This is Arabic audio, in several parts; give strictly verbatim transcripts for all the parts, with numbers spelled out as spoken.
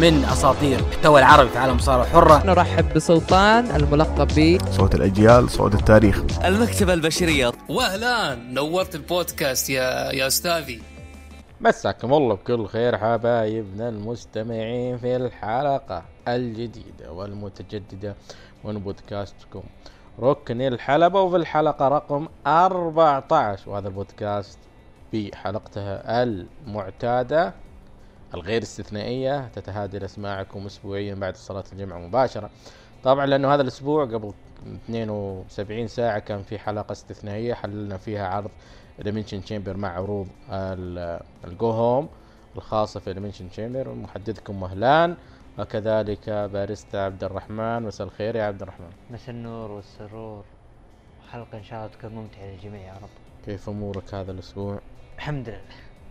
من أساطير المحتوى العربي في عالم صاروا حرة. نرحب بسلطان الملقب ب صوت الأجيال، صوت التاريخ، المكتبة البشرية. وأهلا، نورت البودكاست يا يا أستاذي. مساكم الله بكل خير حبايبنا المستمعين في الحلقة الجديدة والمتجددة من بودكاستكم ركن الحلبة، وفي الحلقة رقم أربعة عشر، وهذا البودكاست بحلقتها المعتادة الغير استثنائية تتهادر اسماعكم اسبوعيا بعد صلاة الجمعة مباشرة. طبعا لأنه هذا الأسبوع قبل اثنين وسبعين ساعة كان في حلقة استثنائية حللنا فيها عرض Elimination Chamber مع عروض الجو هوم الخاصة في Elimination Chamber. محدثكم مهلان وكذلك باريستا عبد الرحمن. مساء الخير يا عبد الرحمن. مساء النور والسرور، حلقة إن شاء الله تكون ممتعة للجميع يا رب. كيف أمورك هذا الأسبوع؟ الحمد لله.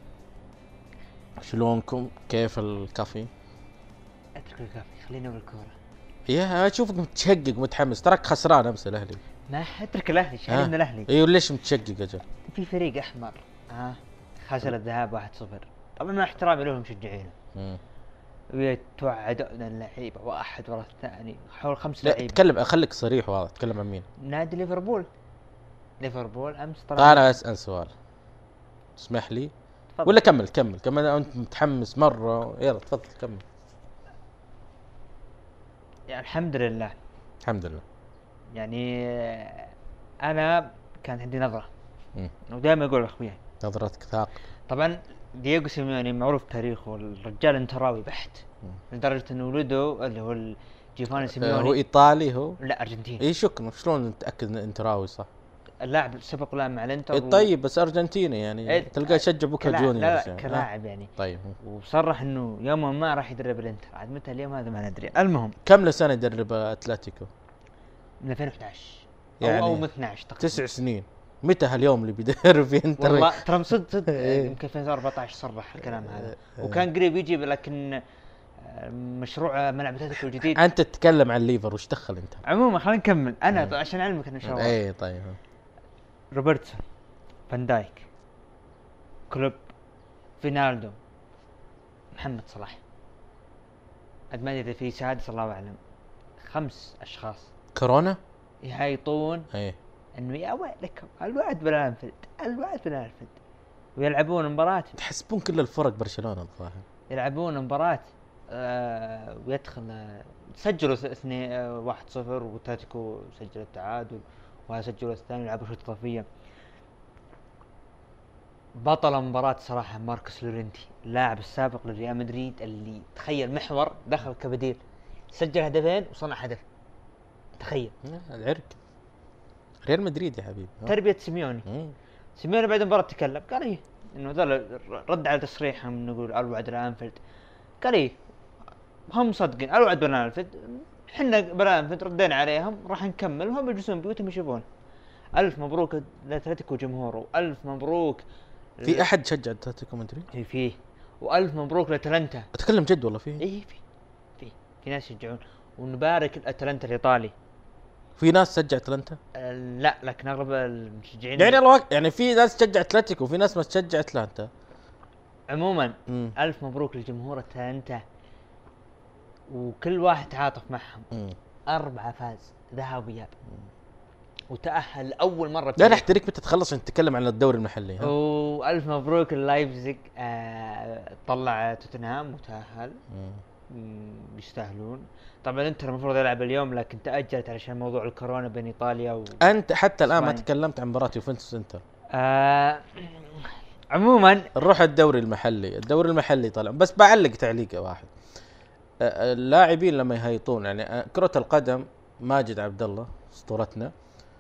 شلونكم؟ كيف الكافي؟ اترك الكافي، خلينا بالكورة. يا اشوفك متشقق متحمس، تراك خسران امس الاهلي. ما اترك الاهلي، شايل من الاهلي. ايوه ليش متشقق اجل؟ في فريق احمر ها خسر الذهاب واحد صفر، طبعا مع احترامي لهم مشجعين. امم ويتوعدون اللعيبه واحد ورا الثاني حول خمس لعيبه. تكلم، اخليك صريح واضح، تكلم عن مين؟ نادي ليفربول. ليفربول امس طبعا. انا اسال سؤال اسمح لي تفضل. ولا كمل كمل كمل انت متحمس مره، يلا تفضل كمل. يعني الحمد لله الحمد لله. يعني انا كانت عندي نظره، ودائما اقول لاخوياي نظرتك ثاق. طبعا دييغو سيميوني معروف تاريخه، الرجال انتراوي بحت مم. لدرجه انه ولده اللي هو جيفاني سيميوني هو ايطالي هو؟ لا ارجنتيني. اي شكرا. شلون نتاكد ان انتراوي صح؟ اللاعب سبق لاعب مع الانتر. إيه طيب و... بس ارجنتيني يعني إيه تلقاه يشجع بوكا جونيورز لا يعني. كلاعب يعني. طيب وصرح انه يوما ما راح يدرب الانتر، عاد متى اليوم هذا ما ندري. المهم كم له سنه يدرب اتلتيكو؟ من ألفين وإحدى عشر يعني او, أو من اثني عشر تقريبا. تسع سنين. متى هاليوم اللي بيدرب في انتر؟ والله ترى مصد صد يمكن ألفين وأربعة عشر صرح الكلام هذا، وكان قريب يجي، لكن مشروع ملعب اتلتيكو الجديد. انت تتكلم عن ليفر، وش دخل انت؟ عموما خلينا نكمل انا م. عشان علمك ان شاء الله. اي طيب. روبرتسون، فان دايك، كلوب، فينالدو، محمد صلاح. عاد ما ادري في سادس الله اعلم، خمس اشخاص كورونا يهايطون ايه انه يا ويلكم الوعد بالانفيلد، الوعد بالانفيلد، ويلعبون مباراة. تحسبون كل الفرق برشلونة الظاهر يلعبون مباراة آه ويدخل آه سجلوا اثنين آه واحد صفر، وتاتيكو سجل التعادل، وسجلوا الثاني لعبوا شوط اضافية. بطل المباراة صراحة ماركوس لورينتي، اللاعب السابق لريال مدريد، اللي تخيل محور دخل كبديل، سجل هدفين وصنع هدف. تخيل العرق ريال مدريد يا حبيبي. تربية سيميوني. مم. سيميوني بعد المباراة تكلم قال ايه انه ذا رد على تصريحهم نقول الوعد بالانفيلد، قال ايه هم صدقين الوعد بالانفيلد، احنا بالانفيلد ردينا عليهم، راح نكمل وهم يجلسون بيوتهم يشوفون. الف مبروك لاتلتيكو جمهوره، والف مبروك. في احد شجع اتلتيكو مدريد؟ في فيه والف مبروك لاتلانتا. اتكلم جد والله فيه؟ ايه في في في ناس يشجعون، ونبارك الاتلانتا الايطالي. في ناس تشجع اتلانتا؟ أه لا لكن اغلب المشجعين يعني الله يعني في ناس تشجع اتلتيكو وفي ناس ما تشجع اتلانتا. عموما مم. الف مبروك لجمهور اتلانتا، وكل واحد تعاطف معهم. مم. أربعة فاز ذهاب وإياب، وتأهل لأول مرة. لا نحترك متى تتخلص عشان تتكلم عن الدوري المحلي. ها وألف مبروك اللايبزيج آه طلع توتنهام وتأهل. بيستاهلون. طبعا انتر المفروض يلعب اليوم لكن تأجلت علشان موضوع الكورونا بين إيطاليا و... أنت حتى الآن ما تكلمت عن مباراة يوفنتوس انتر. آه عموما نروح الدوري المحلي. الدوري المحلي طلع، بس بعلق تعليقه واحد. اللاعبين لما يهيطون يعني كرة القدم، ماجد عبد الله اسطورتنا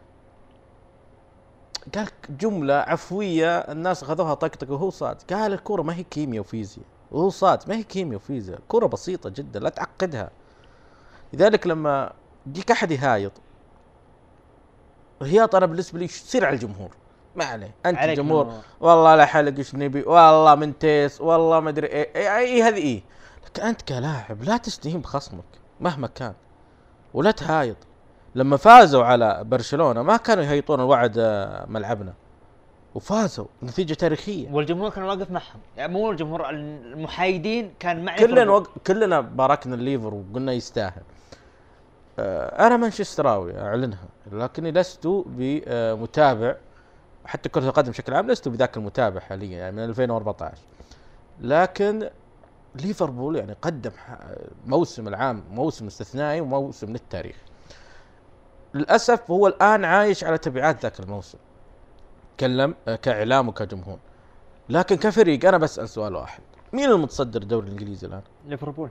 قال جملة عفوية الناس اخذوها طقطقة وهو صاد، قال الكرة ما هي كيمياء وفيزياء، وهو صاد ما هي كيمياء وفيزياء، كرة بسيطة جدا لا تعقدها. لذلك لما يجيك احد يهايط الهياط انا بالنسبة لي يصير على الجمهور، ما عليه انت الجمهور والله لا حلق ايش نبي والله من تيس والله ما ادري ايه ايه, ايه هذه ايه، لكن انت كلاعب لا تستهين بخصمك مهما كان ولا تهايط. لما فازوا على برشلونة ما كانوا يهيطون الوعد ملعبنا، وفازوا نتيجه تاريخيه. والجمهور كان واقف معهم، يعني مو الجمهور المحايدين كان مع كلنا وق... كلنا باركنا الليفر وقلنا يستاهل. آه انا مانشستراوي اعلنها، لكني لست بمتابع حتى كرة القدم بشكل عام، لست بذاك المتابع حاليا يعني من ألفين وأربعة عشر. لكن ليفربول يعني قدم موسم العام موسم استثنائي وموسم للتاريخ. للأسف هو الآن عايش على تبعات ذاك الموسم، تكلم كإعلام وكجمهور. لكن كفريق أنا بسأل سؤال واحد، مين المتصدر الدوري الإنجليزي الآن؟ ليفربول.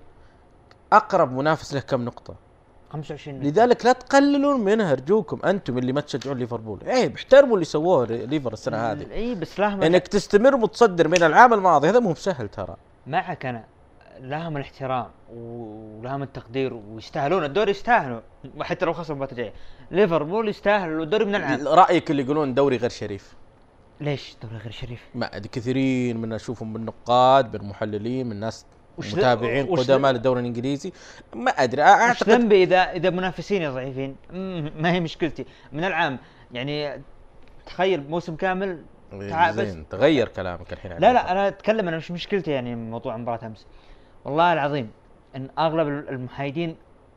أقرب منافس له كم نقطة؟ خمسة وعشرين. لذلك لا تقللون منها أرجوكم، أنتم اللي ما تشجعون ليفربول. عيب، احترموا اللي سووه ليفر السنة هذه. اي بس لهم انك تستمر متصدر من العام الماضي هذا مو بسهل ترى. معك انا، لهم الاحترام ولهم التقدير ويستاهلون الدوري، يستاهلوا وحتى لو خسروا المباراة الجاية. ليفربول يستاهل الدوري من العام. رأيك اللي يقولون دوري غير شريف؟ ليش دوري غير شريف؟ ما ادري، كثيرين من اشوفهم من نقاد، من محللين، من ناس متابعين قدماء للدوري الانجليزي. ما ادري، اعتقد ذنبي اذا اذا منافسيني ضعيفين، ما هي مشكلتي من العام. يعني تخيل موسم كامل زين تغير كلامك الحين. لا لا انا اتكلم، انا مش مشكلتي يعني موضوع مباراة امس. والله العظيم ان اغلب المحايدين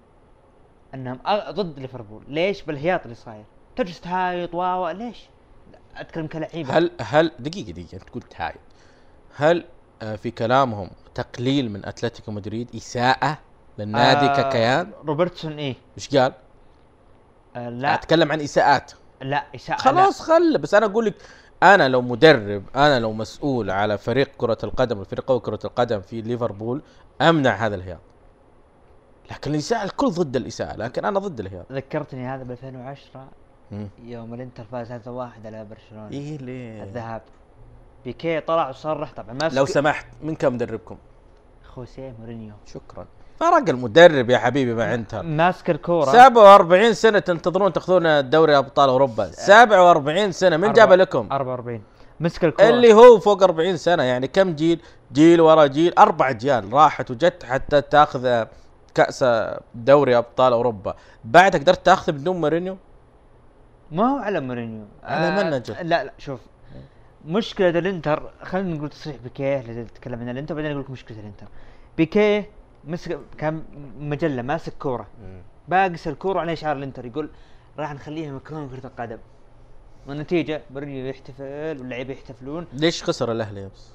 انهم ضد ليفربول. ليش؟ بالهياط اللي صاير، تجلس تهايط واو. ليش؟ اتكلم كلعيبه. هل هل دقيقه دقيقه انت قلت هايط، هل آه في كلامهم تقليل من اتلتيكو مدريد، اساءه للنادي آه ككيان؟ روبرتسون ايه ايش قال؟ آه لا اتكلم عن اساءات. لا اساءه خلاص خله. بس انا اقول لك، انا لو مدرب، انا لو مسؤول على فريق كرة القدم والفريق قوي كرة القدم في ليفربول، امنع هذا الهياط. لكن الاساءة الكل ضد الاساءة، لكن انا ضد الهياط. ذكرتني هذا ب ألفين وعشرة يوم الانتر فاز ثلاثة واحد على برشلونة. ايه ليه؟ الذهاب. بيكي طلع وصرح طبعا. ما لو سمحت، من كم مدربكم؟ خوسيه مورينيو. شكرا. فرق المدرب يا حبيبي مع انتر. ماسك الكورة. سبعة وأربعين سنة تنتظرون تاخذون دوري ابطال اوروبا. سبعة وأربعين سنة من جاب لكم؟ أربعة وأربعين. مسك الكورة اللي هو فوق أربعين سنة. يعني كم جيل؟ جيل ورا جيل، اربع اجيال راحت وجت حتى تاخذ كأس دوري ابطال اوروبا. بعد قدرت تاخذ بدون مورينيو؟ ما هو على مورينيو، على آه من نجح؟ لا لا شوف، مشكلة الانتر، خلينا نقول تصريح بيكيه اللي تتكلم عن الانتر، بعدين اقول لك مشكلة الانتر. بيكيه مسك كان مجلة ماسك كورة، باقس الكورة على شعار الانتر، يقول راح نخليها مكرونة كرة القدم. والنتيجة مورينيو يحتفل واللاعبين يحتفلون. ليش خسر الاهلي بس؟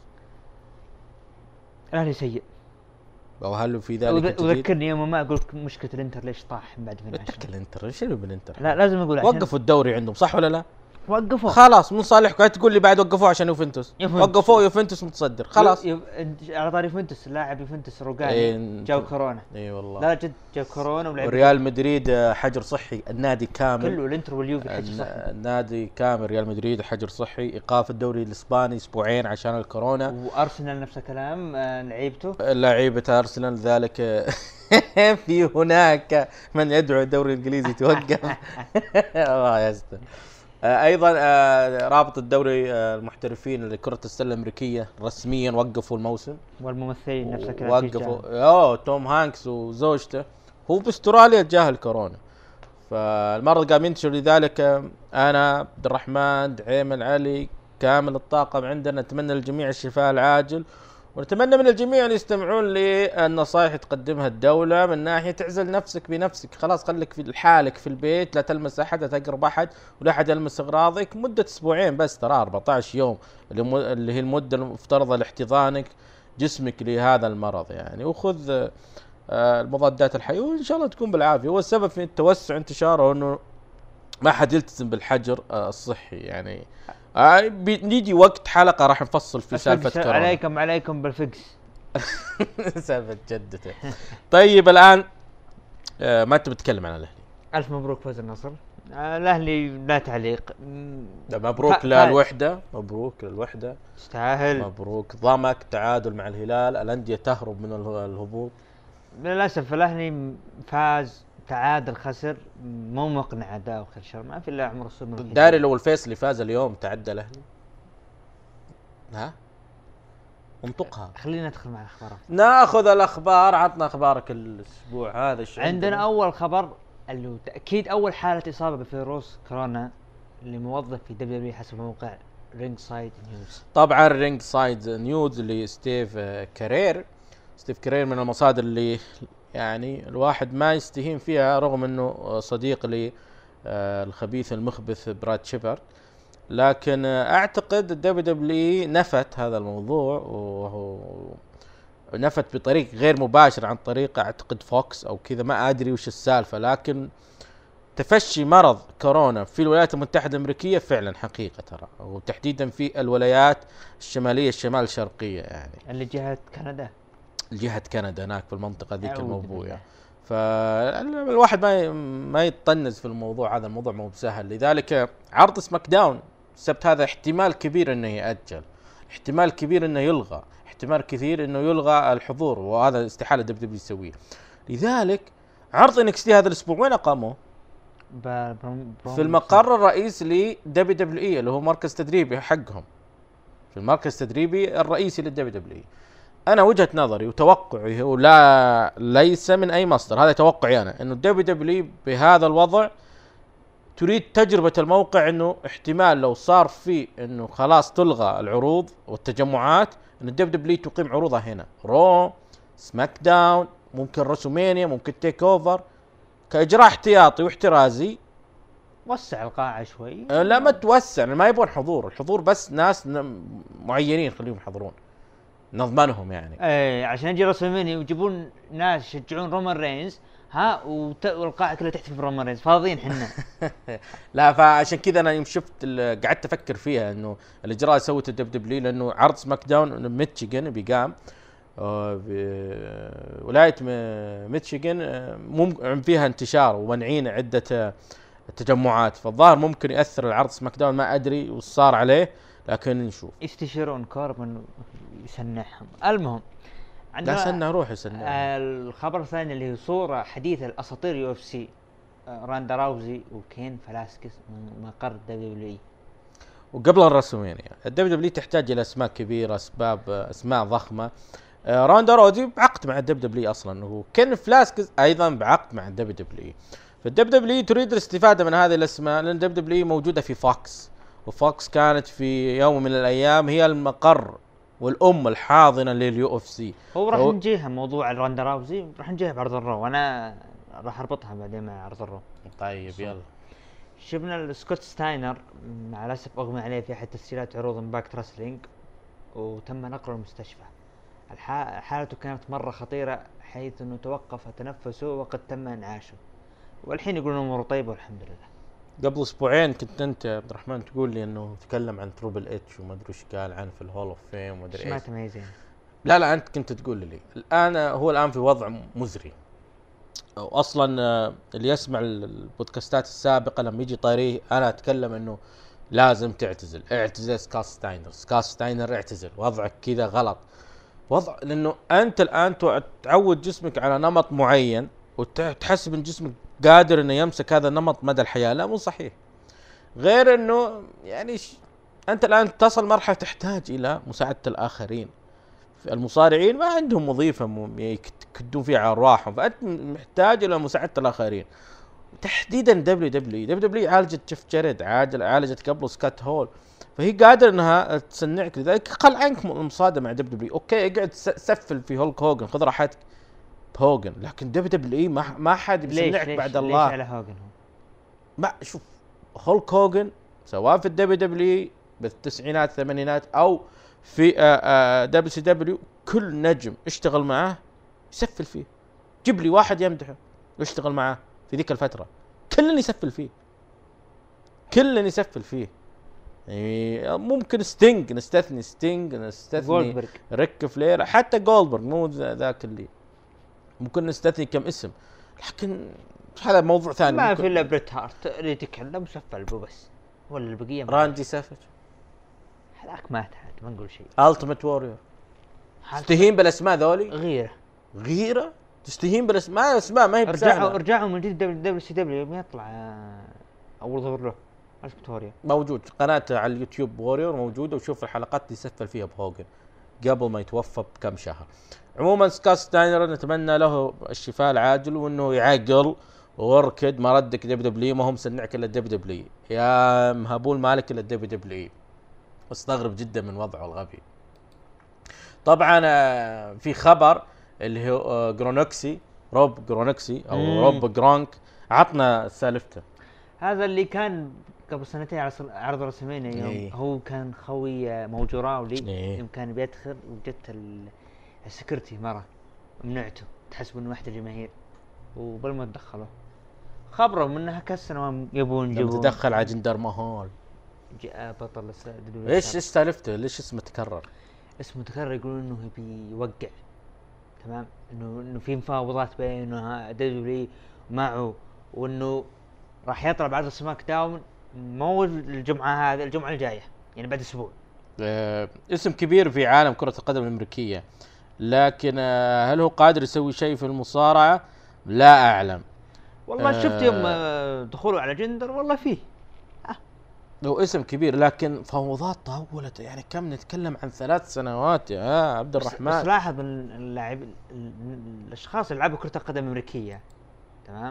الاهلي سيء. وهل في ذلك وذكرني يوم ما اقول لك مشكله الانتر ليش طاح بعد ألفين وعشرة. اترك الانتر، ايش اللي بالانتر؟ لا لازم اقول وقفوا الدوري عندهم صح ولا لا؟ وقفوا خلاص من صالحكم. تقول لي بعد وقفوه عشان يوفنتوس. وقفوه يوفنتوس متصدر خلاص. يو... على طاري يوفنتوس، لاعب يوفنتوس روجاني إيه جاو كورونا. اي أيوة والله. لا جد جاو كورونا. وريال مدريد حجر صحي، النادي كامل كله الانتر واليوفي حجر صحي. النادي كامل ريال مدريد حجر صحي، ايقاف الدوري الاسباني اسبوعين عشان الكورونا. وارسنال نفس الكلام لعيبته لعيبه ارسنال ذلك. في هناك من يدعو الدوري الانجليزي توقف. الله يستر. ايضا رابط الدوري المحترفين لكرة السلة الامريكية رسميا وقفوا الموسم. والممثلين نفس الكلام وقفوا. اوه توم هانكس وزوجته. هو باستراليا جاه الكورونا، فالمرض قام ينتشر. لذلك انا عبد الرحمن دعيم العلي كامل الطاقم عندنا نتمنى للجميع الشفاء العاجل، ونتمنى من الجميع ان يستمعون للنصائح تقدمها الدولة من ناحية تعزل نفسك بنفسك. خلاص خليك في حالك في البيت، لا تلمس احد، لا تقرب احد، ولا احد يلمس اغراضك مدة اسبوعين بس، ترى أربعة عشر يوم اللي هي المدة المفترضة لاحتضانك جسمك لهذا المرض يعني. وخذ المضادات الحيوية وان شاء الله تكون بالعافية. هو السبب في التوسع انتشاره انه ما حد يلتزم بالحجر الصحي يعني. آه بنيجي وقت حلقة راح نفصل في سالفة كورونا. عليكم عليكم بالفقس. سالفة جدته. طيب الآن آه ما أنت بتتكلم عن الأهلي. ألف مبروك فوز النصر. آه الأهلي لا تعليق. مبروك للوحدة، مبروك للوحدة. استاهل. مبروك. ضمك تعادل مع الهلال، الأندية تهرب من الهبوط. للأسف الأهلي فاز تعادل خسر، مو مقنع اداء وخير شر، ما في الا عمر الصبر. داري لو الفيصلي فاز اليوم تعدى الاهلي. ها انطقها. خلينا ندخل مع الاخبار. ناخذ الاخبار. عطنا اخبارك الاسبوع هذا. عندنا, عندنا اول خبر اللي هو تاكيد اول حاله اصابه بفيروس كورونا لموظف في دبليو دبليو حسب موقع رينج سايد نيوز. طبعا رينج سايد نيوز اللي ستيف كارير ستيف كارير من المصادر اللي يعني الواحد ما يستهين فيها رغم انه صديق لي الخبيث المخبث براد شيبرد، لكن اعتقد الدبليو دبليو نفت هذا الموضوع وهو نفت بطريق غير مباشر عن طريق اعتقد فوكس او كذا، ما ادري وش السالفه، لكن تفشي مرض كورونا في الولايات المتحدة الأمريكية فعلا حقيقة ترى، وتحديدا في الولايات الشمالية الشمال الشرقية يعني اللي جهة كندا، جهة كندا هناك في المنطقة ذيك الموبوية. فالواحد ما ما يتطنز في الموضوع هذا، الموضوع مو بسهل. لذلك عرض سماك داون السبت هذا احتمال كبير انه يأجل، احتمال كبير انه يلغى، احتمال كثير انه يلغى الحضور، وهذا استحالة دبليو دبليو يسويه. لذلك عرض إن إكس تي هذا الاسبوع وين اقاموه؟ في المقر الرئيسي لدبليو دبليو اي اللي هو مركز تدريبي حقهم، في المركز التدريبي الرئيسي للدبليو دبليو اي. انا وجهة نظري وتوقعي ولا ليس من اي مصدر، هذا توقعي انا، انه الدبليو دبليو بهذا الوضع تريد تجربة الموقع، انه احتمال لو صار في انه خلاص تلغى العروض والتجمعات ان الدبليو دبليو تقيم عروضها هنا، رو سماك داون ممكن رسومينيا ممكن تيك اوفر، كاجراء احتياطي واحترازي. وسع القاعة شوي. أه لا ما توسع، ما يبون حضور، الحضور بس ناس معينين خليهم يحضرون نضمنهم يعني. ايه عشان يجي رسميني ويجيبون ناس يشجعون رومان رينز ها وت... والقاعة كلها تحتفل برومان رينز، فاضيين حنا. لا فعشان كذا انا يوم شفت قعدت افكر فيها انه الاجراء اللي سوته الدب دبليو، لانه عرض سماك داون ميتشيغن بيقام ولاية ميتشيغن ممكن فيها انتشار ومنعين عدة تجمعات، فالظاهر ممكن يأثر العرض سماك داون، ما أدري وش صار عليه لكن نشوف. يستشيرون كوربن يسنحهم. المهم لا سنة روح يسنح. الخبر الثاني اللي هي صورة حديثة الأساطير يو اف سي راندا راوزي وكين فلاسكس من مقر دبليو دبليو اي. وقبل الرسومين يعني الدبليو دبليو تحتاج إلى أسماء كبيرة، أسباب أسماء ضخمة. راندا راوزي بعقد مع الدبليو دبليو أصلا، وكين فلاسكس أيضا بعقد مع الدبليو دبليو. فالدبليو دبليو تريد الاستفادة من هذه الأسماء، لأن الدبليو دبليو موجودة في فوكس، وفوكس كانت في يوم من الأيام هي المقر والأم الحاضنة لليو اف سي. هو راح نجيها موضوع راندا راوزي راح نجيها بعرض الرو، وأنا راح أربطها بعدين مع عرض الرو. طيب يلا. شفنا السكوت ستاينر مع الأسف أغمى عليه في أحد تسجيلات عروض امباكت رسلينج وتم نقله المستشفى. حالته كانت مرة خطيرة حيث أنه توقف تنفسه وقد تم إنعاشه، والحين يقولون أموره طيبة والحمد لله. قبل أسبوعين كنت أنت عبد الرحمن تقول لي أنه تكلم عن تروبل اتش وما أدري وش قال عنه في الهول اوف فيم وما أدري إيش. سمعت ما زين. لا لا أنت كنت تقول لي الآن هو الآن في وضع مزري. أصلا اللي يسمع البودكاستات السابقة لما يجي طاريه أنا أتكلم أنه لازم تعتزل، اعتزل سكوت ستاينر، سكوت ستاينر اعتزل، وضعك كذا غلط. وضع لأنه أنت الآن تعود جسمك على نمط معين وتحسب ان جسمك قادر انه يمسك هذا النمط مدى الحياة، لا مو صحيح. غير انه يعني ش... انت الان تصل مرحلة تحتاج الى مساعدة الاخرين. المصارعين ما عندهم وظيفة م... يكدون فيها ارواحهم، فانت محتاج الى مساعدة الاخرين، تحديدا دبليو دبليو دبليو دبليو عالجت جيف جاريد، عاجل عالجت قبله سكوت هول، فهي قادر انها تسنعك. لذلك قل عنك المصادمة مع دبليو دبليو. اوكي اقعد سفل في هولك هوجن، خذ راحتك هوجن، لكن دبليو دبليو اي ما ما حد بيسمعك بعد الله. ليش على هوجن؟ ما شوف هولك هوجن سواء في الدبليو دبليو بالتسعينات الثمانينات او في دبليو سي دبليو، كل نجم اشتغل معاه يسفل فيه. جيب لي واحد يمدحه ويشتغل معاه في ذيك الفترة، كلن يسفل فيه، كلن يسفل فيه. يعني ممكن ستينج نستثني، ستينج نستثني ريك فلير، حتى جولدبرغ مو ذاك اللي ممكن نستثني كم اسم، لكن هذا موضوع ثاني. ما في الا بريت هارت اللي يتكلم سفل بو بس، ولا البقيه راندي سافج هذاك مات عاد ما نقول شيء. التيمت وورير تستهين بالاسماء ذولي؟ غيره غيره تستهين بالاسماء، اسماء ما هي بسهله. رجعوا رجعوا من جديد دبليو سي دبليو ما يطلع اول ظهور له الفيكتوريا موجود قناه على اليوتيوب وورير موجوده، وشوف الحلقات اللي سفل فيها بهوجن قبل ما يتوفى بكم شهر. عموما سكوت ستاينر نتمنى له الشفاء العاجل وانه يعقل واركد، ما ردك دبليو دبليو، ما هم مسنعك الا دبليو دبليو، يا مهبول مالك الا دبليو دبليو. مستغرب جدا من وضعه الغبي. طبعا في خبر اللي هو جرونوكسي روب جرونوكسي او مم. روب جرونك عطنا سالفته. هذا اللي كان قبل سنتين على صل- عرض رسمين يوم إيه. هو كان خوي موجوراولي إيه. يوم كان بيدخل وجدت ال- السكرتي مرة منعته تحسب انه واحد الجماهير وبل ما تدخلوا خبروا منها كالسنة ما يبون لما يجيبون تدخل على جندر مهال جاء بطل الس- دبليو ايش السابق. ايش سالفته؟ ليش اسمه تكرر؟ اسمه تكرر يقولون انه يبي يوقع تمام انه انه في مفاوضات بينه دبليو معه وانه راح يطلع بعد سماك داون مو الجمعة هذه الجمعة الجاية يعني بعد اسبوع. آه اسم كبير في عالم كرة القدم الامريكية، لكن آه هل هو قادر يسوي شيء في المصارعة؟ لا اعلم. والله آه شفت يوم آه، دخوله على جندر والله فيه هو اسم كبير لكن فوضات طولت، يعني كم نتكلم عن ثلاث سنوات يا عبد بس, الرحمن. بس لاحظ ان اللاعب ال- الاشخاص اللي لعبوا كرة القدم الامريكية تمام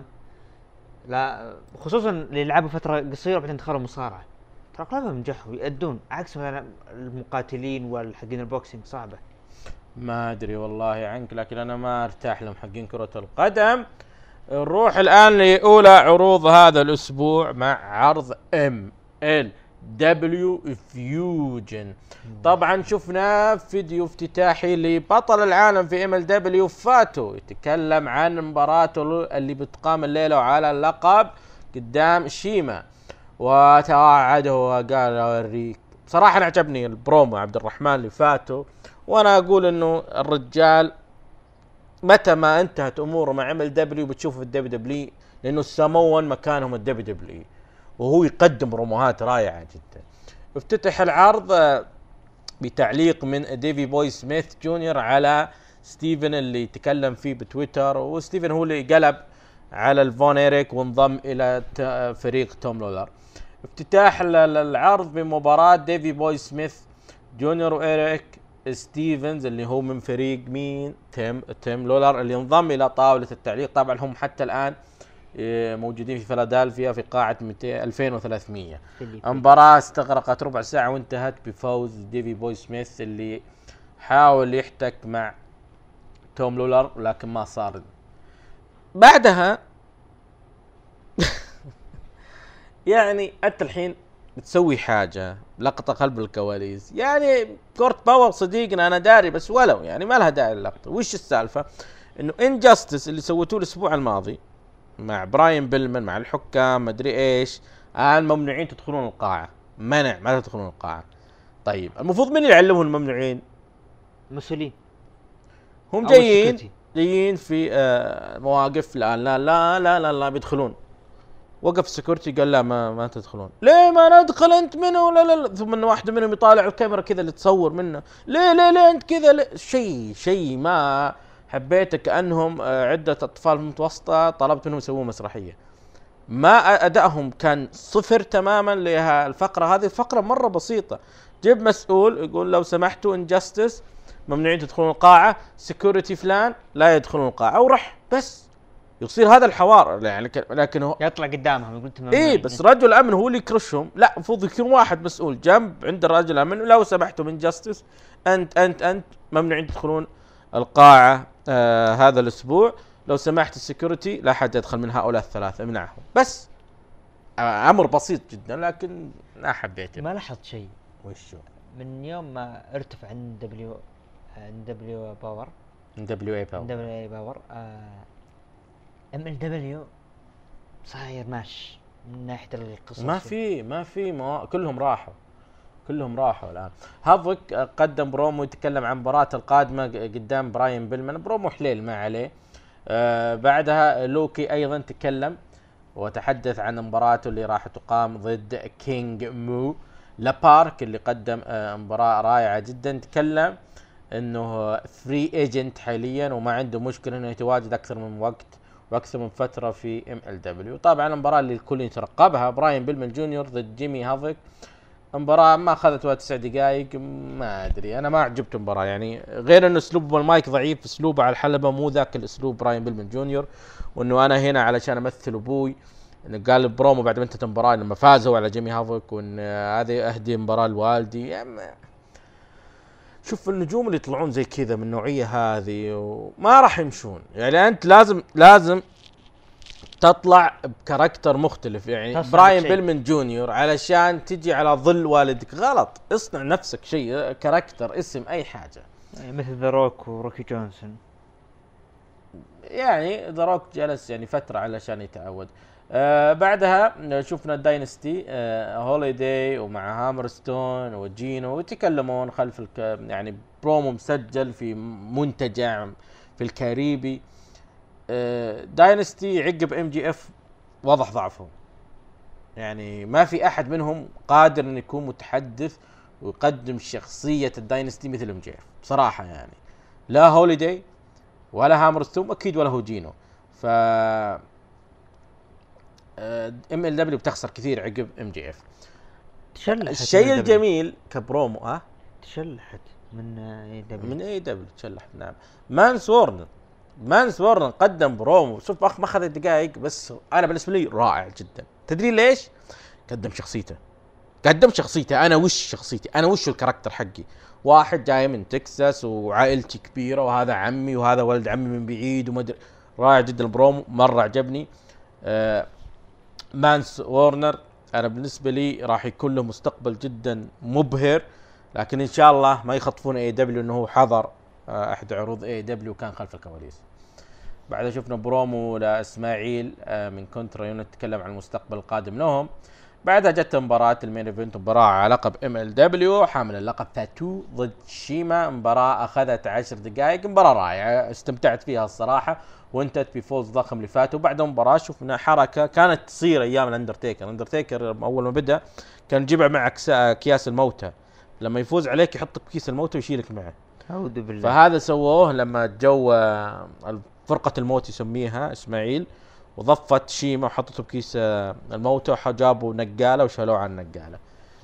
لا خصوصا اللي لعبوا فترة قصيرة بعدين دخلوا مصارعة ترى اغلبهم نجحوا يأدون عكس مثلا المقاتلين والحقين البوكسينج صعبة. ما ادري والله عنك، لكن انا ما ارتاح لهم حقين كرة القدم. نروح الان لاولى عروض هذا الاسبوع مع عرض ام ال دبليو فيوجن. طبعا شفنا فيديو افتتاحي لبطل العالم في ام ال دبليو فاتو يتكلم عن مباراته اللي بتقام الليله على اللقب قدام شيما، وتوعده وقال اوريك. صراحه انا عجبني البرومو عبد الرحمن لفاتو، وانا اقول انه الرجال متى ما انتهت اموره مع ام ال دبليو بتشوفه في الدبليو دبليو، لانه الساموان مكانهم الدبليو دبليو وهو يقدم بروموهات رائعه جدا. افتتح العرض بتعليق من ديفي بوي سميث جونيور على ستيفن اللي تكلم فيه بتويتر، وستيفن هو اللي قلب على الفون إيريك وانضم الى فريق توم لولر. افتتاح العرض بمباراة ديفي بوي سميث جونيور وإيريك ستيفنز اللي هو من فريق مين؟ تيم تيم لولر اللي انضم الى طاولة التعليق. طبعا هم حتى الان موجودين في فيلادلفيا في قاعة ألفين وثلاثمية. المباراة استغرقت ربع ساعة وانتهت بفوز ديفي بوي سميث اللي حاول يحتك مع توم لولر لكن ما صار. بعدها يعني انت الحين بتسوي حاجة لقطة قلب الكواليس، يعني كورت باور صديقنا انا داري بس ولو يعني ما لها داعي اللقطة. وش السالفة؟ انه انجاستس اللي سويتوه الاسبوع الماضي مع براين بيلمان مع الحكام ما ادري ايش الان ممنوعين تدخلون القاعة، منع ما تدخلون القاعة. طيب المفروض من اللي يعلمهم الممنوعين؟ مسؤولين هم أو جايين السكرتي. جايين في آه مواقف الان لا لا لا لا لا بيدخلون. وقف السكيورتي قال لا ما ما تدخلون. ليه ما ندخل انت منه؟ لا لا, لا. ثم ان واحد منهم يطالع الكاميرا كذا اللي تصور منه، ليه ليه ليه انت كذا؟ شيء شيء ما حبيته، كانهم عده اطفال متوسطه طلبت منهم يسوون مسرحيه. ما ادائهم كان صفر تماما للفقره هذه. الفقره مره بسيطه، جيب مسؤول يقول لو سمحتوا انجستس ممنوعين تدخلون القاعه، سكيورتي فلان لا يدخلون القاعه، ورح بس يصير هذا الحوار. يعني لكن هو يطلع قدامهم يقول انتم ايه بس رجل الامن هو اللي يكرشهم. لا المفروض يكون واحد مسؤول جنب عند الرجل الامن، لو سمحتوا من جاستس انت انت انت ممنوعين تدخلون القاعه آه هذا الاسبوع، لو سمحت السكيورتي لا حد يدخل من هؤلاء الثلاثه امنعهم. بس آه امر بسيط جدا لكن ما حبيته. ما لاحظت شيء وشو من يوم ما ارتفع عند دبليو عند دبليو باور دبليو اي باور دبليو اي باور ام ال دبليو صاير ماشي من ناحيه القصص. ما في ما في ما كلهم راحوا كلهم راحوا الان. هافك قدم برومو يتكلم عن مباراة القادمة قدام براين بيلمان، برومو حليل ما عليه. آه بعدها لوكي ايضا تكلم وتحدث عن مباراته اللي راح تقام ضد كينج مو لابارك اللي قدم آه مباراة رائعة جدا. تكلم انه فري ايجنت حاليا وما عنده مشكلة انه يتواجد اكثر من وقت واكثر من فترة في ام ال دبليو. طبعا المباراة اللي الكل يترقبها براين بيلمان جونيور ضد جيمي هافك، مباراة ما اخذت وقت تسع دقائق. ما ادري انا ما عجبت المباراة، يعني غير انه اسلوبه المايك ضعيف، اسلوبه على الحلبة مو ذاك الاسلوب براين بيلمان جونيور، وانه انا هنا علشان امثل ابوي انه قال البرومو بعد ما انتهت المباراه لما فازوا على جيمي هافوك وان هذه اهدي مباراه لوالدي. يعني شوف النجوم اللي يطلعون زي كذا من النوعيه هذه وما راح يمشون. يعني انت لازم لازم تطلع بكاركتر مختلف. يعني براين بيلمن جونيور علشان تجي على ظل والدك غلط. اصنع نفسك شيء، كاركتر، اسم، اي حاجه. يعني مثل ذا روك وروكي جونسون. يعني ذا روك جلس يعني فتره علشان يتعود. آه بعدها شفنا داينستي آه هوليداي ومع هامرستون وجينو يتكلمون خلف الك... يعني برومو مسجل في منتجع في الكاريبي. آه داينستي عقب ام جي اف وضح ضعفهم. يعني ما في احد منهم قادر ان يكون متحدث ويقدم شخصيه الداينستي مثل ام جي اف بصراحه. يعني لا هوليداي ولا هامرستون اكيد ولا هو جينو. ف ام ال دبليو بتخسر كثير عقب ام جي اف. الشيء الجميل كبرومو اه تشلحت من اي دبليو من اي دبليو تشلحت. نعم. مانس وورن مانس وورن قدم برومو شوف اخ ما اخذ دقائق بس انا بالنسبه لي رائع جدا. تدري ليش؟ قدم شخصيته قدم شخصيته انا وش شخصيتي انا وش الكاركتر حقي. واحد جاي من تكساس وعائلتي كبيره وهذا عمي وهذا ولد عمي من بعيد وما ادري. رائع جدا البرومو مره عجبني. آه مانس وورنر انا بالنسبه لي راح يكون له مستقبل جدا مبهر. لكن ان شاء الله ما يخطفون اي دبليو انه هو حضر آه احد عروض اي دبليو كان خلف الكواليس. بعدها شفنا برومو لاسماعيل آه من كونترا يونت تكلم عن المستقبل القادم لهم. بعدها جت مباراة المين ايفنت مباراة على لقب ام ال دبليو حامل اللقب فاتو ضد شيما. مباراة اخذت عشر دقائق. مباراة رائعة استمتعت فيها الصراحة وانتهت بفوز ضخم لفاتو. بعد مباراة شفنا حركة كانت تصير ايام الاندرتيكر. الاندرتيكر اول ما بدا كان يجيب معك اكياس الموتى لما يفوز عليك يحطك بكيس الموتى ويشيلك معه. اعوذ بالله. فهذا سووه لما جو فرقة الموت يسميها اسماعيل وضفت شيما وحطته بكيس الموتى وجابوا نقاله وشالوه عن النقاله.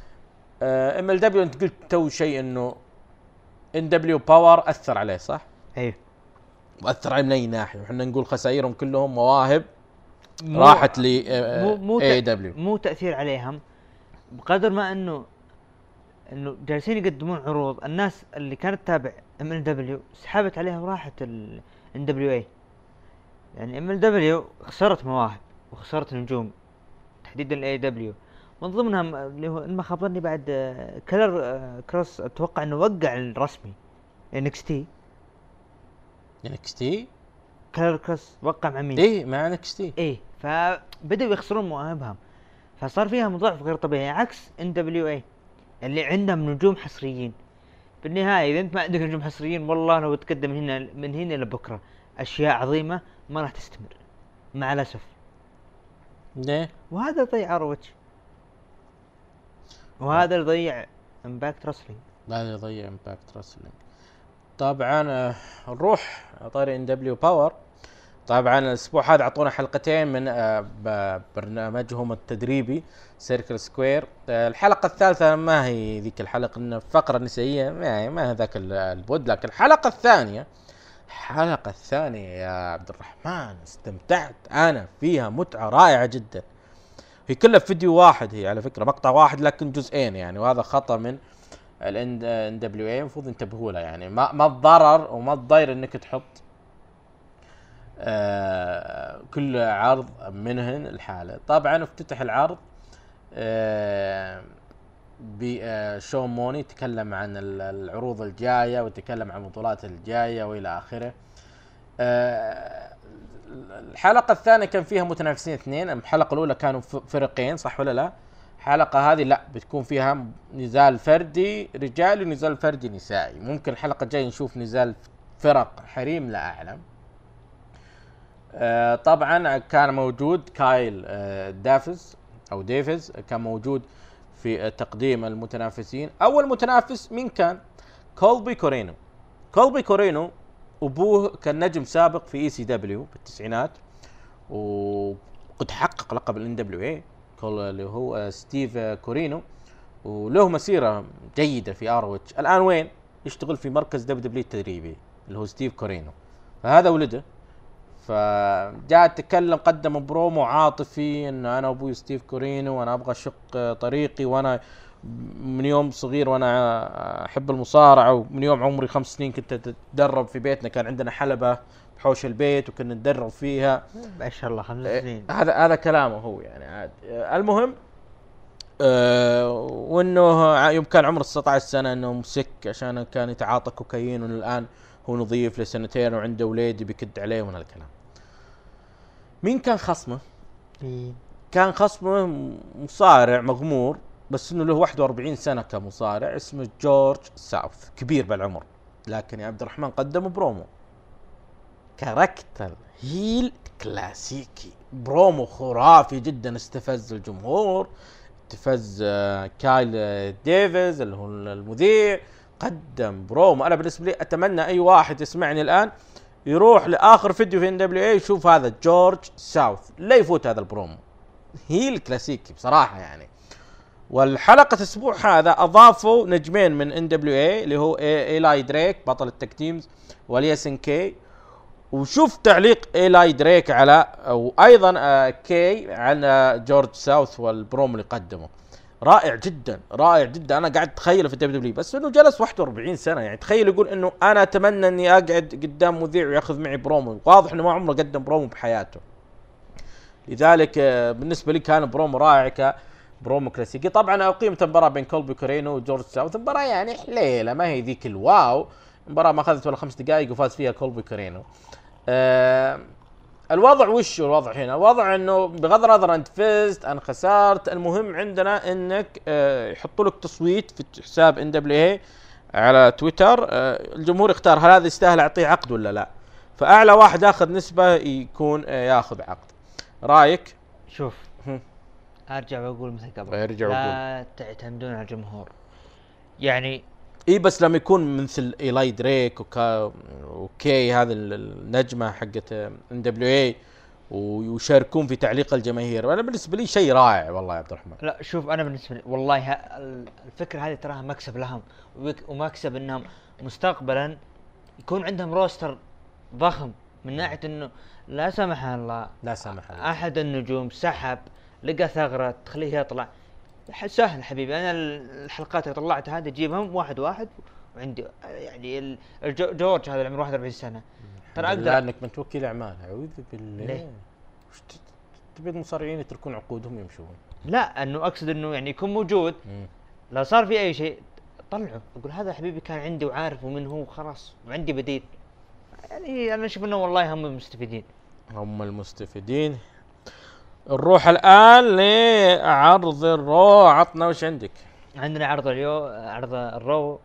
ام ال دبليو انت قلت تو شيء انه ان دبليو باور اثر عليه صح؟ ايوه واثر عليه من اي ناحيه. وحنا نقول خسائرهم كلهم مواهب راحت ل اي دبليو. مو تاثير عليهم بقدر ما انه انه جالسين يقدمون عروض. الناس اللي كانت تتابع ام ال دبليو سحبت عليها وراحت ال ان دبليو اي. يعني ام ال دبليو خسرت مواهب وخسرت نجوم تحديدا الاي دبليو. من ضمنها اللي هو ما خبرني بعد كلر كروس اتوقع انه وقع الرسمي انكس تي. انكس تي كلر كروس وقع مع مين؟ ايه مع انكس تي. ايه فبدأوا يخسرون مواهبهم فصار فيها ضعف غير طبيعي عكس ان دبليو اي اللي عندهم نجوم حصريين. بالنهايه اذا انت ما عندك نجوم حصريين والله لو تقدم من هنا من هنا لبكره اشياء عظيمه ما راح تستمر مع الاسف. ليه؟ وهذا ضيع روتش وهذا اللي ضيع امباكت رسلينج. هذا اللي ضيع امباكت رسلينج. طبعا نروح طاري ان دبليو باور. طبعا الاسبوع هذا اعطونا حلقتين من برنامجهم التدريبي سيركل سكوير. الحلقه الثالثه ما هي ذيك الحلقه انه فقره نسائيه ما ما هي ذاك البود. لكن الحلقه الثانيه الحلقه الثانيه يا عبد الرحمن استمتعت انا فيها متعه رائعه جدا. هي كلها فيديو واحد هي على فكره مقطع واحد لكن جزئين يعني وهذا خطا من الان دبليو اي المفروض انتبهوا له. يعني ما ما الضرر وما الضير انك تحط آه كل عرض منهن الحالة. طبعا افتتح العرض آه بشون موني تكلم عن العروض الجاية وتكلم عن البطولات الجاية والى اخره. آه الحلقة الثانية كان فيها متنافسين اثنين. الحلقة الاولى كانوا فريقين صح ولا لا؟ الحلقة هذه لا بتكون فيها نزال فردي رجالي ونزال فردي نسائي. ممكن الحلقة الجاية نشوف نزال فرق حريم لا اعلم. آه طبعا كان موجود كايل آه دافز او ديفيز كان موجود في تقديم المتنافسين. اول متنافس مين كان؟ كولبي كورينو. كولبي كورينو ابوه كان نجم سابق في اي سي دبليو بالتسعينات وقد حقق لقب الان دبليو اي اللي هو ستيف كورينو وله مسيره جيده في اروتش. الان وين؟ يشتغل في مركز دبليو دبليو التدريبي اللي هو ستيف كورينو. فهذا ولده فجاء تكلم قدم برومو عاطفي انه انا ابوي ستيف كورينو وانا ابغى اشق طريقي وانا من يوم صغير وانا احب المصارعه ومن يوم عمري خمس سنين كنت اتدرب في بيتنا كان عندنا حلبه بحوش البيت وكنا نتدرب فيها ما شاء الله خمس سنين. هذا هذا كلامه هو يعني عاد. المهم أه وانه يوم كان عمره تسعة عشر سنه انه مسك عشان كان يتعاطى كوكايين والان هو نظيف لسنتين وعنده اولاد بيكد عليه من هالكلام. مين كان خصمه؟ كان خصمه مصارع مغمور بس انه له واحد وأربعين سنه كمصارع اسمه جورج ساوث كبير بالعمر لكن يا عبد الرحمن قدم برومو كاركتر هيل كلاسيكي برومو خرافي جدا استفز الجمهور استفز كايل ديفيز اللي هو المذيع قدم برومو. انا بالنسبه لي اتمنى اي واحد يسمعني الان يروح لاخر فيديو في ان دبليو اي يشوف هذا جورج ساوث لا يفوت هذا البرومو هيل كلاسيكي بصراحه يعني. والحلقه الاسبوع هذا اضافوا نجمين من ان دبليو اي اللي هو ايلاي دريك بطل التك تيمز والياس ان كي. وشوف تعليق ايلاي دريك على وايضا آه كي على جورج ساوث والبروم اللي قدمه رائع جدا رائع جدا. انا قاعد اتخيله في الدبليو دبليو بس انه جلس واحد وأربعين سنه يعني تخيل يقول انه انا اتمنى اني اقعد قدام مذيع وياخذ معي برومو واضح انه ما عمره قدم برومو بحياته. لذلك آه بالنسبه لي كان برومو رائع كبرومو كلاسيكي. طبعا اقيمت المباراه بين كولبي كورينو وجورج ساوث مباراه يعني حليله ما هي ذيك الواو المباراه ما اخذت ولا خمس دقائق وفاز فيها كولبي كورينو. آه الوضع وش الوضع هنا؟ الوضع انه بغض النظر انت فزت ان خسرت المهم عندنا انك آه يحطوا لك تصويت في حساب ان دبليو اي على تويتر. آه الجمهور يختار هل هذا يستاهل اعطيه عقد ولا لا. فاعلى واحد اخذ نسبه يكون آه ياخذ عقد. رايك؟ شوف ارجع واقول مثل قبل ارجع لا تعتمدون على الجمهور يعني اي بس لما يكون مثل ايلاي دريك وكا وكي هذا النجمه حقت ان دبليو اي ويشاركون في تعليق الجماهير انا بالنسبه لي شيء رائع والله يا عبد الرحمن. لا شوف انا بالنسبه لي والله الفكره هذه تراها مكسب لهم ومكسب انهم مستقبلا يكون عندهم روستر ضخم من ناحيه انه لا سمح الله لا سمح الله احد النجوم سحب لقى ثغره تخليه يطلع سهل حبيبي. انا الحلقات اللي طلعت هذه اجيبهم واحد واحد وعندي يعني جورج هذا العمر واحد وأربعين سنه ترى اقدر انك من توكيل اعمال. اعوذ بالله ليه؟ وش تبي المصارعين يتركون عقودهم يمشون؟ لا انه اقصد انه يعني يكون موجود لا صار في اي شيء طلعه اقول هذا حبيبي كان عندي وعارف ومن هو خلاص وعندي بديل. يعني انا اشوف انه والله هم المستفيدين هم المستفيدين. نروح الان لعرض الرو. عطنا وش عندك؟ عندنا عرض اليوم عرض الرو.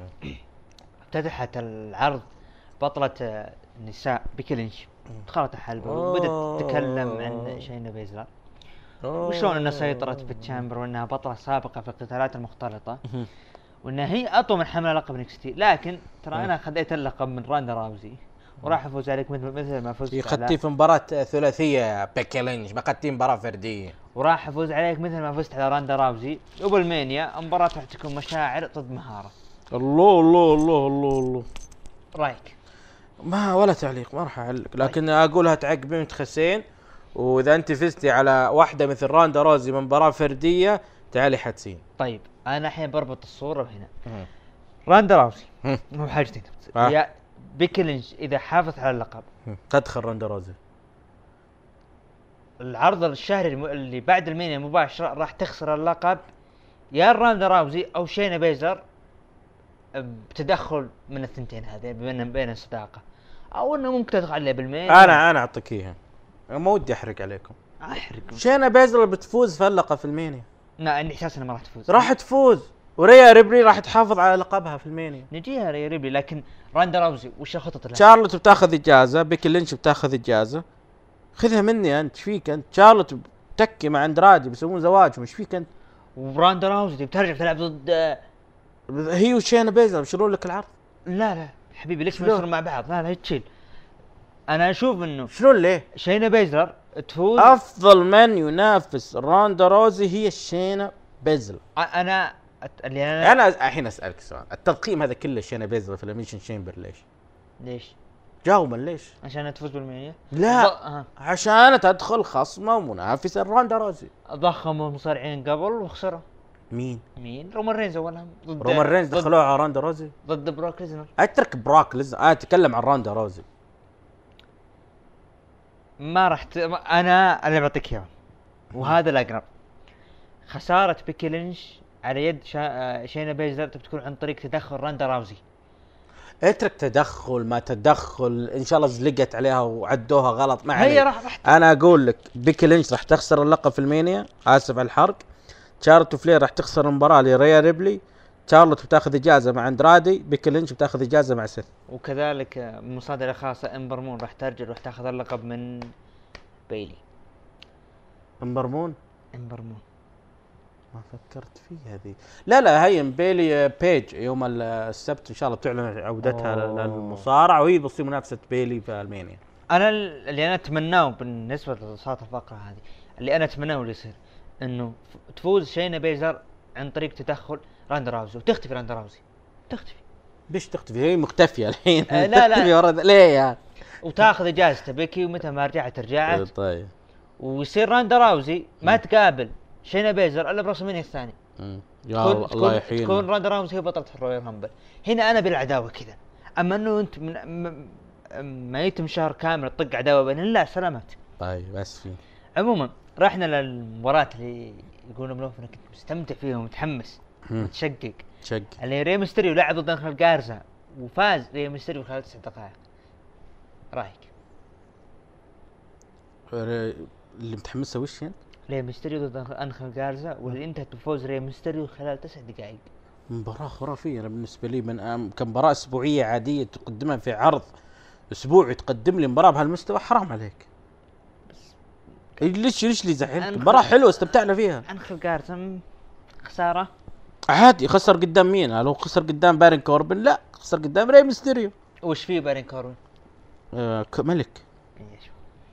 افتتحت العرض بطلة النساء بيكي لينش دخلت الحلبة وبدت تتكلم عن شينا بيزلر وشلون انها سيطرت في التشامبر وانها بطلة سابقة في القتالات المختلطة وانها هي اطول من حمل لقب نيكستي. لكن ترى انا خذيت اللقب من راندا راوزي وراح افوز عليك مثل مثل ما فزت على خدتي في مباراة ثلاثية بيكي لينش ما خدتي مباراة فردية وراح افوز عليك مثل ما فزت على راندا راوزي. وبالمانيا المباراة راح تكون مشاعر ضد مهارة. الله الله الله الله الله رايك؟ ما ولا تعليق ما راح اعلق لكن اقولها تعقب بنت خسين واذا انت فزتي على واحدة مثل راندا روزي من مباراة فردية تعالي حتسين. طيب انا الحين بربط الصورة هنا. راندا راوزي مو حاجتين يا بيكي لينش اذا حافظ على اللقب تدخل راندا روزي العرض الشهري اللي بعد المينيا مباشرة راح تخسر اللقب يا راندا راوزي او شينا بيزر بتدخل من الثنتين هذه بين بين الصداقة او انه ممكن تدخل عليه بالمينيا. انا انا اعطيك اياها ما ودي احرق عليكم. احرق شينا بيزر بتفوز في اللقب في المينيا. لا عندي احساس انها ما راح تفوز. راح تفوز وريا ريبلي راح تحافظ على لقبها في المينيا. نجيها ريا ريبلي لكن راندا راوزي وش الخطط لها؟ شارلوت بتاخذ اجازه بيكي لينش بتاخذ اجازه خذها مني انت فيك انت. شارلوت بتكي مع اندرادي بيسوون زواجهم ايش فيك انت؟ وراندا راوزي بترجع تلعب ضد هي وشينا بيزر بيشيلون لك العرض. لا لا حبيبي ليش ما يصيرون مع بعض؟ لا لا تشيل. انا اشوف انه شلون ليه؟ شينا بيزر تفوز افضل من ينافس راندا روزي هي شينا بيزر. انا اللي انا انا الحين اسالك سؤال التضخيم هذا كله شينا بيزر في الميشن شامبر ليش؟ ليش؟ جاوبا ليش؟ عشان تفوز بالمية. لا ض- ها. عشان تدخل خصمه ومنافسه راندا روزي. ضخموا مصارعين قبل وخسروا. مين؟ مين؟ رومان رينز اولهم ضد رومان رينز ضد- دخلوه على راندا روزي. ضد بروك ليزنر. اترك براك لز انا اتكلم عن راندا روزي. ما راح ت... ما- انا اللي بعطيك اياه وهذا الاقرب. خساره بيكي لينش على يد شا... آه، شينا بيزلر بتكون عن طريق تدخل راندا راوزي. اترك تدخل ما تدخل، ان شاء الله زلقت عليها وعدوها غلط ما هي عليك. راح راح انا اقول لك بيكي لينش راح تخسر اللقب في المانيا، اسف على الحرق. شارلوت فلير راح تخسر المباراه لريا ريبلي. شارلوت بتاخذ اجازه مع اندرادي، بيكي لينش بتاخذ اجازه مع سيث. وكذلك آه، من مصادر خاصه امبر مون راح ترجع وراح تاخذ اللقب من بيلي. امبر مون امبر مون ما فكرت فيها هذه. لا لا هي بيلي بيج يوم السبت ان شاء الله بتعلن عودتها أوه. للمصارعه، وهي بتصير منافسه بيلي في المانيا. انا ال- اللي انا اتمناه بالنسبه لصارت الفقره هذه، اللي انا اتمناه اللي يصير انه ف- تفوز شينا بيزر عن طريق تدخل راندا راوزي وتختفي راندا راوزي تختفي ليش تختفي؟ هي مختفيه الحين. آه، لا، لا. تختفي ورا ذا- ليه يا وتاخذ اجازته بيكي ومتى ما رجعت رجعت. طيب. ويصير راندا راوزي ما تقابل شينا بيزر الا برسمينيا الثاني. مم. يا تكون الله الله تكون, تكون يحيينا. راندا راوزي هي بطلة الرويال رامبل. هنا انا بالعداوه كذا. اما انه انت من م- ما يتم شهر كامل تطق عداوه بين الله سلامات. طيب بس في عموما رحنا للمباراة اللي يقولون ملوف انك كنت مستمتع فيها ومتحمس مم. متشقق، شق. اللي ري ميستيريو لعب ضد انخل جارزا وفاز ري ميستيريو خلال تسع دقائق. رايك؟ اللي متحمسه وش هي؟ ري ميستيريو ضد أنخ- انخل جارزا واللي انتهت بفوز ري ميستيريو خلال تسع دقائق. مباراة خرافية. أنا بالنسبة لي من أم كمباراة أسبوعية عادية تقدمها في عرض أسبوعي، تقدم لي مباراة بهالمستوى، حرام عليك. ليش ليش اللي زعلت؟ أنخل- مباراة حلوة استمتعنا فيها. انخل جارزا م- خسارة. عادي. خسر قدام مين؟ لو خسر قدام بارين كوربن؟ لا، خسر قدام ري ميستيريو. وش فيه بارين كوربن؟ آه ك- ملك. ايش؟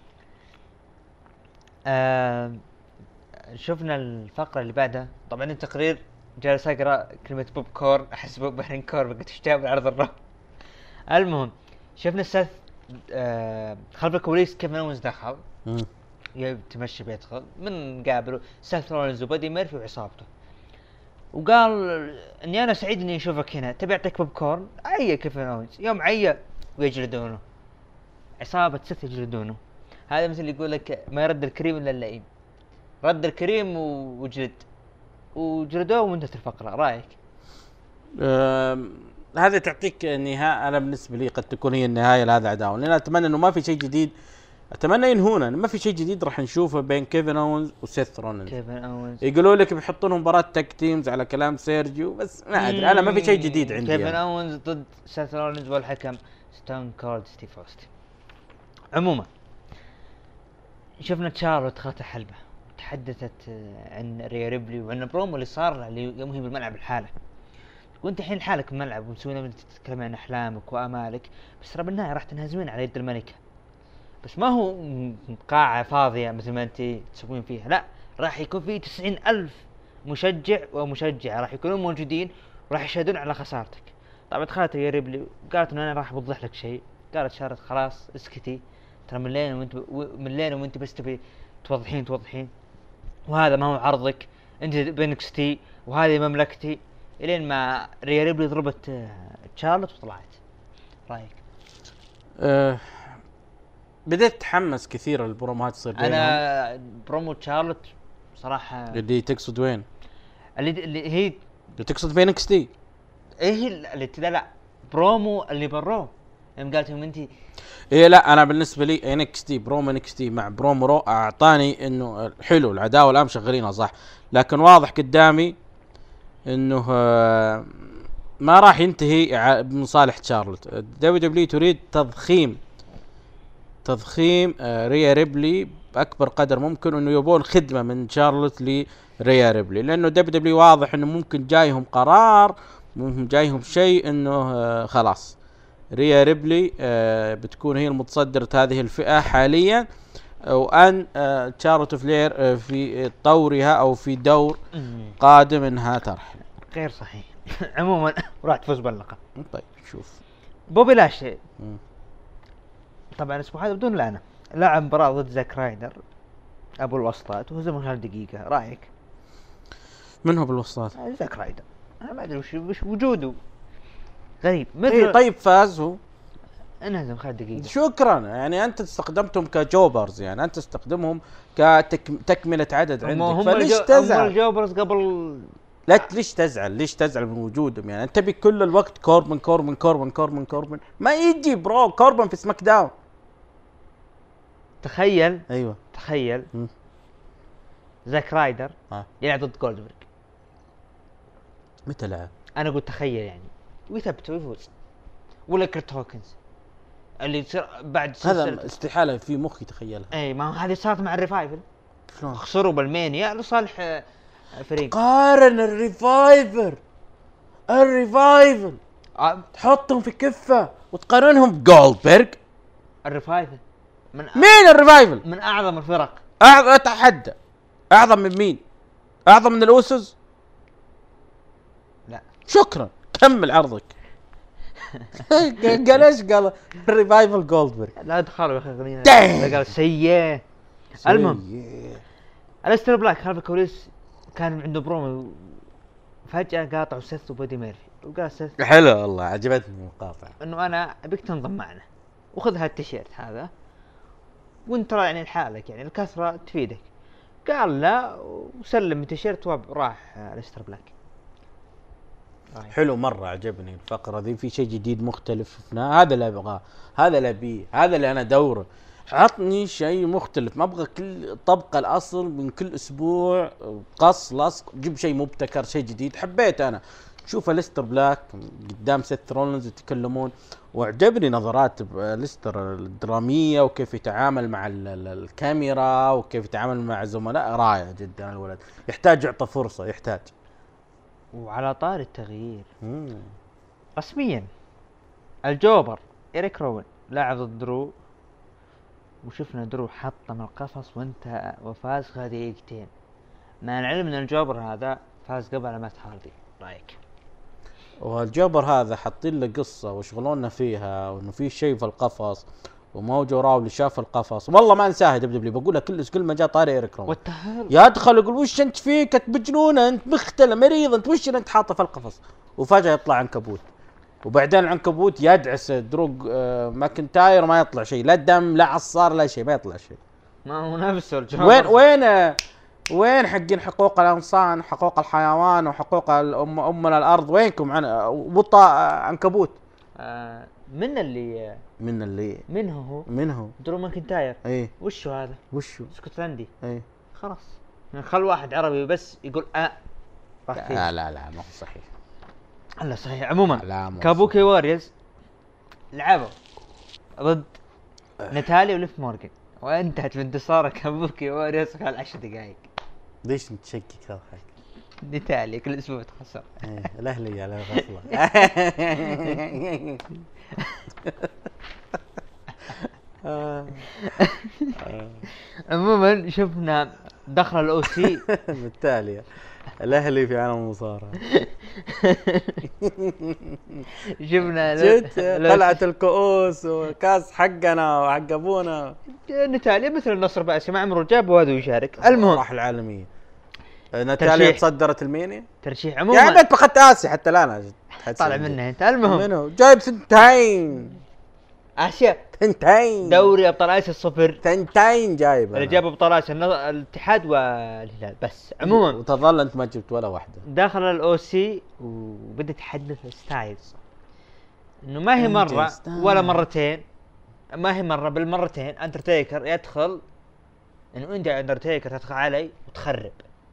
آه شفنا الفقرة اللي بعدها. طبعا التقرير جالس اقرا كلمة بوب كورن احس بوب بارين كورن قلت ايش جاب العرض الراب. المهم شفنا سيث آه خلف الكواليس كيفن اونز دخل مم. يتمشى بيدخل من قابله سيث رولينز وبادي ميرفي وعصابته، وقال اني انا سعيد اني اشوفك هنا، تبي اعطيك بوب كورن. عيا كيفن اونز يوم عيا ويجلدونه، عصابة سيث يجلدونه. هذا مثل اللي يقول لك ما يرد الكريم الا اللئيم. رد الكريم و- وجلد وجلدوه وانتهت الفقرة. رايك؟ آم، هذا تعطيك نهاية. أنا بالنسبة لي قد تكون هي النهاية لهذا العداوة، لأن أتمنى إنه ما في شيء جديد. أتمنى ينهونا، ما في شيء جديد راح نشوفه بين كيفن أونز وسيث رولينز. كيفن اونز يقولوا لك بيحطوا لهم مباراة تك تيمز على كلام سيرجيو، بس ما ادري انا ما في شيء جديد عندي. كيفن يعني. اونز ضد سيث رولينز والحكم ستون كولد ستيف اوستن. عموما شفنا تشارلوت دخلت حلبة تحدثت آه، عن ريا ريبلي وعن برومو اللي صار اللي يوم هي بالملعب الحالة. وانت الحين لحالك بالملعب ومسوين تتكلم عن احلامك وامالك، بس ترى بالنهاية راح تنهزمين على يد الملكة. بس ما هو م- قاعة فاضية مثل ما انت تسوين فيها، لا راح يكون في تسعين ألف مشجع ومشجعة راح يكونون موجودين وراح يشهدون على خسارتك. طبعا دخلت يا ريبلي وقالت انه انا راح اوضح لك شيء. قالت شارت خلاص اسكتي، ترى من لين وانت من لين وانت بس تبي توضحين توضحين، وهذا ما هو عرضك، انت بنكستي وهذه مملكتي. الين ما ريا ريبلي ضربت آه، تشارلوت وطلعت. رايك؟ أه بديت اتحمس كثير البرومات تصير بينهم. انا برومو تشارلوت صراحه اللي تقصد وين؟ اللي, اللي هي اللي تقصد في انكس تي. ايه اللي لا لا برومو اللي بروه يوم قالت يوم انت ايه لا انا بالنسبه لي انكس تي برومو انكس تي مع برومو رو اعطاني انه حلو العداوه الان شغالينها صح، لكن واضح قدامي انه آه، ما راح ينتهي ع- بمصالح تشارلوت. دبليو دبليو تريد تضخيم تضخيم آه، ريا ريبلي باكبر قدر ممكن، انه يبون خدمه من شارلوت لريا ريبلي، لانه دبليو دبليو واضح انه ممكن جايهم قرار، ممكن جايهم شيء انه آه، خلاص ريا ريبلي آه، بتكون هي المتصدرة هذه الفئة حاليا، وان آه، شارلوت فلير آه، في طورها او في دور قادم انها ترحل. غير صحيح. عموما راح تفوز باللقب. طيب شوف بوبي لاشلي مم. طبعا الاسبوع هذا بدون لعنه لعب مباراه ضد زاك رايدر ابو الوسطات وهزم خلال دقيقه. رايك؟ من هو بالوسطات؟ زاك رايدر انا ما ادري وش وش وجوده غريب مثل إيه طيب فاز هو، انهزم خلال دقيقه. شكرا. يعني انت استخدمتهم كجوبرز، يعني انت تستخدمهم كتكمله عدد عندك، فليش تزعل؟ هم الجوبرز قبل. لا ليش تزعل؟ ليش تزعل من وجودهم؟ يعني انت بكل الوقت كوربن كوربن كوربن كوربن كوربن ما يجي برو كوربن في سماك داون. تخيل ايوه تخيل م. زاك رايدر ها. يلعب ضد جولدبرغ. متى لعب؟ انا قلت تخيل يعني ويثبت ويفوز. ولا كرت هوكنز اللي تصير بعد هذا استحاله في مخي تخيلها. اي ما هو هذه صارت مع الريفايفل، شلون خسروا بالمانيا لصالح فريق. قارن الريفايفر الريفايفل آه. تحطهم في كفه وتقارنهم بجولدبرغ. الريفايفل من أ... مين الريفايفل؟ من اعظم الفرق. اعظم اتحدى اعظم من مين؟ اعظم من الاوسوس؟ لا شكرا كمل عرضك. قال ايش؟ قال الريفايفل جولدبرغ. لا دخلوا يا اخي اغنيه قال سيء. المهم أليستر بلاك خلف الكواليس كان عنده برومو فجأة قاطعوا سيث وبودي ميرفي وقال سيث حلو والله عجبتني المقاطعة انه انا ابيك تنضم معنا وخذ هالتيشيرت هذا وانت يعني لحالك يعني الكثرة تفيدك. قال لا وسلم التيشيرت وراح أليستر بلاك. حلو مرة عجبني الفقرة ذي، في شيء جديد مختلف شفناه. هذا اللي ابغاه، هذا اللي ابيه، هذا اللي انا دوره. عطني شيء مختلف، ما ابغى كل طبقة الاصل من كل اسبوع قص لصق. جيب شيء مبتكر، شيء جديد. حبيت انا شوف أليستر بلاك قدام سيث رولينز يتكلمون، وعجبني نظرات أليستر الدرامية وكيف يتعامل مع الكاميرا وكيف يتعامل مع زملاء. رائع جدا الولد، يحتاج يعطى فرصة، يحتاج. وعلى طار التغيير مم. رسميا الجوبر إريك روين لاعب ضد درو، وشفنا درو حطم القفص وانتهى وفاز خلال دقيقتين، مع العلم ان الجوبر هذا فاز قبل مات هاردي. رايك؟ والجوبر هذا حاطين له قصة وشغلونا فيها، وانه في شيء في القفص وموجو راو اللي شاف القفص. والله ما انساها دبليو، بقولها كل كل ما جاء طاري إريك روين يدخل يقول وش انت فيك؟ انت بجنون، انت مختل مريض، انت وش انت حاطه في القفص؟ وفجأة يطلع عنكبوت، وبعدين العنكبوت يدعس دروغ آه ماكنتاير، ما يطلع شيء، لا دم لا عصار لا شيء، ما يطلع شيء. ما هو نفسه الجوبر. وين وين آه وين حقين حقوق الانسان وحقوق الحيوان وحقوق الأم امنا الارض؟ وينكم عن وطا آه عنكبوت؟ آه من اللي من اللي منه هو منه درو ماكنتاير. ايه وشو هذا؟ وشو؟ اسكتلندي. ايه خلاص خل واحد عربي بس يقول اه لا لا لا ما هو صحيح. لا صحيح. عموما كابوكي واريوز لعبوا ضد ناتاليا وليف مورغان وانتهت بانتصار كابوكي واريوز خلال عشر دقائق. ليش متشكك هذا حق ناتاليا كل اسبوع تخسر؟ ايه الاهلي على غفله. عموما شفنا دخل الاو سي بالتالي الاهلي في عالم المصارعه. شفنا طلعت الكؤوس وكاس حقنا وحق ابونا. ناتاليا مثل النصر باسي ما عمره جاب وهذا يشارك. المهم راح العالميه. ناتاليا تصدرت الميني ترشيح. عموما يعني انت اخذت اسي حتى الان طالع منها انت. المهم منو جايب ثنتين اشياء ثنتين دوري ابطال اسيا الصفر، ثنتين جايب اللي جاب ابطال اسيا الاتحاد والهلال بس. عموما وتظل انت ما جبت ولا واحده. داخل الاو سي وبدا يتحدث ستايلز انه ما هي مره ولا مرتين، ما هي مره بالمرتين اندرتيكر يدخل انه انت اندرتيكر تدخل علي وتخرب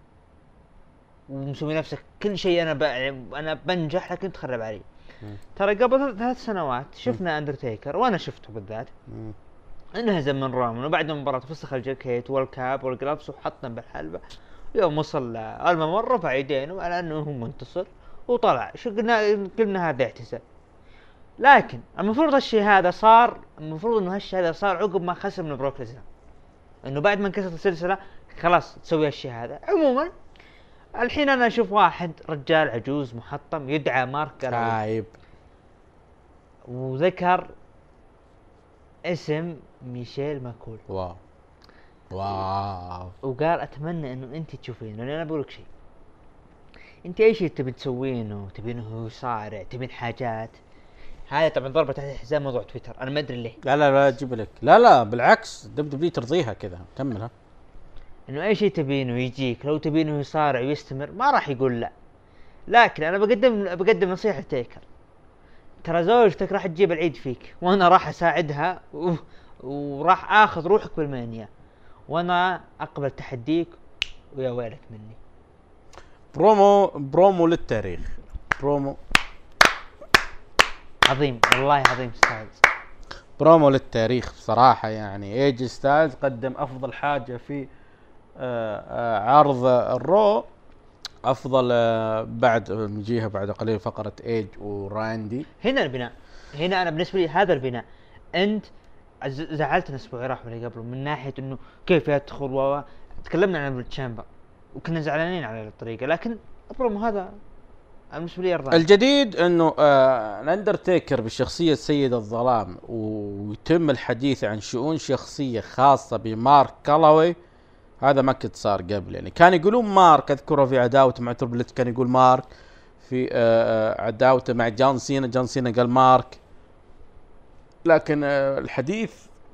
ومسوي نفسك كل شيء انا ب... انا بنجح لكن تخرب علي. ترى قبل ثلاث سنوات شفنا اندرتيكر وانا شفته بالذات انهزم من رومان، وبعد المباراه فسخ الجاكيت والكاب والجلافز وحطنا بالحلبه. يوم وصل الممر رفع يدينه على انه هو منتصر وطلع. شو قلنا؟ قلنا هذا اعتزال. لكن المفروض هالشيء هذا صار، المفروض انه هالشيء هذا صار عقب ما خسر من بروك ليزنر، انه بعد ما انكسرت السلسله خلاص تسوي هالشيء هذا. عموما الحين انا اشوف واحد رجال عجوز محطم يدعى مارك عيب، وذكر اسم ميشيل ماكول. واو واو. وقال اتمنى انه انت تشوفينه، لان انا بقول لك شيء، انت اي شيء تبي تسوينه، تبينه يصارع، تبين حاجات، هذا طبعا ضربة تحت الحزام موضوع تويتر، انا ما ادري ليه. لا لا لا اجيب لك، لا لا بالعكس دب دبليو ترضيها كذا. كملها. انه اي شيء تبينه يجيك، لو تبينه يصارع ويستمر ما راح يقول لا. لكن انا بقدم بقدم نصيحة تيكر، ترى زوجتك راح تجيب العيد فيك، وانا راح اساعدها و... وراح اخذ روحك بالمانيا، وانا اقبل تحديك ويا ويلك مني. برومو برومو للتاريخ، برومو عظيم والله عظيم ستايلز، برومو للتاريخ بصراحة. يعني ايج ستايلز قدم افضل حاجة في آآ آآ عرض الرو، افضل بعد نجيها بعد قليل فقرة ايج وراندي. هنا البناء، هنا انا بالنسبة لي هذا البناء. انت زعلتنا الاسبوع راح واللي قبله من ناحية انه كيف يدخل، و تكلمنا عن التشامبر وكنا زعلانين على الطريقة، لكن البرومو هذا بالنسبة لي يرضى. الجديد انه آه الاندرتيكر بالشخصية سيد الظلام، ويتم الحديث عن شؤون شخصية خاصة بمارك كالوي. هذا ما كنت صار قبل، يعني كان يقولون مارك، اذكره في عداوته مع تربلت كان يقول مارك، في آه عداوته مع جون سينا جون سينا قال مارك. لكن آه الحديث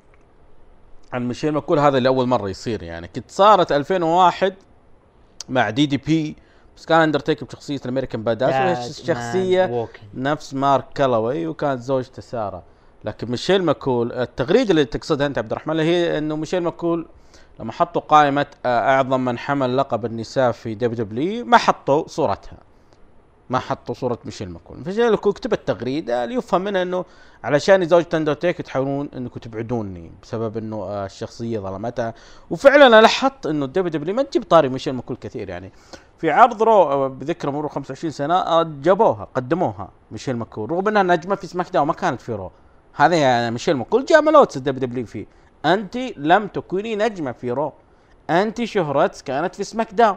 عن ميشيل ماكول هذا اللي اول مرة يصير. يعني كنت صارت ألفين وواحد مع دي دي بي، بس كان اندرتيكر بشخصية الامريكان باداس، وهي شخصية نفس مارك كالوي، وكانت زوجته سارة. لكن ميشيل ماكول التغريدة اللي تقصدها انت عبد الرحمن هي انه ميشيل ماكول لما حطوا قائمة اعظم من حمل لقب النساء في دبليو دبليو ما حطوا صورتها، ما حطوا صورة ميشيل ماكول. ميشيل ماكول كتب التغريدة اللي يفهم منها انه علشان زوجة اندرتيكر تحاولون انكم تبعدوني بسبب انه الشخصية ظلمتها. وفعلا انا لاحظت انه دبليو دبليو ما تجيب طاري ميشيل ماكول كثير. يعني في عرض رو بذكرى مرور خمسة وعشرين سنة جابوها قدموها ميشيل ماكول، رغم انها نجمة في سماك داون ما كانت في رو. هذا يعني ميشيل ماكول جاء ملوتس دبليو دبليو فيه، انت لم تكوني نجمة في رو، انت شهرتك كانت في سماك داون،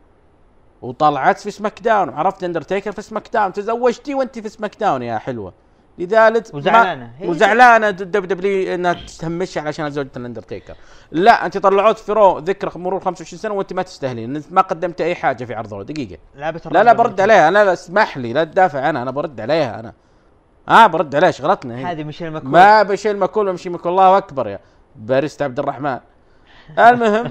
وطلعت في سماك داون، وعرفت اندرتيكر في سماك داون، تزوجتي وانت في سماك داون يا حلوة. لذلك وزعلانة وزعلانة دبليو دبليو انها تهمش علشان زوجة الاندرتيكر. لا انت طلعوت في رو ذكرى مرور خمسة وعشرين سنة وانت ما تستاهلين، انت ما قدمت اي حاجة في عرض رو. دقيقة لا لا, لا برد عليها انا، لا اسمح لي لا تدافع انا، انا برد عليها انا. اه برد عليها شغلتنا هذه ميشيل ماكول، ما ميشيل ماكول ومشي ماكول. الله اكبر يا باريست عبد الرحمن. المهم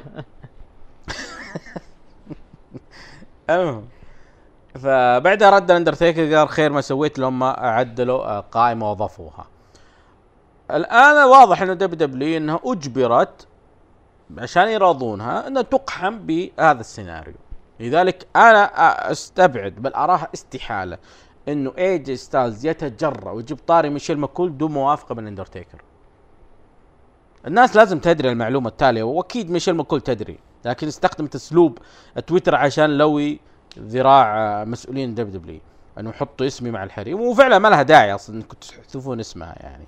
المهم فبعدها رد الاندرتيكر قال خير ما سويت لهم عدلوا قائمة وضافوها. الان واضح انه دبليو دبليو انها اجبرت عشان يراضونها انها تقحم بهذا السيناريو. لذلك انا استبعد بل اراها استحالة انه ايج ستايلز يتجرأ ويجيب طاري ميشيل ماكول دون موافقة من الاندرتيكر. الناس لازم تدري المعلومة التالية، واكيد ميشيل ماكول تدري، لكن استخدمت اسلوب تويتر عشان لوي ذراع مسؤولين دبليو دبليو انه يحطوا اسمي مع الحريم، وفعلا ما لها داعي اصلا انكم تحذفون اسمها. يعني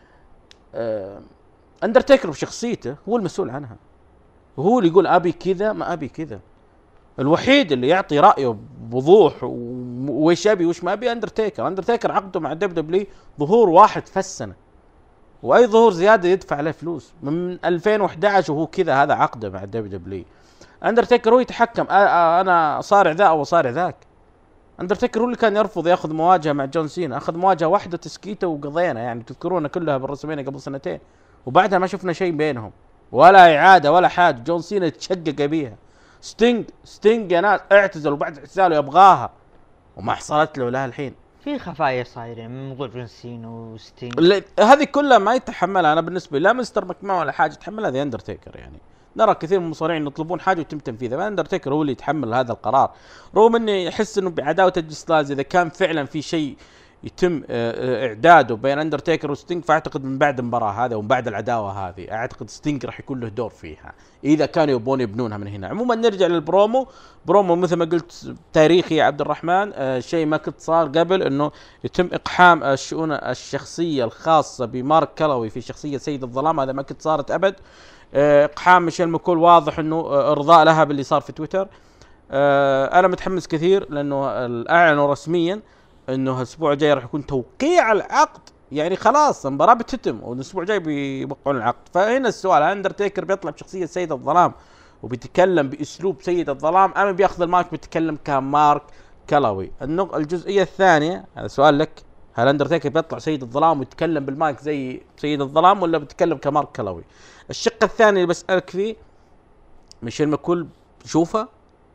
آه اندرتيكر بشخصيته هو المسؤول عنها، وهو اللي يقول ابي كذا ما ابي كذا. الوحيد اللي يعطي رايه بوضوح وش ابي وش ما ابي اندرتيكر. اندرتيكر عقده مع دبليو دبليو ظهور واحد في السنه، واي ظهور زياده يدفع عليه فلوس من ألفين وأحد عشر وهو كذا. هذا عقده مع دبليو دبليو. اندرتيكر هو يتحكم، انا صارع ذا او صارع ذاك. اندرتيكر هو اللي كان يرفض ياخذ مواجهه مع جون سينا، اخذ مواجهه واحده تسكيته وقضينا. يعني تذكرونها كلها بالرسمين قبل سنتين، وبعدها ما شفنا شيء بينهم ولا اعاده ولا حاجه. جون سينا تشقق بيها. ستينج ستينج يا ناس اعتزل، وبعد اعتزاله يبغاها وما حصلت له لها الحين. في خفايا صايره من موضوع جون سينا وستينج، هذه كلها ما يتحملها. انا بالنسبه لي لا مستر ماكمان ولا حاجه تحملها ذا اندرتيكر. يعني نرى كثير من المصارعين يطلبون حاجه ويتم تنفيذها، اندرتيكر هو اللي يتحمل هذا القرار. رغم اني احس انه بعداوه الجسلاز اذا كان فعلا في شيء يتم اعداده بين اندرتيكر وستينج، فاعتقد من بعد المباراه هذا ومن بعد العداوه هذه اعتقد ستينج راح يكون له دور فيها اذا كانوا يبون يبنونها من هنا. عموما نرجع للبرومو. برومو مثل ما قلت تاريخي يا عبد الرحمن، آه شيء ما كنت صار قبل، انه يتم اقحام الشؤون الشخصيه الخاصه بمارك كالوي في شخصيه سيد الظلام. هذا ما كنت صارت ابد. آه اقحام ميشيل ماكول واضح انه آه ارضاء لها باللي صار في تويتر. آه انا متحمس كثير لانه اعلنوا رسميا انه الاسبوع الجاي راح يكون توقيع العقد يعني خلاص المباراة بتتم والاسبوع الجاي بيوقعون العقد. فهنا السؤال، اندرتيكر بيطلع بشخصية سيد الظلام وبيتكلم باسلوب سيد الظلام ام بياخذ المايك بيتكلم كمارك كلاوي؟ النق الجزئية الثانية، هذا سؤال لك، هل اندرتيكر بيطلع سيد الظلام ويتكلم بالمايك زي سيد الظلام ولا بيتكلم كمارك كلاوي؟ الشق الثاني اللي بسألك فيه، ميشيل ماكول تشوفه؟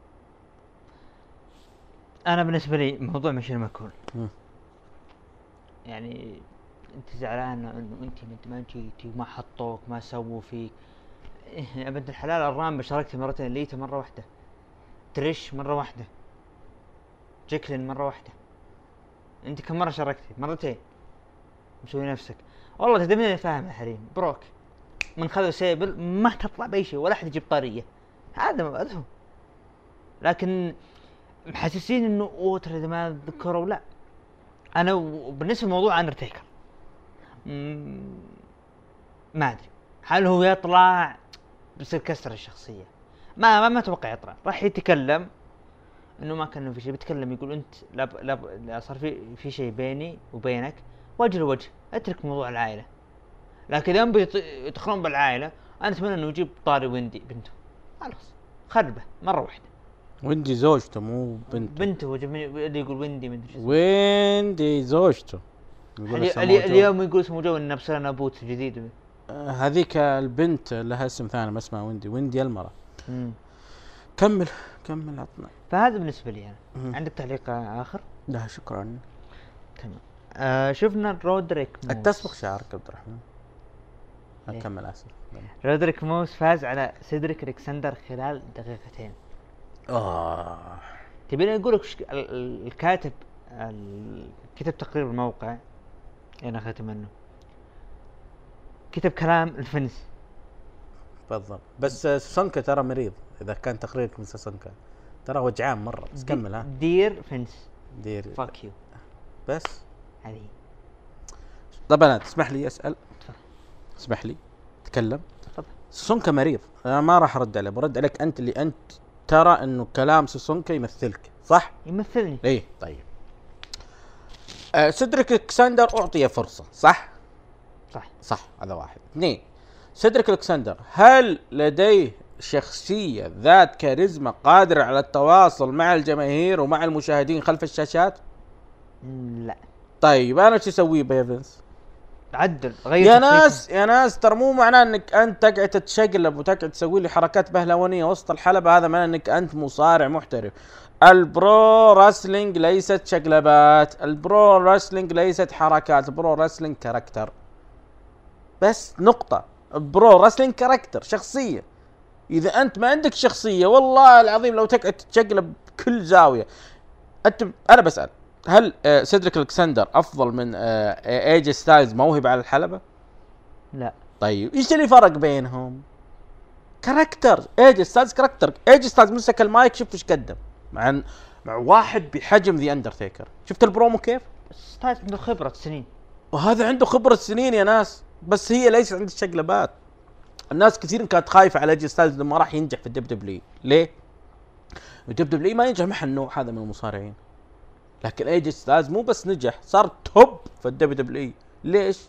انا بالنسبه لي موضوع ميشيل ماكول م. يعني انت زعلان انه انت ما جيتي وما حطوك ما سووا فيك. إيه ابد الحلال الرام شاركت مرتين، ليتا مره واحده، تريش مره واحده، جيكلين مره واحده. انت كم مره شاركتي؟ مرتين. مسوي نفسك والله تدمني فاهم يا حريم. بروك من خذوا سيبل ما تطلع باي شيء ولا احد يجيب طاريه، هذا ما هو. لكن محسسين انه اوتر اذا ما ذكروا. لا انا بالنسبه لموضوع اندرتيكر ما ادري هل هو يطلع بس يكسر الشخصيه. ما ما, ما اتوقع يطلع، راح يتكلم انه ما كان في شيء، بيتكلم يقول انت لا لا, لا صار في في شيء بيني وبينك وجه لوجه، اترك موضوع العائله. لكن يوم بيدخلون بالعائله انا اتمنى انه يجيب طاري ويندي بنته، خلاص خربه مره واحده. ويندي زوجته مو بنته. بنته اللي يقول ويندي من ويندي زوجته. اللي اليوم يقول اسمه جو انه بصير بوت جديد. آه هذيك البنت لها اسم ثاني ما اسمها ويندي، ويندي المرأة. مم. كمل كمل عطنا. فهذا بالنسبة لي أنا. مم. عندك تعليق آخر؟ لا شكرا. تمام. آه شفنا رودريك موس. التسبق شعرك عبد الرحمن. أكمل أسف. رودريك موس فاز على سيدريك الكسندر خلال دقيقتين. آه. تبيني أقول لك الكاتب كتب تقرير الموقع أنا أخذت منه، كتب كلام الفنس. تفضل. بس سونكا ترى مريض إذا كان تقريرك من سونكا، ترى وجعان مرة. بس كمل. ها دير فنس دير فاك يو. بس هذه. طب أنا تسمح لي أسأل؟ اسمح لي تكلم. تفضل. سونكا مريض، أنا ما راح أرد عليه، برد عليك أنت اللي أنت ترى إنه كلام سونكا يمثلك، صح؟ يمثلني. إيه طيب. أه سيدريك الكسندر أعطي فرصة، صح؟ صح صح. هذا واحد. اثنين، سيدريك الكسندر هل لديه شخصية ذات كاريزما قادرة على التواصل مع الجماهير ومع المشاهدين خلف الشاشات؟ لا. طيب أنا شو أسوي بيفنس؟ عدل غير يا ناس يا ناس ترى مو معناه انك انت تقعد تتشقلب وتقعد تسوي لي حركات بهلوانيه وسط الحلبه هذا معناه انك انت مصارع محترف. البرو راسلينج ليست شقلبات، البرو راسلينج ليست حركات، البرو راسلينج كاركتر بس، نقطه. برو راسلينج كاركتر، شخصيه. اذا انت ما عندك شخصيه والله العظيم لو تقعد تتشقلب كل زاويه. انت انا بسال، هل آه سيدريك الكسندر افضل من آه ايج ستايلز موهبة على الحلبة؟ لا. طيب ايش اللي فرق بينهم؟ كاركتر. ايج ستايلز كاركتر. ايج ستايلز مسك المايك شوف ايش قدم مع مع واحد بحجم ذا اندرتيكر. شفت البرومو كيف؟ ستايلز عنده خبرة سنين، وهذا عنده خبرة سنين يا ناس، بس هي ليست عند الشقلبات. الناس كثير كانت خايفة على ايج ستايلز لما راح ينجح في الدب دبليو. ليه؟ الدب دبليو ما ينجح مع النوع هذا من المصارعين، لكن ايج ستايلز مو بس نجح، صار توب في الدبليو دبليو. ليش؟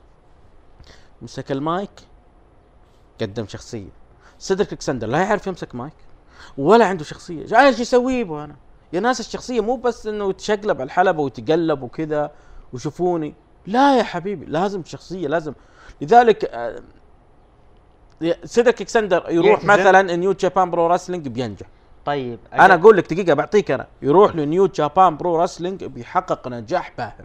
مسك المايك قدم شخصيه. سيدريك الكسندر لا يعرف يمسك مايك ولا عنده شخصيه. انا ايش اسوي له انا يا ناس؟ الشخصيه مو بس انه يتشقلب على الحلبه ويتقلب وكذا وشوفوني، لا يا حبيبي، لازم شخصيه، لازم. لذلك آه سيدريك الكسندر يروح مثلا نيو جابان برو راسلينج بينجح. طيب انا اقول لك دقيقه بعطيك انا، يروح لنيو جابان برو راسلينج بيحقق نجاح باهر،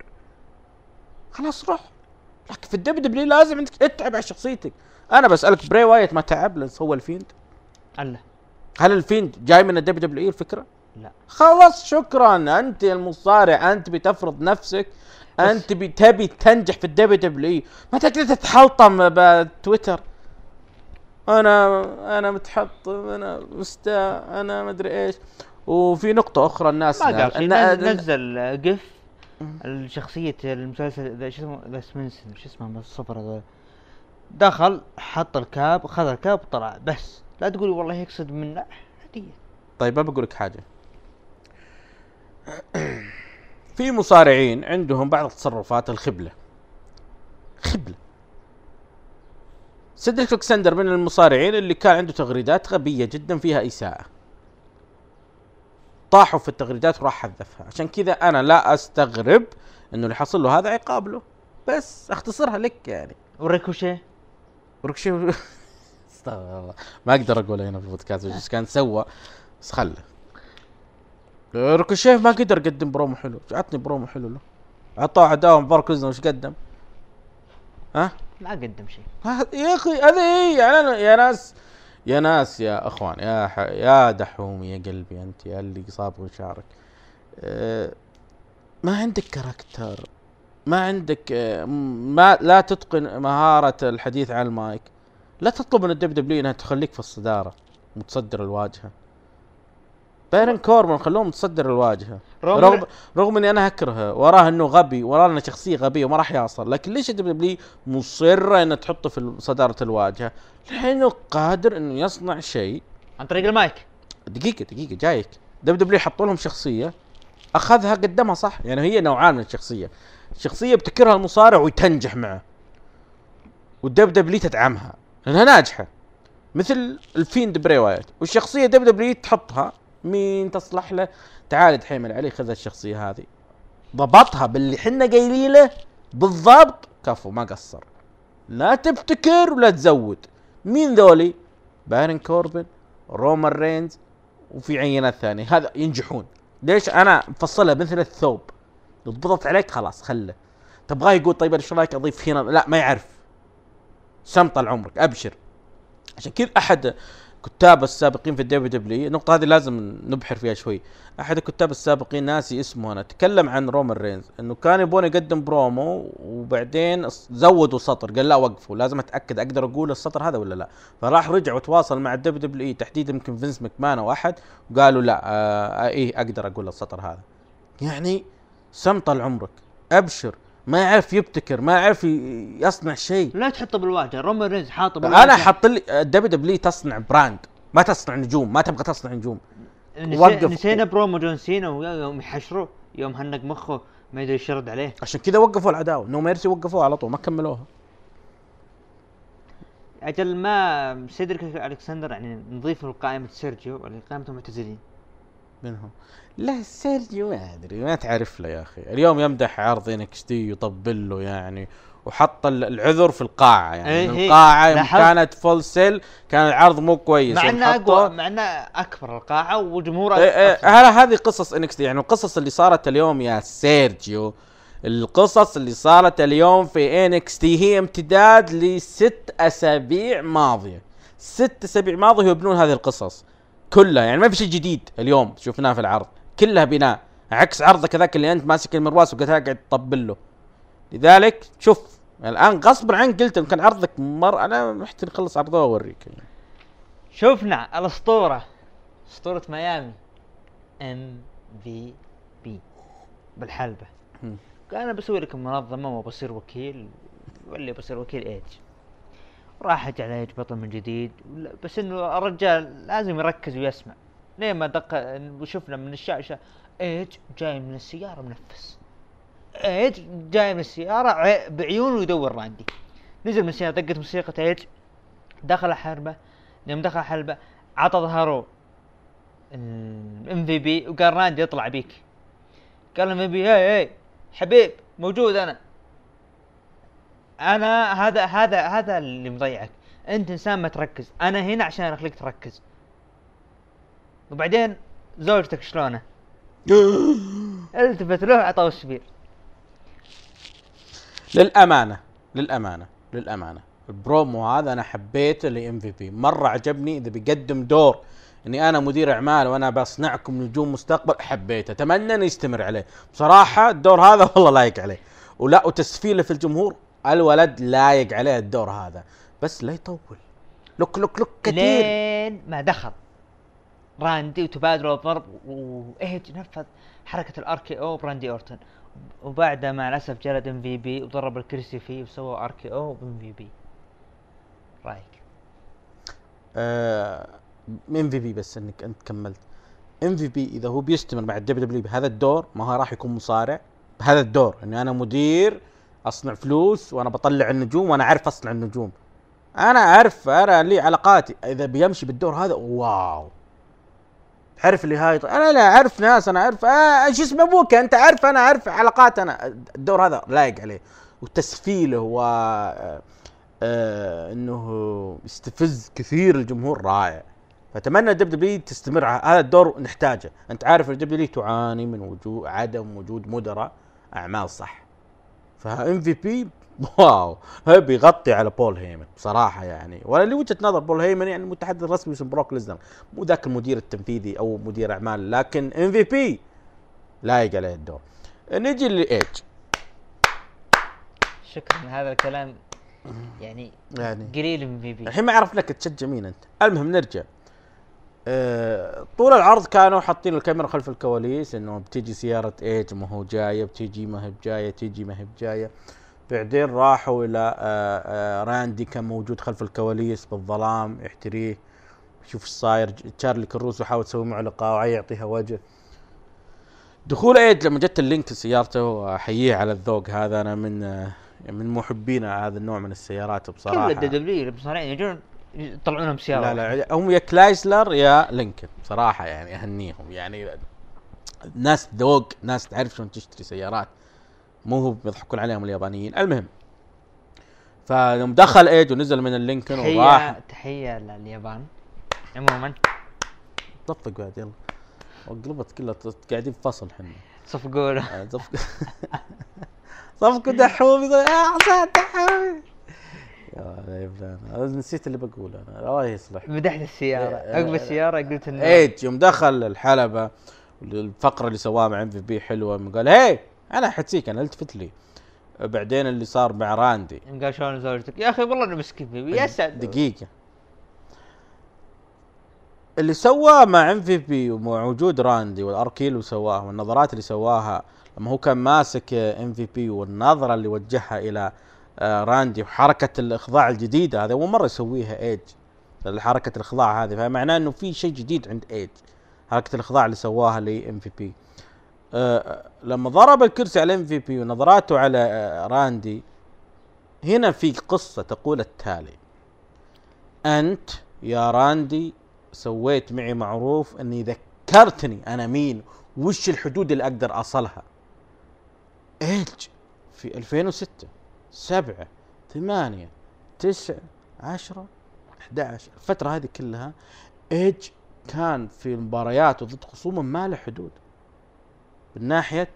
خلاص روح. لكن في الدبليو دبليو لازم انت تتعب على شخصيتك. انا بسالك، بري وايت ما تعب لان هو الفيند؟ الله. هل الفيند جاي من الدبليو دبليو الفكره؟ لا. خلاص شكرا، انت المصارع، انت بتفرض نفسك، انت بتبي تنجح في الدبليو دبليو، ما تقدر تتحلطم بتويتر. انا انا متحطم، انا مستاء، انا ما ادري ايش. وفي نقطه اخرى الناس نزل, نزل قف الشخصيه المسلسل شو اسمه ذا سمنسن، شو اسمه بالصفر هذا، دخل حط الكاب، خذ الكاب طلع. بس لا تقولي والله يقصد من لا عاديه. طيب بقول لك حاجه، في مصارعين عندهم بعض التصرفات الخبله، خبله. سيدريك ألكسندر من المصارعين اللي كان عنده تغريدات غبيه جدا فيها اساءه، طاحوا في التغريدات وراح حذفها. عشان كذا انا لا استغرب انه اللي حصل له هذا عقاب له، بس اختصرها لك يعني. وريكوشي وريكوشي استغفر الله ما اقدر اقول هنا في البودكاست ايش كان سوى، بس خله. ريكوشي ما قدر يقدم برومو حلو، جاتني برومو حلو له، عطاه عداوه بارك ليزنر وش قدم؟ ها ما قدم شيء يا اخي. هذا ايه يعني أنا يا ناس يا ناس يا اخوان يا ح... يا دحوم يا قلبي انت يا اللي صابغ وشعرك، أه ما عندك كاركتر، ما عندك أه ما لا تتقن مهارة الحديث عن المايك، لا تطلب من الدب دبليو انها تخليك في الصدارة متصدر الواجهة. بارن كوربن خلوه متصدر الواجهة رغم رغم اني انا اكرهه وراه انه غبي، وراه انه شخصيه غبيه وما راح يوصل، لكن ليش الدب دبليو مصره انه تحطه في صداره الواجهه؟ لانه قادر انه يصنع شيء عن طريق المايك. دقيقه دقيقه جايك. دب دبليو حطوا لهم شخصيه اخذها قدمها صح، يعني هي نوعان من الشخصيه، شخصيه بتكرها المصارع وتنجح معه والدب دبليو تدعمها لانها ناجحه مثل الفيند بري وايت، والشخصيه دب دبليو تحطها مين تصلح له، تعال تحمل عليه خذ الشخصيه هذه، ضبطها باللي حنا قايلين له بالضبط، كفو ما قصر. لا تبتكر ولا تزود. مين ذولي؟ بارن كوربن، رومان رينز، وفي عينات ثانيه، هذا ينجحون. ليش؟ انا مفصلها مثل الثوب، لو ضبطت عليك خلاص خله. تبغاه يقول طيب ايش رايك اضيف هنا؟ لا ما يعرف، سمطل عمرك ابشر. عشان كذا احد كتاب السابقين في الدبليو دبليو، النقطة هذه لازم نبحر فيها شوي. أحد الكتاب السابقين ناسي اسمه أنا، تكلم عن رومان رينز إنه كان يبون يقدم برومو وبعدين زودوا سطر، قال لا وقفوا لازم أتأكد أقدر أقول السطر هذا ولا لا، فراح رجع وتواصل مع الدبليو دبليو إي تحديدا يمكن فينس مكمان أو أحد، وقالوا لا آه إيه أقدر أقول السطر هذا. يعني سمطل عمرك أبشر، ما يعرف يبتكر، ما يعرف يصنع شيء. لا تحطه بالواجهه، رومان رينز حاطه بالواجهه. انا حط لي الدبليو دبليو تصنع براند، ما تصنع نجوم، ما تبغى تصنع نجوم. نسي... نسينا برومو جون سينا ويوم يحشروا يوم هنق مخه ما يدري يشرد عليه، عشان كذا وقفوا العداوه، نو ميرسي وقفوها على طول ما كملوها. اجل ما سيدريك ألكسندر يعني نضيفه لقائمه سيرجيو ولا قائمه المعتزلين منهم. لا سيرجيو ما ادري ما تعرف له يا اخي، اليوم يمدح عرض انكس تي يطبل له يعني، وحط العذر في القاعه يعني ايه القاعه يوم كانت فول سيل كان العرض مو كويس، مع انه اقوى مع انه اكبر القاعه وجمهور ايه ايه هذه قصص انكس تي يعني. القصص اللي صارت اليوم يا سيرجيو، القصص اللي صارت اليوم في انكس تي هي امتداد لست اسابيع ماضيه، ست اسابيع ماضيه يبنون هذه القصص كلها، يعني ما في شيء جديد اليوم شفناه في العرض، كلها بناء، عكس عرضك ذاك اللي انت ماسك المرواس وقاعد تطبل له. لذلك شوف الان غصبا عنك قلت كان عرضك مر، انا محتاج نخلص عرضه واوريك. شوفنا الاسطوره، اسطوره ميامي ام في بي بالحلبه، قال انا بسوي لكم منظمه وبصير وكيل، واللي بصير وكيل ايج، راح اجي على ايج بطل من جديد، بس انه الرجال لازم يركز ويسمع. ليه ما دق وشفنا من الشاشه ايج جاي من السياره منفس، ايج جاي من السياره بعيونه يدور راندي، نزل من السياره دقت موسيقى ايج، دخل حربه، يوم دخل حلبه عطى ظهره ام في بي وقال راندي اطلع بيك، قال ام في بي هاي هاي حبيب موجود انا انا هذا هذا هذا اللي مضيعك، انت انسان ما تركز، انا هنا عشان اخليك تركز. وبعدين زوجتك شلونه؟ التفت له عطاه السبير. للامانه للامانه للامانه البرومو هذا انا حبيته لام في بي مره، عجبني. اذا بيقدم دور اني انا مدير اعمال وانا بصنعكم نجوم مستقبل حبيته، اتمنى انه يستمر عليه بصراحه. الدور هذا والله لايق عليه، ولا وتسفيله في الجمهور، الولد لايق عليه الدور هذا، بس لا يطول لك لك لك كثير لين ما دخل راندي وتبادلوا الضرب وايج نفذ حركه الاركي او براندي اورتون، وبعدها مع الاسف جلد ام في بي وضرب الكرسي فيه وسوى اركي او بام في بي. رايك؟ آه ام في بي بس انك انت كملت. ام في بي اذا هو بيستمر مع الدبليو دبليو بهذا الدور، ما هو راح يكون مصارع بهذا الدور، اني انا مدير اصنع فلوس وانا بطلع النجوم وانا اعرف اصنع النجوم. انا اعرف، انا لي علاقاتي، اذا بيمشي بالدور هذا واو تعرف اللي هاي. انا لا اعرف ناس، انا اعرف آه شو اسمه ابوك انت عارف، انا اعرف علاقات، انا الدور هذا لايق عليه وتسفيله و آه آه انه يستفز كثير الجمهور رائع. فاتمنى دبليو تستمر على هذا الدور، نحتاجه. انت عارف دبليو تعاني من وجود عدم وجود مدراء اعمال صح. فام في بي واو هو بيغطي على بول هيمن بصراحه يعني، ولا لوجهه نظر بول هيمن يعني المتحدث الرسمي اسم بروك ليزنر، مو ذاك المدير التنفيذي او مدير اعمال، لكن ام في بي لايق عليه الدور. نجي لايج. شكرا، هذا الكلام يعني يعني قليل من في بي. الحين ما اعرف لك تشجع مين انت. المهم نرجع. أه طول العرض كانوا حاطين الكاميرا خلف الكواليس انه بتيجي سياره ايج ما هو جايه، بتيجي ما هي بجايه، تيجي ما هي بجايه. بعدين راحوا الى آآ آآ راندي كان موجود خلف الكواليس بالظلام يحتريه يشوف ايش صاير. تشارلي كروسو حاول يسوي معه لقاء وعي يعطيها وجه. دخول ايد لما جت اللينك سيارته واحييه على الذوق هذا، انا من من محبين هذا النوع من السيارات بصراحه. كل الدبليو المصارعين يجون يطلعونهم سياره. لا لا هم يا كلايسلر يا لينكن بصراحه يعني اهنيهم يعني ناس ذوق، ناس تعرف شلون تشتري سيارات، مو هو بيضحكون عليهم اليابانيين. المهم فيوم دخل ايج ونزل من اللينكن وراح. تحيه لليابان عموما. طفق بعد يلا وقلبت كلها قاعدين في فصل حنا صفقوا له صفق صفقوا دحومي يا حسين دحومي يا فلان. انا نسيت اللي بقوله انا الله يصلح. مدحت السياره عقب السياره قلت انه ايج يوم دخل الحلبه الفقره اللي سواها مع ام في بي حلوه، قال هي انا حتسيك انا التفت لي. بعدين اللي صار مع راندي قال شلون زوجتك يا اخي والله انا مسكين يا سعد دقيقه. اللي سواه مع ام في بي ومع وجود راندي والاركيل اللي سواها والنظرات اللي سواها لما هو كان ماسك ام في بي والنظره اللي وجهها الى راندي وحركه الاخضاع الجديده هذا اول مره يسويها ايج، حركه الاخضاع هذه، فمعناه انه في شيء جديد عند ايج حركه الاخضاع اللي سواها لام في بي. أه لما ضرب الكرسي على ام في بي ونظراته على أه راندي، هنا في قصة تقول التالي: انت يا راندي سويت معي معروف اني ذكرتني انا مين وش الحدود اللي اقدر اصلها. ايج في ألفين وستة سبعة ثمانية تسعة عشرة أحد عشر الفترة هذه كلها ايج كان في مباريات ضد خصومه ما له حدود من ناحيه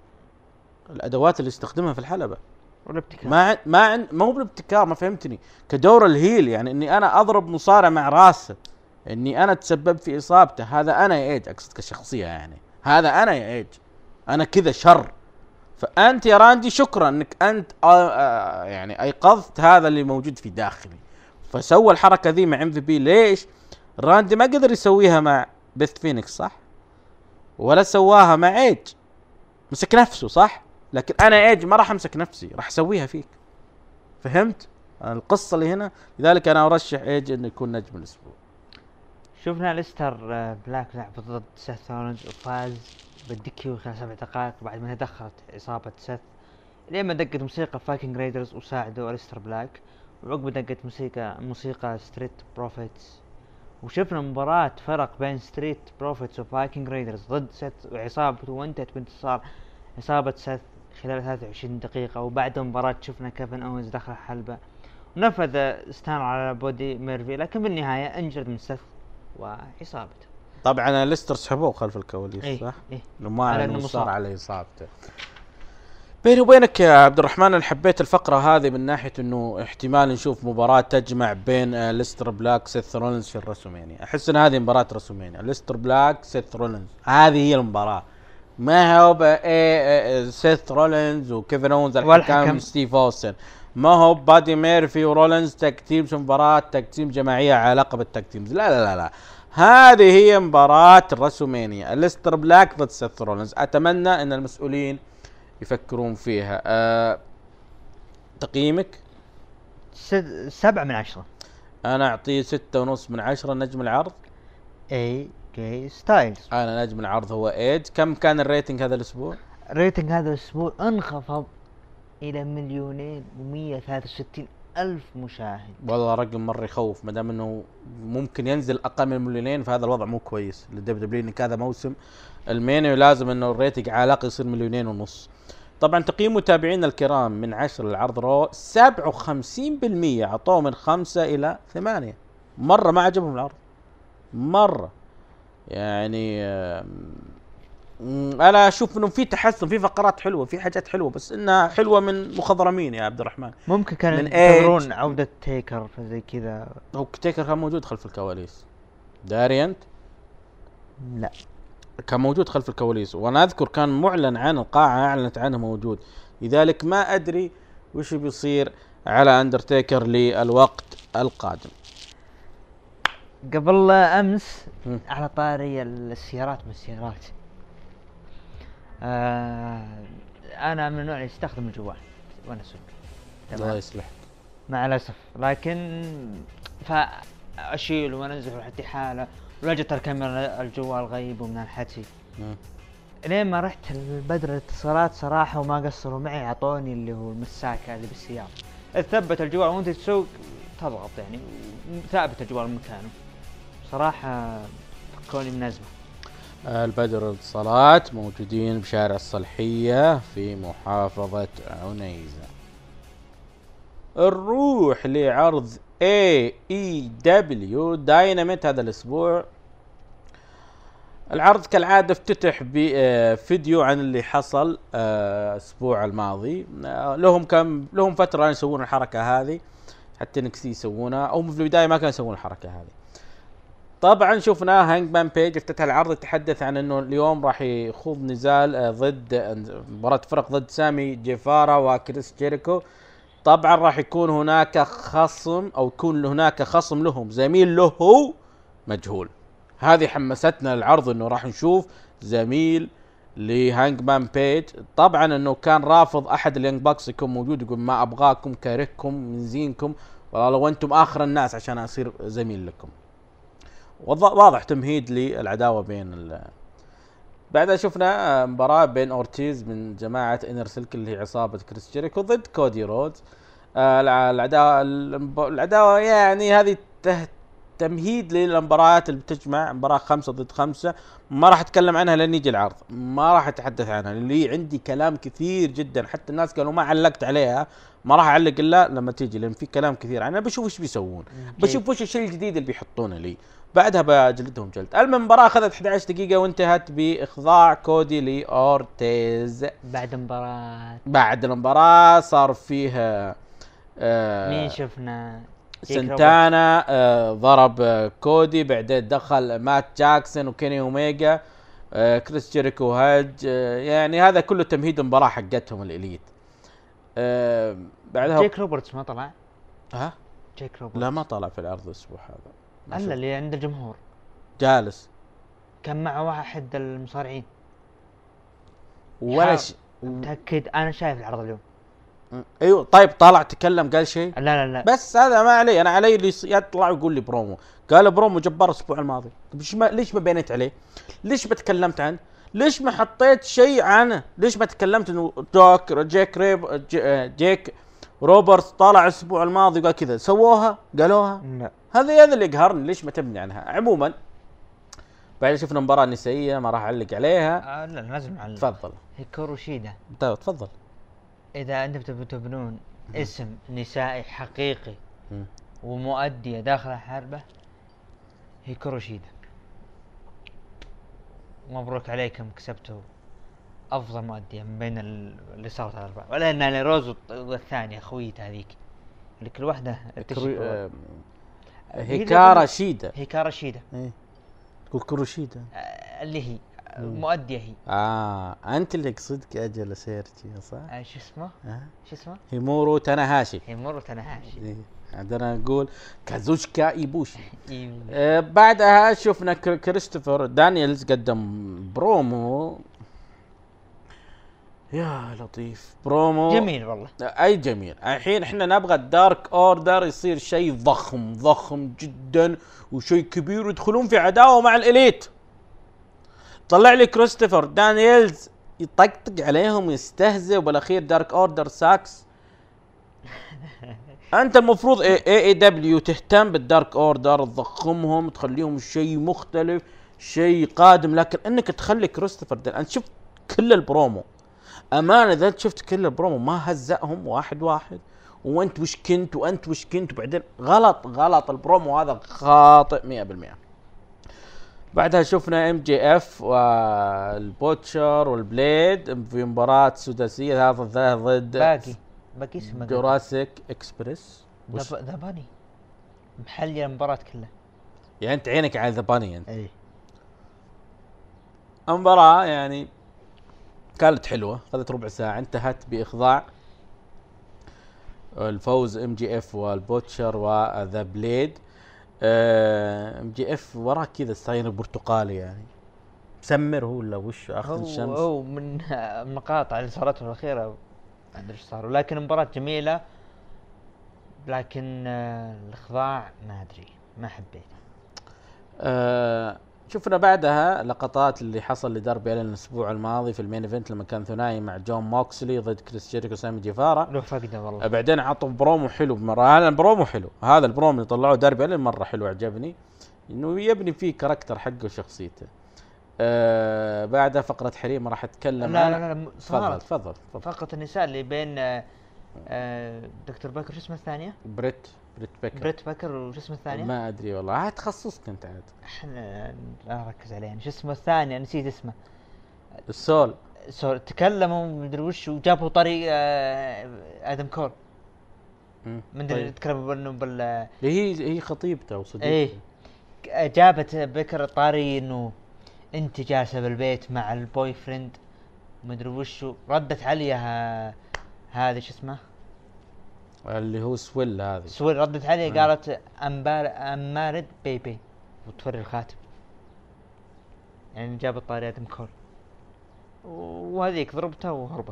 الادوات اللي استخدمها في الحلبه والابتكار. ما ما ما هو بالابتكار، ما فهمتني، كدور الهيل يعني اني انا اضرب مصارع مع راسه، اني انا تسبب في اصابته، هذا انا يا ايج، اقصد كشخصيه يعني هذا انا يا ايج، انا كذا شر. فانت يا راندي شكرا انك انت آه آه يعني ايقظت هذا اللي موجود في داخلي. فسوى الحركه ذي مع ام في بي. ليش راندي ما قدر يسويها مع بيث فينيكس صح، ولا سواها مع ايج، مسك نفسه صح، لكن انا ايج ما راح امسك نفسي، راح اسويها فيك. فهمت القصه اللي هنا؟ لذلك انا ارشح ايج انه يكون نجم الاسبوع. شفنا ليستر بلاك لعب ضد سيث رولينز وفاز بالديكيو خلال سبع دقائق بعد ما تدخلت اصابه سيث، لما دقت موسيقى فايكنج رايدرز وساعدوا ليستر بلاك، وعقب دقت موسيقى موسيقى ستريت بروفيتس، وشفنا مباراة فرق بين ستريت بروفيتس وفايكنج رايدرز ضد سيث وعصابته، وانتهت بانتصار عصابة سيث خلال ثلاثة وعشرين دقيقة. وبعد المباراة شفنا كيفن أوينز دخل الحلبة ونفذ ستان على بودي ميرفي، لكن بالنهاية انجرد من سيث وعصابته. طبعا ليستر سحبوه خلف الكواليس إيه صح؟ إيه لما على صار على اصابته. بيني وبينك يا عبد الرحمن انا حبيت الفقره هذه من ناحيه انه احتمال نشوف مباراه تجمع بين ليستر بلاك سيث رولينز في الرسومينيا. احس ان هذه مباراه رسومينيا، ليستر بلاك سيث رولينز، هذه هي المباراه. ما هو بقى سيث رولينز وكيفن اونز الحكام ستيف اوستن، ما هو بادي ميرفي ورولينز تاك تيم في مباراه تاك تيم جماعيه على لقب التاك تيمز. لا لا لا لا، هذه هي مباراه الرسومينيا، ليستر بلاك ضد سيث رولينز. اتمنى ان المسؤولين يفكرون فيها. أه تقييمك؟ سبعة من عشرة. انا اعطيه ستة ونص من عشرة. نجم العرض اي جي ستايلز. انا نجم العرض هو ايج. كم كان الريتنج هذا الاسبوع؟ ريتنج هذا الاسبوع انخفض الى مليونين ومية ثلاثة وستين الف مشاهد. والله رقم مره يخوف، ما دام انه ممكن ينزل اقل من مليونين فهذا الوضع مو كويس للدبليو دبليو، انك هذا موسم المينيو لازم انه الريتنج على الاقل يصير مليونين ونص. طبعا تقييم متابعينا الكرام من عشرة لعرض رو سبعة وخمسين بالمية اعطوه من خمسة الى ثمانية، مره ما عجبهم العرض مره. يعني انا اشوف انه في تحسن، في فقرات حلوه، في حاجات حلوه، بس انها حلوه من مخضرمين يا عبد الرحمن. ممكن كانوا من ينتظرون عوده تيكر زي كذا. هو تيكر كان موجود خلف الكواليس، داريانت لا كان موجود خلف الكواليس، وانا اذكر كان معلن عن القاعه اعلنت عنه موجود، لذلك ما ادري وش بيصير على اندرتيكر للوقت القادم. قبل امس م. على طاري السيارات من السيارات، آه انا من النوع اللي يستخدم الجوال وانا اسوق، الله يصلحك. مع الاسف، لكن فاشيل وانزل حتى حاله ولجت الكاميرا الجوال غيب ومن الحكي. لين ما رحت البدر الاتصالات صراحه وما قصروا معي، اعطوني اللي هو المساكه اللي بالسياره تثبت الجوال وانت تسوق تضغط يعني ثابت الجوال مكانه. صراحه فكوني من ازمه. البدر الاتصالات موجودين بشارع الصلحيه في محافظه عنيزه. نروح لعرض اي اي دبليو دايناميت هذا الاسبوع. العرض كالعاده افتتح بفيديو عن اللي حصل الاسبوع الماضي. لهم كم لهم فتره يسوون الحركه هذه، حتى نكسي يسوونها، او في البدايه ما كانوا يسوون الحركه هذه. طبعا شفنا هانج مان بيج افتتح العرض يتحدث عن انه اليوم راح يخوض نزال ضد مباراة فرق ضد سامي جيفارا وكريس جيريكو. طبعا راح يكون هناك خصم او يكون هناك خصم لهم زميل له هو مجهول. هذه حمستنا العرض انه راح نشوف زميل لهانج مان بيج. طبعا انه كان رافض احد اليانج باكس يكون موجود، يقول ما ابغاكم، كارهكم من زينكم، والله لو انتم اخر الناس عشان اصير زميل لكم. واضح تمهيد للعداوه بين ال... بعدها شفنا مباراه بين اورتيز من جماعه انر سلك اللي هي عصابه كريس جيريكو ضد كودي رودز. آه العداوه العداوه يعني هذه تمهيد للمباريات اللي بتجمع مباراه خمسة ضد خمسة. ما راح اتكلم عنها لين يجي العرض، ما راح اتحدث عنها اللي عندي كلام كثير جدا، حتى الناس قالوا ما علقت عليها، ما راح اعلق الا لما تيجي لان في كلام كثير عنها. بشوف ايش بيسوون، بشوف وش الشيء الجديد اللي بيحطونه لي، بعدها بجلدهم جلد. المباراة اخذت احد عشر دقيقة وانتهت باخضاع كودي لاورتيز. بعد مباراة بعد المباراة صار فيها آه مين شفنا؟ سنتانا آه ضرب آه كودي، بعدين دخل مات جاكسون وكيني اوميجا، آه كريس جيريكو هاج، آه يعني هذا كله تمهيد المباراة حقتهم الاليت. آه بعدها جيك روبرتس ما طلع؟ ها؟ جيك روبرتس لا ما طلع في العرض الاسبوع هذا. الا اللي عند الجمهور جالس كان معه واحد المصارعين ولا شيء. متاكد انا شايف العرض اليوم. ايوه طيب طالع تكلم قال شيء؟ لا لا لا بس هذا ما علي، انا علي اللي يطلع ويقول لي برومو. قال برومو جبار الاسبوع الماضي. طيب ليش ما ليش ما بينت عليه؟ ليش ما تكلمت عنه؟ ليش ما حطيت شيء عنه؟ ليش ما تكلمت انه دوك جيك ريب جيك روبرتس طالع الاسبوع الماضي قال كذا؟ سووها؟ قالوها؟ لا هذا هذا اللي يقهرني، ليش ما تبني عنها؟ عموما بعد شفنا مباراة نسائية ما راح اعلق عليها. آه لا لازم اعلق. تفضل. هيكورو شيدا. طيب تفضل. اذا انتم تبون تبنون اسم نسائي حقيقي م. ومؤدية داخل حربة، هيكورو شيدا. مبروك عليكم، كسبتوا افضل مؤدية من بين اللي صارت الاربعة، ولا ان روز والثانية خويت هذيك اللي كل واحدة آه هيكارا شيدا. هيكارا شيدا ايه تقول كروشيدا آه اللي هي مؤدية هي. اه انت اللي قصدك اجل سيرتي صح؟ آه شو اسمه؟ آه؟ شو اسمه؟ هيمورو تاناهاشي. هيمورو تاناهاشي. إيه. عندنا نقول كازوشكا ايبوشي. آه بعدها شفنا كريستوفر دانييلز قدم برومو. يا لطيف برومو جميل والله. اي جميل. الحين احنا نبغى الدارك اوردر يصير شيء ضخم ضخم جدا وشيء كبير ويدخلون في عداوه مع الاليت. طلع لي كريستوفر دانييلز يطقطق عليهم ويستهزئ، وبالاخير دارك اوردر ساكس. انت المفروض اي اي دبليو تهتم بالدارك اوردر، تضخمهم، تخليهم شيء مختلف، شيء قادم، لكن انك تخلي كريستوفر دين، انت شفت كل البرومو امانه، اذا شفت كل البرومو ما هزأهم واحد واحد، وانت وش كنت وانت وش كنت، وبعدين غلط غلط البرومو هذا خاطئ مئة بالمئة. بعدها شفنا ام جي اف والبوتشر والبليد في مباراة سداسية هذا ضد باقي باقي اسمه جوراسيك اكسبريس. ذا باني محلي المباراة كلها، يعني انت عينك على ذا باني انت. اي المباراة يعني كانت حلوة، اخذت ربع ساعة، انتهت باخضاع الفوز ام جي اف والبوتشر وذا بليد. ام جي اف وراه كذا ستايل برتقالي يعني مسمر هو ولا وش اخذ الشمس. هو من المقاطع اللي صارت الاخيره ما ادري ايش صار، لكن مباراة جميلة، لكن الاخضاع ما ادري ما حبيت. أه شفنا بعدها لقطات اللي حصل لداربي ألين الاسبوع الماضي في المين ايفنت لما كان ثنائي مع جون موكسلي ضد كريس جيريكو وسامي جيفارا. لو فقده والله. بعدين عطوا برومو حلو بمره، هذا البرومو حلو، هذا البرومو اللي طلعوه داربي ألين مره حلو، عجبني انه يبني فيه كاركتر حقه وشخصيته. أه بعدها فقرة حريم راح اتكلم. لا لا لا تفضل تفضل. فقرة النساء اللي بين آه آه دكتور باكر، شو اسمه الثانية؟ بريت بريت باكر. بريت باكر وش اسمه الثانية؟ ما ادري والله، هذا تخصصك انت عاد. احنا لا نركز عليه، شو اسمه الثاني نسيت اسمه. السول. سول تكلموا مدري وش وجابوا طريق آه ادم كول. مدري طيب. تكلموا انه بال هي هي خطيبته وصديقته. ايه جابت بكر طاري انه انت جالسه بالبيت مع البوي فريند مدري وشو، ردت عليها هذه شو اسمه اللي هو سويل، هذه سويل ردت عليه آه. قالت امبار امارد بيبي وتوري الخاتم، يعني جابت طاري ادم كول، وهذيك ضربتها وهربت.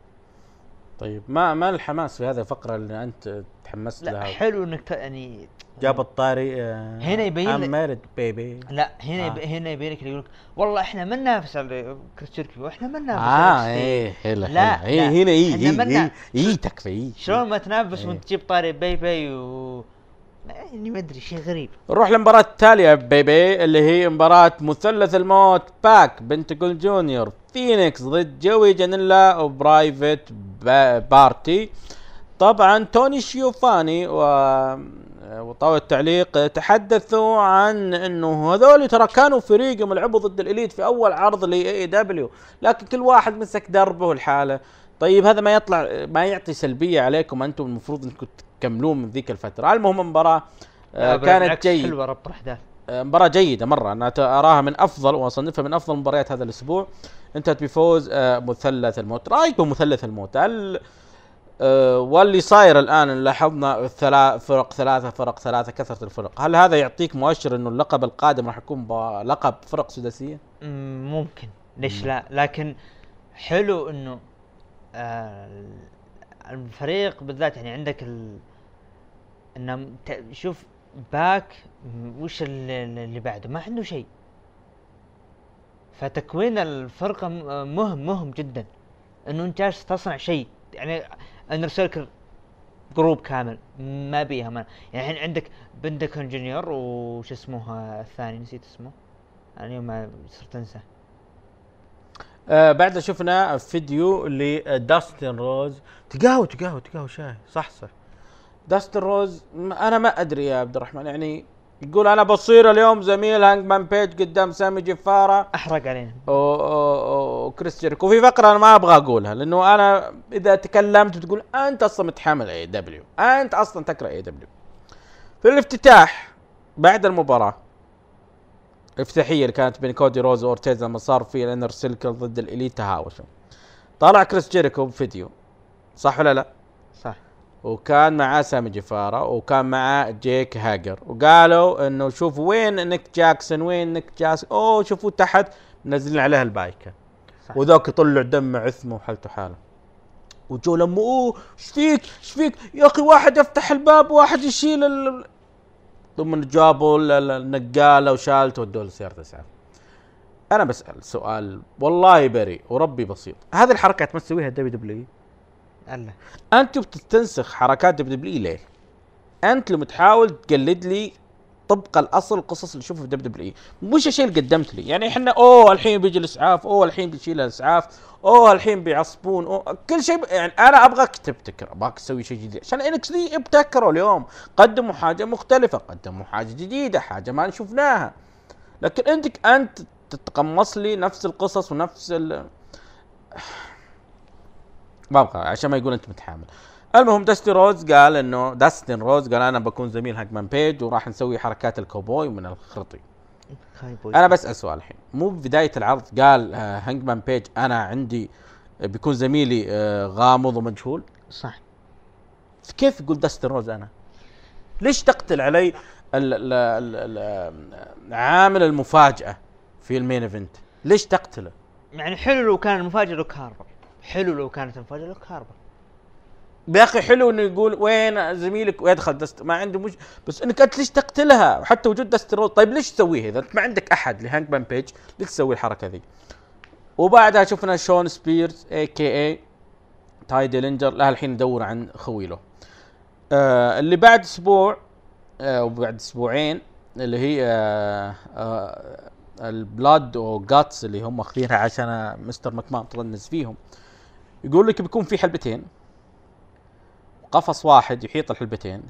طيب ما ما الحماس في هذه الفقرة اللي انت تحمست لا لها؟ حلو انك يعني جاب الطاري آه هنا يبين امارد بيبي. لا هنا آه. هنا يبين لك يقول والله احنا ما ننافس على كريس جيريكو، احنا ما ننافس اه ايه هلا لا هي هنا ايه هي هي هي تكفي. شلون ما تنافس وانت تجيب طاري بيبي و يعني ما ادري شيء غريب. نروح للمباراة التالية بيبي اللي هي مباراة مثلث الموت، باك بنتجول جونيور فينيكس ضد جوي جانيلا وبرايفت بارتي. طبعا توني شيوفاني و وطاولة التعليق تحدثوا عن انه هذول ترى كانوا فريق يلعبوا ضد الاليت في اول عرض ل اي دبليو، لكن كل واحد مسك دربه الحالة. طيب هذا ما يطلع ما يعطي سلبية عليكم، انتم المفروض انكم تكملون من ذيك الفترة. المهم المباراة آه كانت جيدة، حلوة رب احداث، آه مباراة جيدة مرة، انا اراها من افضل واصنفها من افضل مباريات هذا الاسبوع. انتهت بفوز آه مثلث الموت. رايكم مثلث الموت هل أه واللي صاير الان لاحظنا الثلاث فرق ثلاثة فرق ثلاثة كثرة الفرق، هل هذا يعطيك مؤشر انه اللقب القادم راح يكون لقب فرق سداسية؟ ممكن، ليش لا، لكن حلو انه آه الفريق بالذات يعني عندك ال... انه شوف باك وش اللي, اللي بعده ما عنده شيء، فتكوين الفرقة مهم مهم جدا، انه انت جالس تصنع شيء يعني انر سيركل جروب كامل ما بيها ما. يعني الحين عندك بندكن جونيور وش اسمه الثاني نسيت اسمه يعني ما صرت انسى. آه بعد شفنا فيديو لداستن روز، تقاهو تقاهو تقاهو شاي صح صح. داستن روز انا ما ادري يا عبد الرحمن، يعني يقول انا بصير اليوم زميل هانجمان بيج قدام سامي جفارة، احرق علينا وكريس جيريكو. في فقرة انا ما ابغى اقولها لانه انا اذا تكلمت بتقول انت اصلا متحمل اي دبليو، انت اصلا تكره اي دبليو. في الافتتاح بعد المباراة الافتتاحية اللي كانت بين كودي روز واورتيز لما صار في الانر سيركل ضد الاليت تهاوشوا، طلع كريس جيريكو بفيديو صح ولا لا؟ صح. وكان معاه سامي جفارة وكان معاه جيك هاجر، وقالوا انه شوفوا وين نيك جاكسون وين نيك جاكسون، اوه شوفوا تحت منزلين عليها البايكة، وذاك يطلع دم عثمه وحالته حاله. وجو لما اوه ايش فيك ايش فيك يا اخي، واحد يفتح الباب واحد يشيل ال... ثم جابوا النقالة وشالته ودوه لسيارة اسعاف. انا بسال سؤال والله بريء وربي بسيط، هذه الحركات ما تسويها دبليو دبليو؟ الله انت بتستنسخ حركات دبليو دبليو ليه؟ انت لما تحاول تقلد لي طبق الاصل القصص اللي اشوفها في دبليو دبليو، مش الشيء اللي قدمت لي. يعني احنا اوه الحين بيجي الاسعاف، اوه الحين بيشيل الاسعاف، اوه الحين بيعصبون، أوه كل شيء. يعني انا ابغاك تبتكر، ابغاك تسوي شيء جديد عشان انكس دي ابتكروا اليوم، قدموا حاجه مختلفه، قدموا حاجه جديده، حاجه ما شفناها. لكن انت انت تتقمص لي نفس القصص ونفس ال ما ابغى عشان ما يقول انت متحامل. المهم داستي روز قال انه داستن روز قال انا بكون زميل هاكمان بيج وراح نسوي حركات الكوبوي من الخرطي. انا بسال سؤال الحين، مو ببدايه العرض قال آه هانجمان بيج انا عندي آه بيكون زميلي آه غامض ومجهول؟ صح. كيف يقول داستن روز انا؟ ليش تقتل علي ال ال ال ال عامل المفاجاه في المين ايفنت؟ ليش تقتله؟ يعني حلو لو كان المفاجاه لوك هاربر، حلو لو كانت المفاجاه لوك هاربر يا اخي. حلو انه يقول وين زميلك ويدخل دست، ما عنده مش، بس انك انت ليش تقتلها؟ وحتى وجود دست روز، طيب ليش تسويه اذا انت ما عندك احد لهانجمان بيج؟ ليش تسوي الحركه ذي؟ وبعدها شفنا شون سبيرز اي كي اي تاي ديلينجر له الحين يدور عن خويله. آه اللي بعد اسبوع آه وبعد اسبوعين اللي هي آه آه البلاد وجاتس اللي هم اخذينها عشان مستر مكمان ترنز فيهم، يقول لك بيكون في حلبتين، قفص واحد يحيط الحلبتين،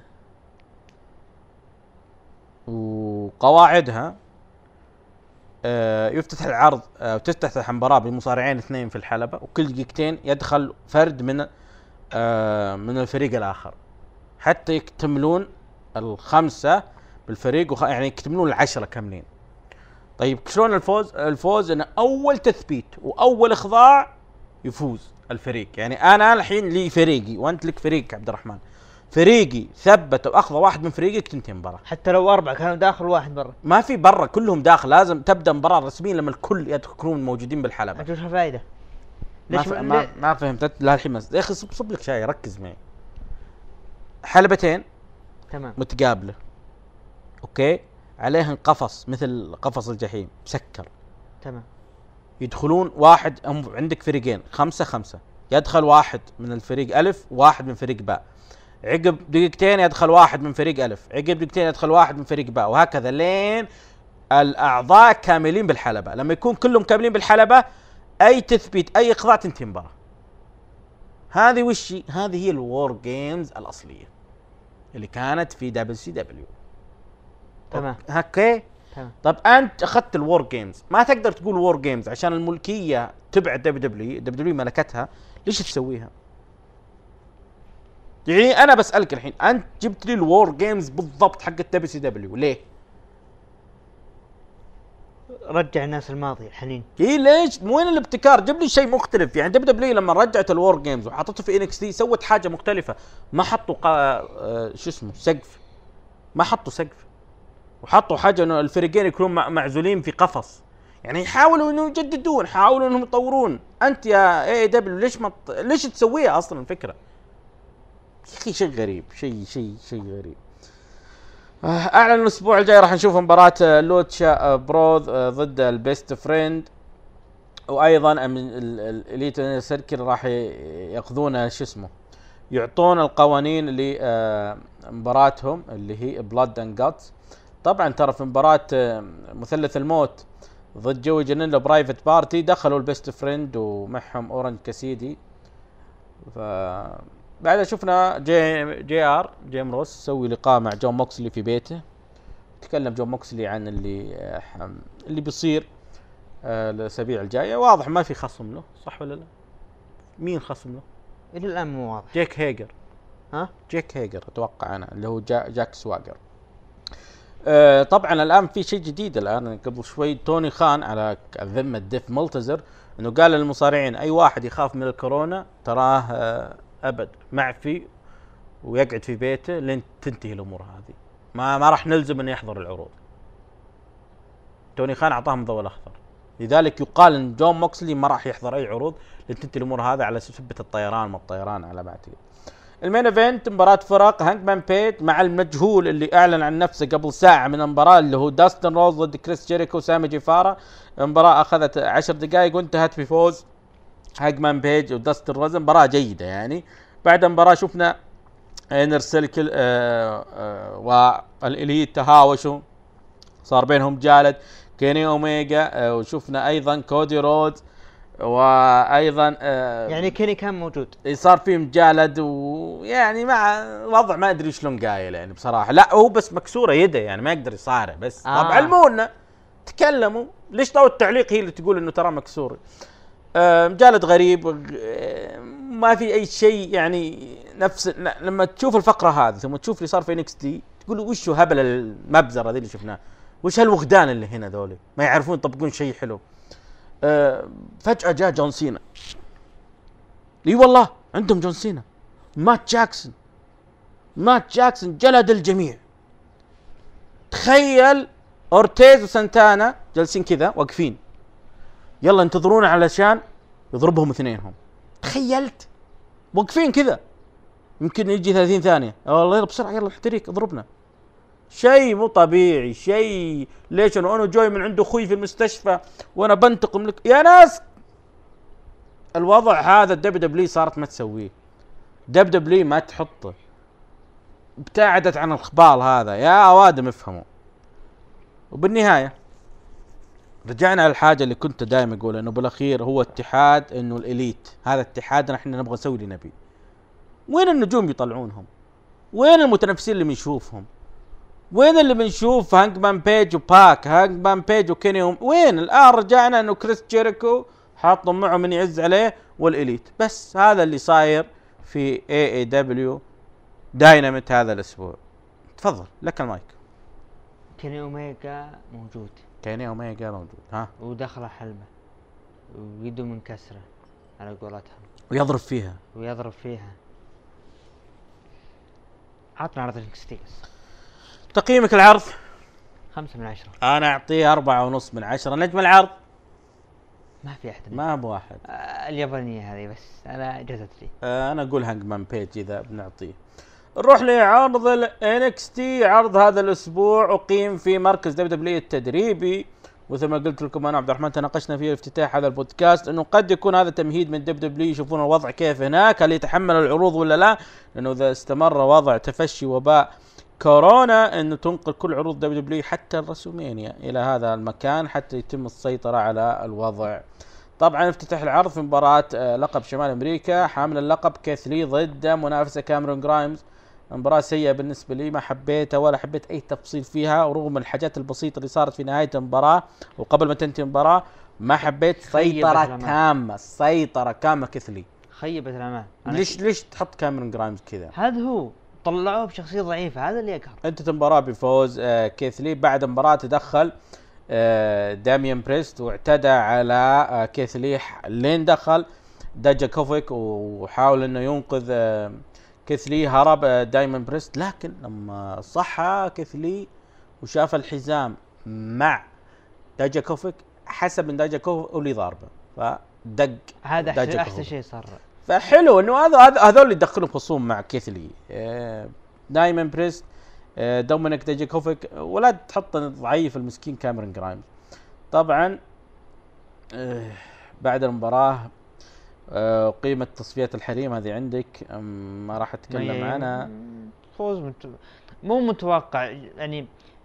وقواعدها آه يفتتح العرض آه وتفتتح المباراة بمصارعين اثنين في الحلبة، وكل دقيقتين يدخل فرد من آه من الفريق الآخر حتى يكتملون الخمسة بالفريق وخ... يعني يكتملون العشرة كاملين. طيب شلون الفوز؟ الفوز ان اول تثبيت واول اخضاع يفوز الفريق. يعني انا الحين لي فريقي وانت لك فريقك عبد الرحمن، فريقي ثبت واخضع واحد من فريقك تنتهي مباراة. حتى لو اربعه كانوا داخل واحد برا، ما في برا، كلهم داخل. لازم تبدا مباراة رسمية لما الكل يكونون موجودين بالحلبة. انت وش الفائده؟ ما, ف... ما, ما فهمت لا الحين. يا اخي صب صب لك شاي، ركز معي. حلبتين تمام متقابلة اوكي، عليهن قفص مثل قفص الجحيم مسكر، تمام. يدخلون واحد، هم عندك فريقين خمسة خمسة، يدخل واحد من الفريق ألف وواحد من فريق باء، عقب دقيقتين يدخل واحد من فريق ألف، عقب دقيقتين يدخل واحد من فريق باء، وهكذا لين الأعضاء كاملين بالحلبة. لما يكون كلهم كاملين بالحلبة أي تثبيت أي إقضاء تنتهي المباراة. هذه وش هذه هي الوور جيمز الأصلية اللي كانت في دبليو سي دبليو. تمام اوكي تمام. طب انت اخذت الوور جيمز، ما تقدر تقول وور جيمز عشان الملكيه تبع دبليو دبليو، دبليو دبليو ملكتها، ليش تسويها؟ يعني انا بسالك الحين، انت جبت لي الوور جيمز بالضبط حق دبليو سي دبليو ليه؟ رجع الناس الماضي الحنين. اي ليش؟ وين الابتكار؟ جيب لي شيء مختلف. يعني دبليو دبليو لما رجعت الوور جيمز وحطته في انكس تي سوت حاجه مختلفه، ما حطوا قا... آه شو اسمه سقف، ما حطوا سقف، وحطوا حاجه انه الفريقين يكونوا معزولين في قفص. يعني يحاولوا انه يجددون، يحاولوا انهم يطورون. انت يا اي دبليو ليش ما ليش تسويها اصلا الفكره؟ يا اخي شيء غريب، شيء شيء شيء غريب. اعلن الاسبوع الجاي راح نشوف مباراه لوتشا بروز ضد البيست فريند، وايضا الاليت سيركل راح ياخذون شو اسمه يعطون القوانين لمباراتهم اللي هي بلاد اند جاتس. طبعا ترى في مباراه مثلث الموت ضد جوي جنينو برايفت بارتي دخلوا البيست فريند ومعهم اورنج كاسيدي. ف بعدها شفنا جي جي ار جيم روس سوي لقاء مع جون موكسلي في بيته. تكلم جون موكسلي عن اللي اللي بيصير الاسابيع الجايه. واضح ما في خصم له، صح ولا لا؟ مين خصم له؟ الى الان مو واضح. جيك هيجر. ها؟ جيك هيجر اتوقع انا اللي هو جا جاك سواجر. أه طبعا الان في شيء جديد. الان قبل شوي توني خان على ذمه ديف ملتزر انه قال للمصارعين اي واحد يخاف من الكورونا تراه أه ابد معفي ويقعد في بيته لين تنتهي الامور هذه. ما ما راح نلزم انه يحضر العروض. توني خان اعطاهم الضوء الاخضر. لذلك يقال ان جون موكسلي ما راح يحضر اي عروض لين تنتهي الامور هذه على سبه الطيران ما الطيران على ما اعتقد. المين ايفنت مباراة فرق هانجمان بيج مع المجهول اللي اعلن عن نفسه قبل ساعة من المباراة اللي هو داستن روز ضد كريس جيريكو وسامي جيفارا. المباراة اخذت عشر دقائق وانتهت بفوز هانجمان بيج وداستن روز. مباراة جيدة يعني. بعد المباراة شفنا انر سيركل آه آه والاليت تهاوشوا، صار بينهم جالد كيني اوميجا آه وشفنا ايضا كودي رودز وايضا آه يعني كيني كان موجود، صار فيه مجالد ويعني مع وضع ما ادري شلون قايل يعني بصراحه. لا هو بس مكسوره يده يعني ما يقدر يصارع بس. آه. طب علمونا تكلموا ليش طاوله التعليق هي اللي تقول انه ترى مكسور. آه مجالد غريب آه ما في اي شيء يعني. نفس لما تشوف الفقره هذه ثم تشوف اللي صار في انكس تي تقول وش هو هبل المبزره ذي اللي شفناه، وش هالوغدان اللي هنا ذولي ما يعرفون يطبقون شيء حلو. أه فجأة جاء جون سينا. اي والله عندهم جون سينا. مات جاكسون مات جاكسون جلد الجميع. تخيل اورتيز وسانتانا جالسين كذا واقفين يلا انتظرونا علشان يضربهم اثنينهم. تخيلت واقفين كذا يمكن يجي ثلاثين ثانية والله يلا بسرعة يلا احتريك اضربنا. شيء مو طبيعي شيء. ليش انا انا جاي من عنده اخوي في المستشفى وانا بنتقم لك يا ناس. الوضع هذا الدبليو دبليو صارت ما تسويه. دبليو دبليو ما تحطه. ابتعدت عن الخبال هذا يا اوادم افهموا. وبالنهايه رجعنا على الحاجه اللي كنت دائما اقول انه بالاخير هو اتحاد، انه الاليت هذا اتحادنا احنا نبغى نسوي اللي نبي. وين النجوم يطلعونهم؟ وين المتنافسين اللي بنشوفهم؟ وين اللي بنشوف هانجمان بيج وباك هانجمان بيج وكيني وين؟ الان رجعنا انه كريس جيريكو حاطهم معه من يعز عليه والاليت. بس هذا اللي صاير في اي اي دبليو دايناميت هذا الاسبوع. تفضل لك المايك. كيني اوميجا موجود. كيني اوميجا موجود ها ودخل حلبة ويده منكسرة على قولتهم ويضرب فيها ويضرب فيها. عطنا عرض انكس. تقييمك العرض؟ خمسة من عشرة. انا اعطيه أربعة ونص من عشرة. نجم العرض ما في احد ما ابو واحد. آه اليابانية هذه بس انا جزت لي. آه انا اقول هانجمان بيج اذا بنعطيه. نروح لعرض ال إن إكس تي. عرض هذا الاسبوع اقيم في مركز دبليو دبليو التدريبي، وزي ما قلت لكم انا عبد الرحمن تناقشنا في افتتاح هذا البودكاست انه قد يكون هذا تمهيد من دبليو دبليو يشوفون الوضع كيف هناك، هل يتحمل العروض ولا لا، لانه اذا استمر وضع تفشي وباء كورونا انه تنقل كل عروض دبليو دبليو حتى الرسومينيا الى هذا المكان حتى يتم السيطرة على الوضع. طبعا افتتح العرض في مباراة لقب شمال امريكا. حامل اللقب كيثلي ضد منافسه كاميرون جرايمز. مباراة سيئة بالنسبة لي، ما حبيتها ولا حبيت اي تفصيل فيها، ورغم الحاجات البسيطة اللي صارت في نهاية المباراة وقبل ما تنتهي المباراة ما حبيت. سيطرة تامة سيطرة كاملة كيثلي. خيبت الأمان. ليش ليش تحط كاميرون جرايمز كذا؟ هذا هو طلعوه بشخصية ضعيفة، هذا اللي يقهر. انتهت المباراة بفوز آه كيثلي. بعد المباراة تدخل آه داميان بريست واعتدى على آه كيثلي لين دخل داجاكوفيك وحاول انه ينقذ آه كيثلي. هرب آه دايمون بريست، لكن لما صحى كيثلي وشاف الحزام مع داجاكوفيك حسب من داجاكوفيك اللي ضاربه فدق. هذا احسن, أحسن شيء صار. فحلو انه هذا هذول اللي يدخلوا خصوم مع كيثلي. آه دايمون بريست آه دومينيك داجاكوفيك، ولا تحط ضعيف المسكين كاميرون جرايمز. طبعا آه بعد المباراة آه قيمة تصفيات الحريم هذه عندك ما راح اتكلم عنها. فوز مت... مو متوقع يعني.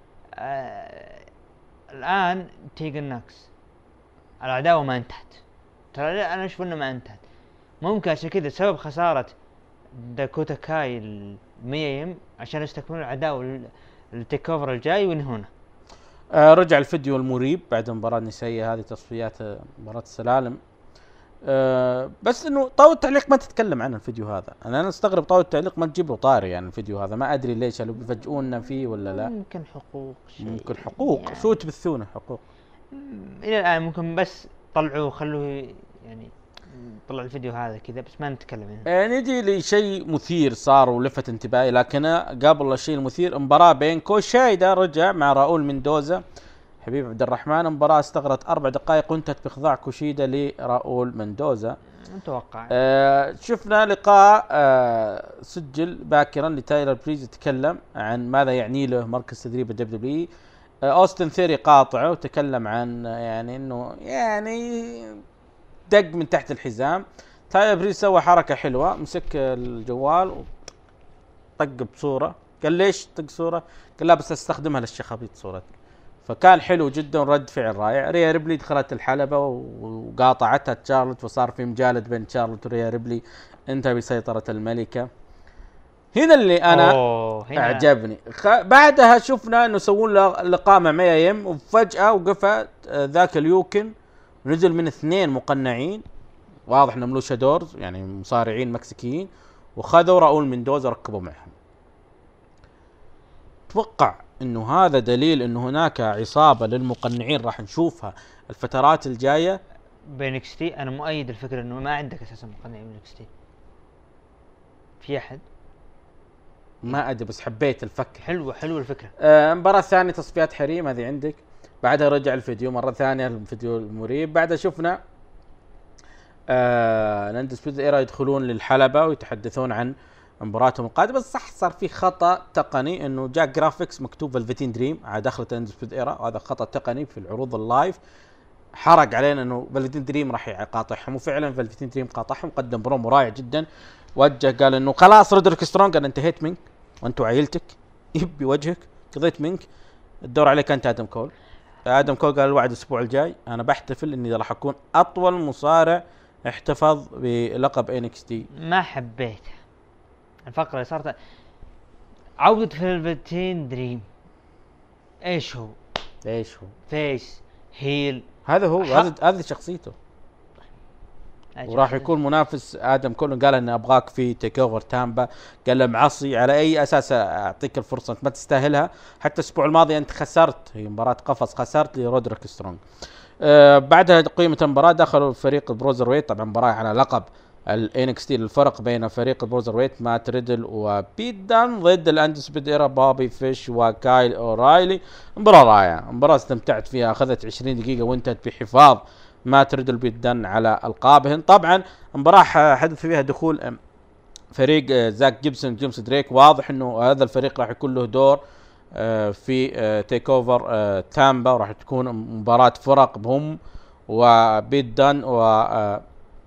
آه الان تيجن ناكس العداوة ما انتهت، ترى انا اشوف انه ما انتهت. ممكن عشان كذا سبب خسارة داكوتا كاي الميم عشان يستكملون العداوة التيك اوفر الجاي وينهونه. آه رجع الفيديو المريب بعد المباراة النسائية هذه، تصفيات مباراة السلالم. آه بس انه طاولة التعليق ما تتكلم عن الفيديو هذا. انا انا استغرب طاولة التعليق ما تجيب له طاري يعني الفيديو هذا، ما ادري ليش، هل بيفاجئونا فيه ولا لا؟ ممكن حقوق شيء. ممكن حقوق يعني. شو تبثونه حقوق؟ الى الان ممكن بس طلعوه خلوه يعني طلع الفيديو هذا كذا بس ما نتكلم عنه. يعني نجي لشيء مثير صار ولفت انتباهي، لكن قبل الشيء المثير مباراة بين كوشايدا رجع مع راؤول مندوزا. حبيب عبد الرحمن المباراة استغرقت أربع دقائق وانتهت بإخضاع كوشيدا لراؤول مندوزا. متوقع. آه شفنا لقاء آه سجل باكرا لتايلر بريز يتكلم عن ماذا يعني له مركز تدريب الدبليو دبليو. آه أوستن ثيري قاطعه وتكلم عن آه يعني انه يعني دق من تحت الحزام. تايلر بريز سوى حركة حلوة، مسك الجوال وطق بصورة. قال ليش طق صورة؟ قال لا بس استخدمها للشخابيط صورتي. فكان حلو جدا، رد فعل رائع. ريا ريبلي دخلت الحلبة وقاطعتها تشارلوت، وصار في مجالد بين تشارلوت وريا ريبلي انتهى بسيطرة الملكة. هنا اللي انا هنا اعجبني. خ... بعدها شفنا انه سوون لقاء مع ميا يم، وفجأة وقفت ذاك اليوكن نزل من اثنين مقنعين واضح انهم لوشادورز يعني مصارعين مكسيكيين، وخذوا راؤول مندوزا وركبوا معهم. اتوقع انه هذا دليل انه هناك عصابة للمقنعين راح نشوفها الفترات الجاية بإنكس تي. انا مؤيد الفكرة انه ما عندك اساسا مقنعين بإنكس تي. في احد ما ادري بس حبيت الفكرة. حلوة حلوة الفكرة. آه مباراة ثانية تصفيات حريم هذه عندك. بعدها رجع الفيديو مرة ثانية، الفيديو المريب. بعدها شفنا آه الاندسبيوتد ايرا يدخلون للحلبة ويتحدثون عن مباراتهم القادمة. بس صح صار في خطأ تقني انه جاء جرافيكس مكتوب فالفتين دريم على دخلة الاندسبيوتد ايرا، وهذا خطأ تقني في العروض اللايف حرق علينا انه فالفتين دريم راح يقاطعهم، وفعلا فالفتين دريم قاطعهم. قدم برومو رائع جدا، وجه قال انه خلاص رودريك سترونج انا انتهيت منك وانت وعائلتك يبي وجهك قضيت منك، الدور عليك انت ادم كول. ادم كول قال الوعد الاسبوع الجاي انا بحتفل اني راح اكون اطول مصارع احتفظ بلقب إنكس تي. ما حبيت الفقرة اللي صارت عودة فالفتين دريم. ايش هو؟ ايش هو؟ فيس هيل، هذا هو، هذا هذه شخصيته. وراح يكون منافس ادم كولن. قال اني ابغاك في تيك اوفر تامبا، قال له معصي على اي اساس اعطيك الفرصه انت ما تستاهلها، حتى الاسبوع الماضي انت خسرت، هي مباراه قفص خسرت لرودريك سترونج. آه بعدها قيمه المباراه دخلوا فريق البروزر ويت، طبعا مباراه على لقب الانكس تي. الفرق بين فريق البروزر ويت مات ريدل وبيت دان ضد الاندسبيوتد ايرا بوبي فيش وكايل اورايلي. مباراه رائعه، مباراه استمتعت فيها، اخذت عشرين دقيقه وانتهت بحفاظ مات ريدل بيت دان على القابهن. طبعا مباراه حدث فيها دخول فريق زاك جيبسون جيمس دريك، واضح انه هذا الفريق راح يكون له دور في تيك اوفر تامبا، وراح تكون مباراه فرق بهم وبيت دان و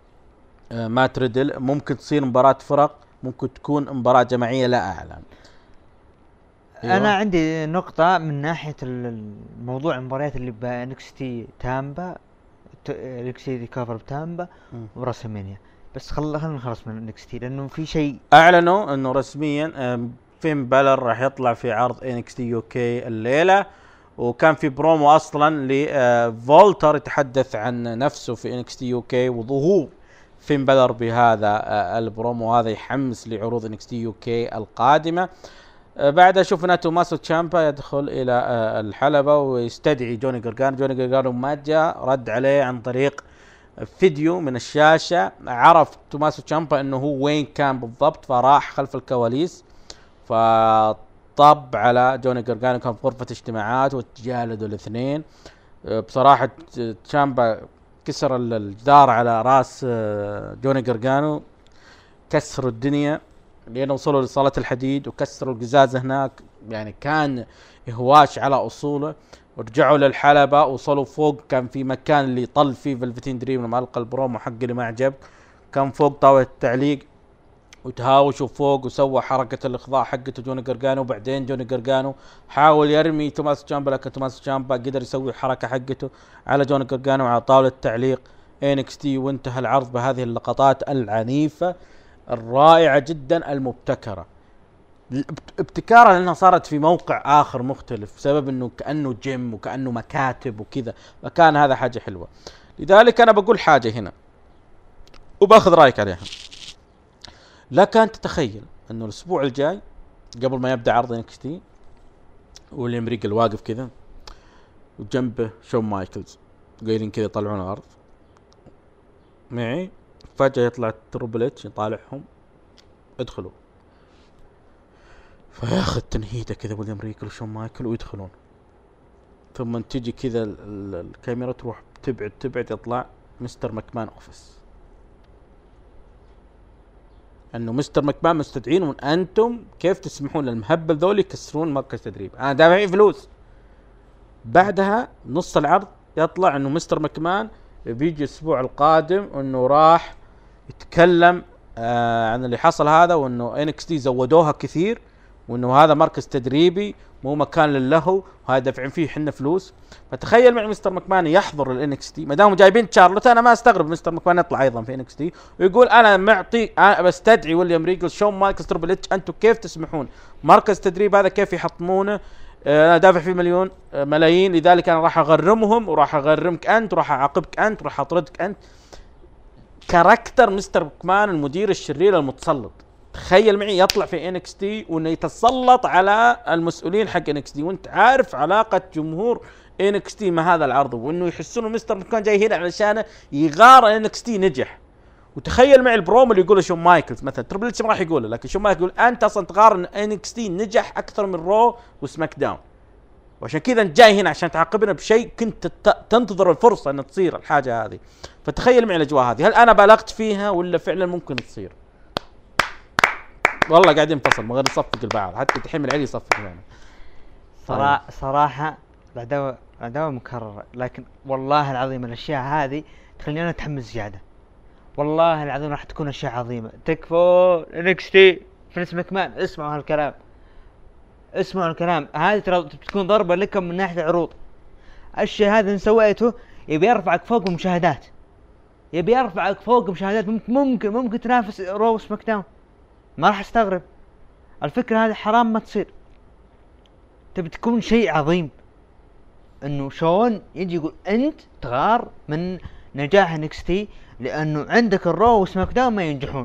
مات ريدل. ممكن تصير مباراة فرق، ممكن تكون مباراة جماعية، لا أعلم. أيوة. أنا عندي نقطة من ناحية الموضوع المباريات اللي بإنكس تي تامبا، إنكس تي كافر بتامبا وراسلمانيا. بس خل خلينا نخلص من إنكس تي لأنه في شيء أعلنوا إنه رسميا فين بالر راح يطلع في عرض إنكس تي يو كي الليلة، وكان في برومو أصلا لفولتر يتحدث عن نفسه في إنكس تي يو كي وظهور فين بالر بهذا البرومو. هذا يحمس لعروض إنكس تي يو كي القادمة. بعدها شفنا توماسو تشامبا يدخل إلى الحلبة ويستدعي جوني غرغانو. جوني غرغانو ما جاء، رد عليه عن طريق فيديو من الشاشة. عرف توماسو تشامبا انه هو وين كان بالضبط، فراح خلف الكواليس فطب على جوني غرغانو. كان في غرفة اجتماعات وتجالدوا الاثنين. بصراحة تشامبا كسر الجدار على راس جوني غرغانو، كسروا الدنيا لين وصلوا لصالة الحديد وكسروا القزاز هناك. يعني كان إهواش على أصوله. ورجعوا للحلبة، وصلوا فوق، كان في مكان اللي طل فيه فالفتين دريم لما ألقى البرومو حق اللي ما عجب، كان فوق طاولة التعليق وتهاوشوا فوق وسوى حركة الإخضاع حقته جوني غرغانو. وبعدين جوني غرغانو حاول يرمي توماسو تشامبا، لكن توماسو تشامبا قدر يسوي حركة حقته على جوني غرغانو على طاولة التعليق إنكس تي. وانتهى العرض بهذه اللقطات العنيفة الرائعة جدا المبتكرة. ابتكارها لأنها صارت في موقع آخر مختلف بسبب أنه كأنه جيم وكأنه مكاتب وكذا، فكان هذا حاجة حلوة. لذلك أنا بقول حاجة هنا وباخذ رأيك عليها. لك أن تتخيل أنه الأسبوع الجاي قبل ما يبدأ عرض إنكس تي والأمريكا الواقف كذا وجنبه شون مايكلز قايلين كذا يطلعون العرض معي، فجأة يطلع تربل اتش يطالعهم ادخلوا، فياخذ تنهيده كذا ويليام ريكل وشون مايكل ويدخلون. ثم تجي كذا ال- ال- الكاميرا تروح تبعد تبعد يطلع مستر مكمان اوفيس، انه مستر مكمان مستدعين وانتم كيف تسمحون للمهبل ذول يكسرون مركز تدريب، انا دافعين فلوس. بعدها نص العرض يطلع انه مستر مكمان بيجي الاسبوع القادم انه راح يتكلم آه عن اللي حصل هذا، وانه إن إكس تي زودوها كثير، وانه هذا مركز تدريبي مو مكان للهو، وهذا دافعين فيه حنا فلوس. فتخيل مع مستر مكمان يحضر الان اكس تي، ما دام جايبين شارلوت انا ما استغرب مستر مكمان يطلع ايضا في ان اكس تي ويقول انا معطي أنا بستدعي ويليام ريجل شون مايكلز تربل اتش، انتم كيف تسمحون مركز تدريب هذا كيف يحطمونه؟ انا دافع فيه مليون آه ملايين، لذلك انا راح اغرمهم وراح اغرمك انت وراح اعاقبك انت وراح اطردك انت. كاركتر مستر مكمان المدير الشرير المتسلط. تخيل معي يطلع في ان اكس تي وانه يتسلط على المسؤولين حق ان اكس تي، وانت عارف علاقه جمهور ان اكس تي مع هذا العرض، وانه يحسون مستر مكمان جاي هنا علشان يغار ان اكس تي نجح. وتخيل معي البرومو اللي يقوله شون مايكلز مثلا، تربل اتش ما راح يقوله، لكن شون مايكلز يقول انت اصلا تغار ان ان اكس تي نجح اكثر من رو وسماك داون، وعشان كذا انت جاي هنا عشان تعاقبنا بشيء كنت تنتظر الفرصه ان تصير الحاجه هذه. فتخيل معي الاجواء هذه، هل انا بالغت فيها ولا فعلا ممكن تصير؟ والله قاعدين نفصل من غير نصفق البعض، حتى تحمل العلي يصفق معنا. صراحة صراحة العداوة العداوة مكررة، لكن والله العظيم الاشياء هذه تخليني انا اتحمس زيادة. والله العظيم راح تكون اشياء عظيمة. تكفو ان اكس تي فينس ماكمان، اسمعوا هالكلام، اسمعوا الكلام هذه ترى بتكون ضربة لكم من ناحية العروض. الشيء هذا ان سويته يبي يرفعك فوق المشاهدات، يبي يرفعك فوق مشاهدات، ممكن ممكن ممكن تنافس رو سماك داون، ما راح استغرب. الفكرة هذه حرام ما تصير. تبي تكون شيء عظيم انه شون يجي يقول انت تغار من نجاح إن إكس تي لانه عندك الرو وسماك داون ما ينجحون.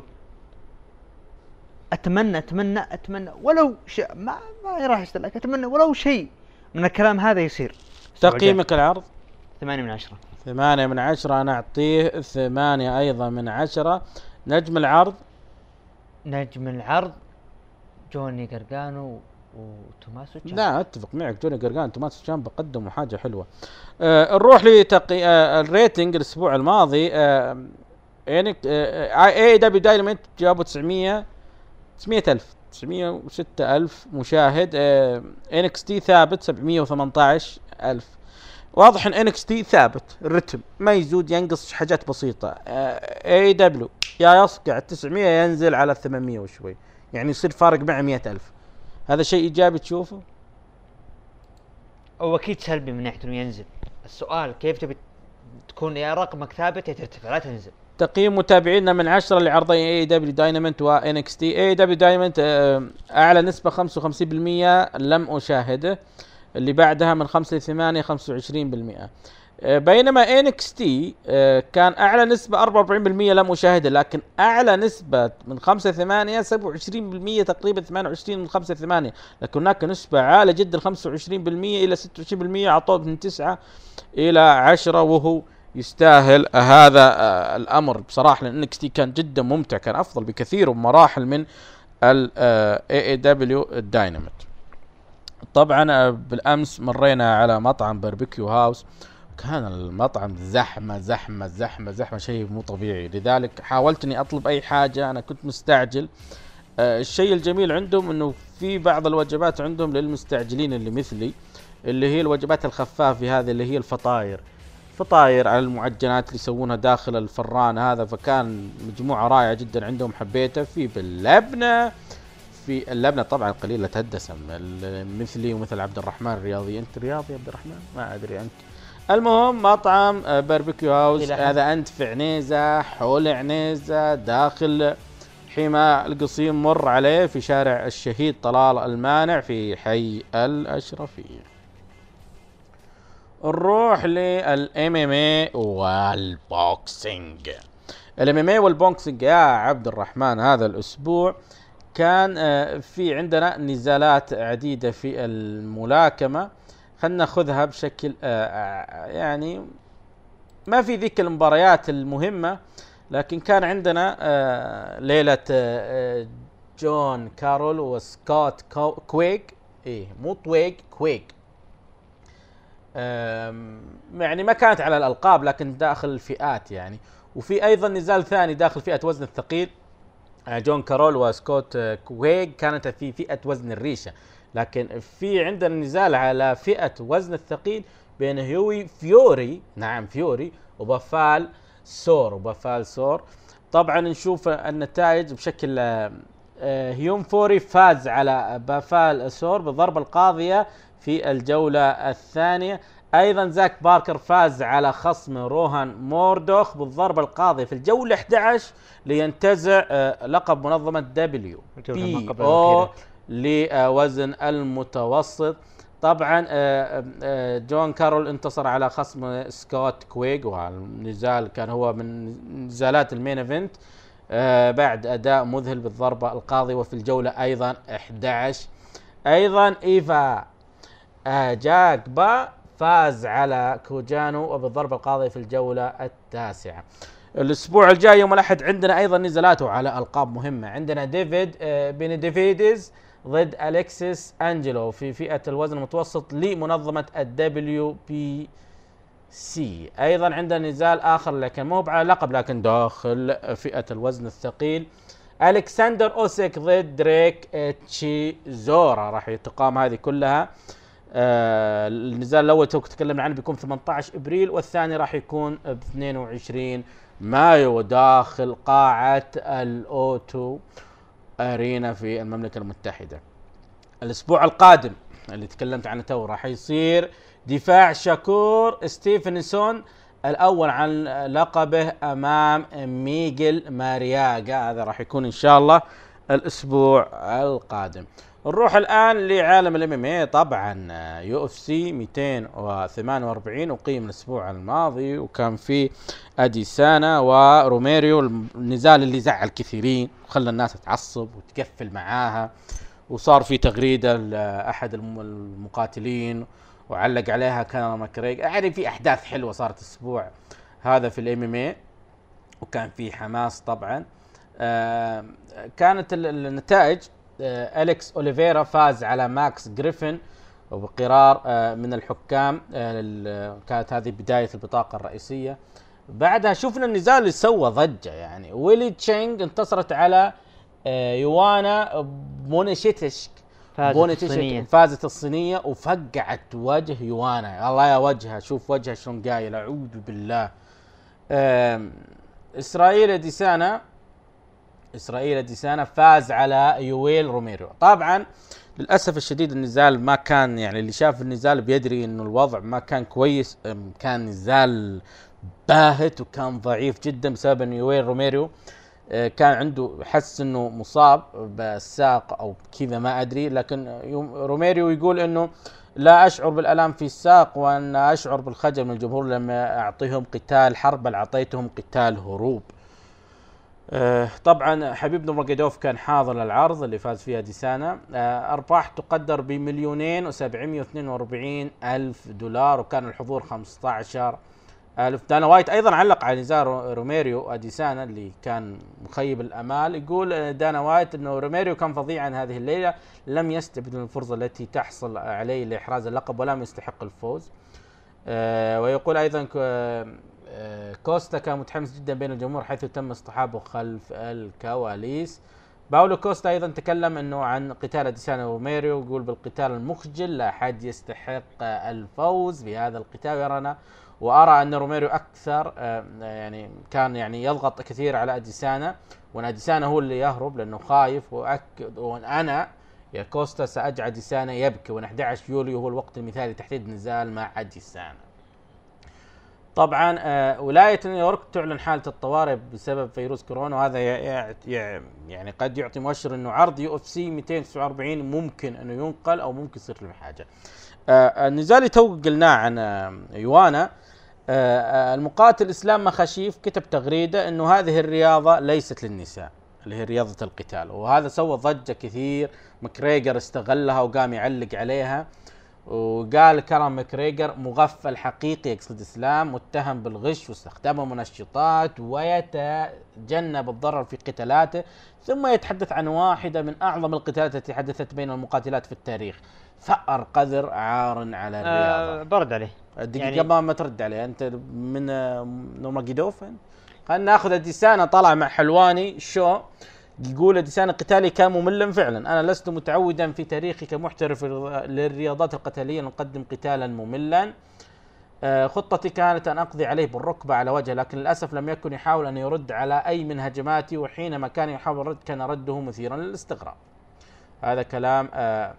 اتمنى اتمنى اتمنى ولو شيء، ما ما راح يستلك، اتمنى ولو شيء من الكلام هذا يصير. تقييمك العرض؟ ثمانية من عشرة. ثمانية من عشرة، انا اعطيه ثمانية ايضا من عشرة. نجم العرض؟ نجم العرض جوني غرغانو وتوماسو تشامبا. لا اتفق معك، جوني غرغانو توماسو تشامبا قدموا حاجه حلوه. آه نروح لتقي آه الريتنج الاسبوع الماضي. آه يعني آه اي دبليو دايناميت جابوا تسعمية تسعمية ألف تسعمية وستة ألف مشاهد. آه إن إكس تي ثابت سبعمية وثمانية عشر ألف. واضح ان إن إكس تي ثابت الرتم، ما يزود ينقص حاجات بسيطه. اي دبليو يا يصقع تسعمية ينزل على ثمانمية وشوي، يعني يصير فارق مع مية ألف. هذا شيء ايجابي تشوفه؟ هو اكيد سلبي من ناحيه انه ينزل. السؤال كيف تبي تكون يا رقمك ثابت يا ترتفع، لا تنزل. تقييم متابعينا من عشرة لعرضي اي دبليو دايناميت و إن إكس تي. اي دبليو دايناميت اعلى نسبه خمسة وخمسين بالمية لم اشاهده، اللي بعدها من خمسة لثمانية خمسة وعشرين بالمية. بينما إن إكس تي كان اعلى نسبه أربعة وأربعين بالمية لم اشاهده، لكن اعلى نسبه من خمسة لثمانية سبعة وعشرين بالمية تقريبا ثمانية وعشرين من خمسة لثمانية، لكن هناك نسبه عاليه جدا خمسة وعشرين بالمية الى ستة وعشرين بالمية، اعطوه من تسعة الى عشرة، وهو يستاهل هذا الامر بصراحه، لان إن إكس تي كان جدا ممتع، كان افضل بكثير ومراحل من ال إيه إيه دبليو دايناميت. طبعا بالامس مرينا على مطعم باربيكيو هاوس، كان المطعم زحمه زحمه زحمه زحمه شيء مو طبيعي، لذلك حاولت اني اطلب اي حاجه، انا كنت مستعجل. آه الشيء الجميل عندهم انه في بعض الوجبات عندهم للمستعجلين اللي مثلي، اللي هي الوجبات الخفافه هذه اللي هي الفطاير، فطاير على المعجنات اللي يسوونها داخل الفران هذا، فكان مجموعه رائعه جدا عندهم حبيته. في باللبنه، في اللبنه طبعا قليله الدسم مثلي ومثل عبد الرحمن الرياضي. انت رياضي يا عبد الرحمن؟ ما ادري انت. المهم مطعم باربيكيو هاوس هذا انت في عنيزه، حول عنيزه، داخل حمى القصيم، مر عليه في شارع الشهيد طلال المانع في حي الاشرفيه. نروح للام ام اي والبوكسينج. الام ام اي والبوكسينج يا عبد الرحمن، هذا الاسبوع كان في عندنا نزالات عديدة في الملاكمة. خلنا ناخذها بشكل يعني ما في ذيك المباريات المهمة، لكن كان عندنا ليلة جون كارول وسكوت كويك، ايه مو طويق، كويك. يعني ما كانت على الألقاب لكن داخل الفئات يعني. وفي أيضا نزال ثاني داخل فئة وزن الثقيل، جون كارول وسكوت كويغ، كانت في فئة وزن الريشة. لكن في عندنا نزال على فئة وزن الثقيل بين هيوي فيوري، نعم فيوري، وبافال سور وبافال سور. طبعا نشوف النتائج بشكل هيوم فوري فاز على بافال سور بالضربة القاضية في الجولة الثانية. ايضا زاك باركر فاز على خصم روهان موردوخ بالضربة القاضية في الجولة أحد عشر لينتزع لقب منظمة دبليو بي او لوزن المتوسط. طبعا جون كارول انتصر على خصم سكوت كويغ، والنزال كان هو من نزالات المين ايفنت بعد اداء مذهل بالضربة القاضية. وفي الجولة ايضا أحد عشر ايضا ايفا جاكبا فاز على كوجانو وبالضربة القاضية في الجولة التاسعة. الاسبوع الجاي يوم الاحد عندنا ايضا نزالاته على القاب مهمة. عندنا ديفيد بينيديفيدز ضد أليكسيس أنجلو في فئة الوزن المتوسط لمنظمة الدبليو بي سي. ايضا عندنا نزال اخر لكن مو على لقب لكن داخل فئة الوزن الثقيل، ألكسندر أوسيك ضد دريك تشيزورا. راح تقام هذه كلها. آه النزال الاول تو تكلمنا عنه بيكون ثمانية عشر ابريل، والثاني راح يكون ب اثنين وعشرين مايو داخل قاعة الاوتو ارينا في المملكة المتحدة. الاسبوع القادم اللي تكلمت عنه تو راح يصير دفاع شاكور ستيفنسون الاول عن لقبه امام ميغيل مارياغا. هذا راح يكون ان شاء الله الاسبوع القادم. نروح الان لعالم الام ام اي. طبعا يو اف سي مئتين وثمانية وأربعين اقيم الاسبوع الماضي، وكان في اديسانا وروميريو، النزال اللي زعل كثيرين وخلى الناس تعصب وتقفل معاها، وصار في تغريده لاحد المقاتلين وعلق عليها كان ماكريغ. يعني في احداث حلوه صارت الاسبوع هذا في الام ام اي، وكان في حماس طبعا. آه كانت النتائج آه أليكس أوليفيرا فاز على ماكس جريفن وبقرار آه من الحكام. آه كانت هذه بداية البطاقة الرئيسية. بعدها شفنا النزال اللي سوى ضجة، يعني ويلي تشينغ انتصرت على آه يوانا بونيشيتشك فازت الصينية. فازت الصينية وفقعت وجه يوانا. الله يا وجهها، شوف وجهها شلون قايل، أعوذ بالله. آه إسرائيل أديسانا إسرائيل أديسانا فاز على يويل روميرو. طبعا للأسف الشديد النزال ما كان، يعني اللي شاف النزال بيدري إنه الوضع ما كان كويس، كان نزال باهت وكان ضعيف جدا بسبب إن يويل روميرو كان عنده حس إنه مصاب بالساق أو كذا ما أدري، لكن روميرو يقول إنه لا أشعر بالألام في الساق وأن أشعر بالخجل من الجمهور لما أعطيهم قتال حرب، بل أعطيتهم قتال هروب. آه طبعا حبيب نورماجيدوف كان حاضر العرض اللي فاز فيها ديسانا. آه أرباح تقدر بمليونين وسبعمائة واثنين وأربعين ألف دولار، وكان الحضور خمسة عشر ألف. دانا وايت أيضا علق على نزال روميريو أديسانا اللي كان مخيب الأمال. يقول دانا وايت أنه روميريو كان فظيعا هذه الليلة، لم يستبدل الفرصة التي تحصل عليه لإحراز اللقب ولم يستحق الفوز. آه ويقول أيضا كوستا كان متحمس جدا بين الجمهور حيث تم اصطحابه خلف الكواليس. باولو كوستا ايضا تكلم انه عن قتال اديسانا وروميريو، يقول بالقتال المخجل لا احد يستحق الفوز بهذا القتال يرانا، وارى ان روميريو اكثر يعني كان يعني يضغط كثير على اديسانا، وان اديسانا هو اللي يهرب لانه خايف. واكد وان انا يا كوستا ساجعل اديسانا يبكي، وان أحد عشر يوليو هو الوقت المثالي لتحديد نزال مع اديسانا. طبعا آه ولاية نيويورك تعلن حالة الطوارئ بسبب فيروس كورونا، وهذا يعني قد يعطي مؤشر انه عرض يو اف سي مئتين وتسعة وأربعين ممكن انه ينقل او ممكن يصير له حاجة. آه النزال اللي تو قلناه عن آه يوانا، آه المقاتل اسلام مخاشيف كتب تغريدة انه هذه الرياضة ليست للنساء اللي هي رياضة القتال، وهذا سوى ضجة كثير. ماكريغر استغلها وقام يعلق عليها، وقال كرم ماكريغر مغفل حقيقي يقصد اسلام متهم بالغش واستخدام المنشطات ويتجنب الضرر في قتالاته، ثم يتحدث عن واحدة من اعظم القتالات التي حدثت بين المقاتلات في التاريخ. ثأر قذر عار على الرياضة. آه برد عليه دقيقه يعني- قبل ما ترد عليه انت من نورماجيدوفن. خلينا ناخذ اديسانا طلع مع حلواني شو يقول اديسانا قتالي كان مملا فعلا، انا لست متعودا في تاريخي كمحترف للرياضات القتاليه ان اقدم قتالا مملا. آه، خطتي كانت أن أقضي عليه بالركبة على وجهه، لكن للأسف لم يكن يحاول أن يرد على أي من هجماتي، وحينما كان يحاول الرد كان رده مثيرا للاستغراب. هذا كلام آآ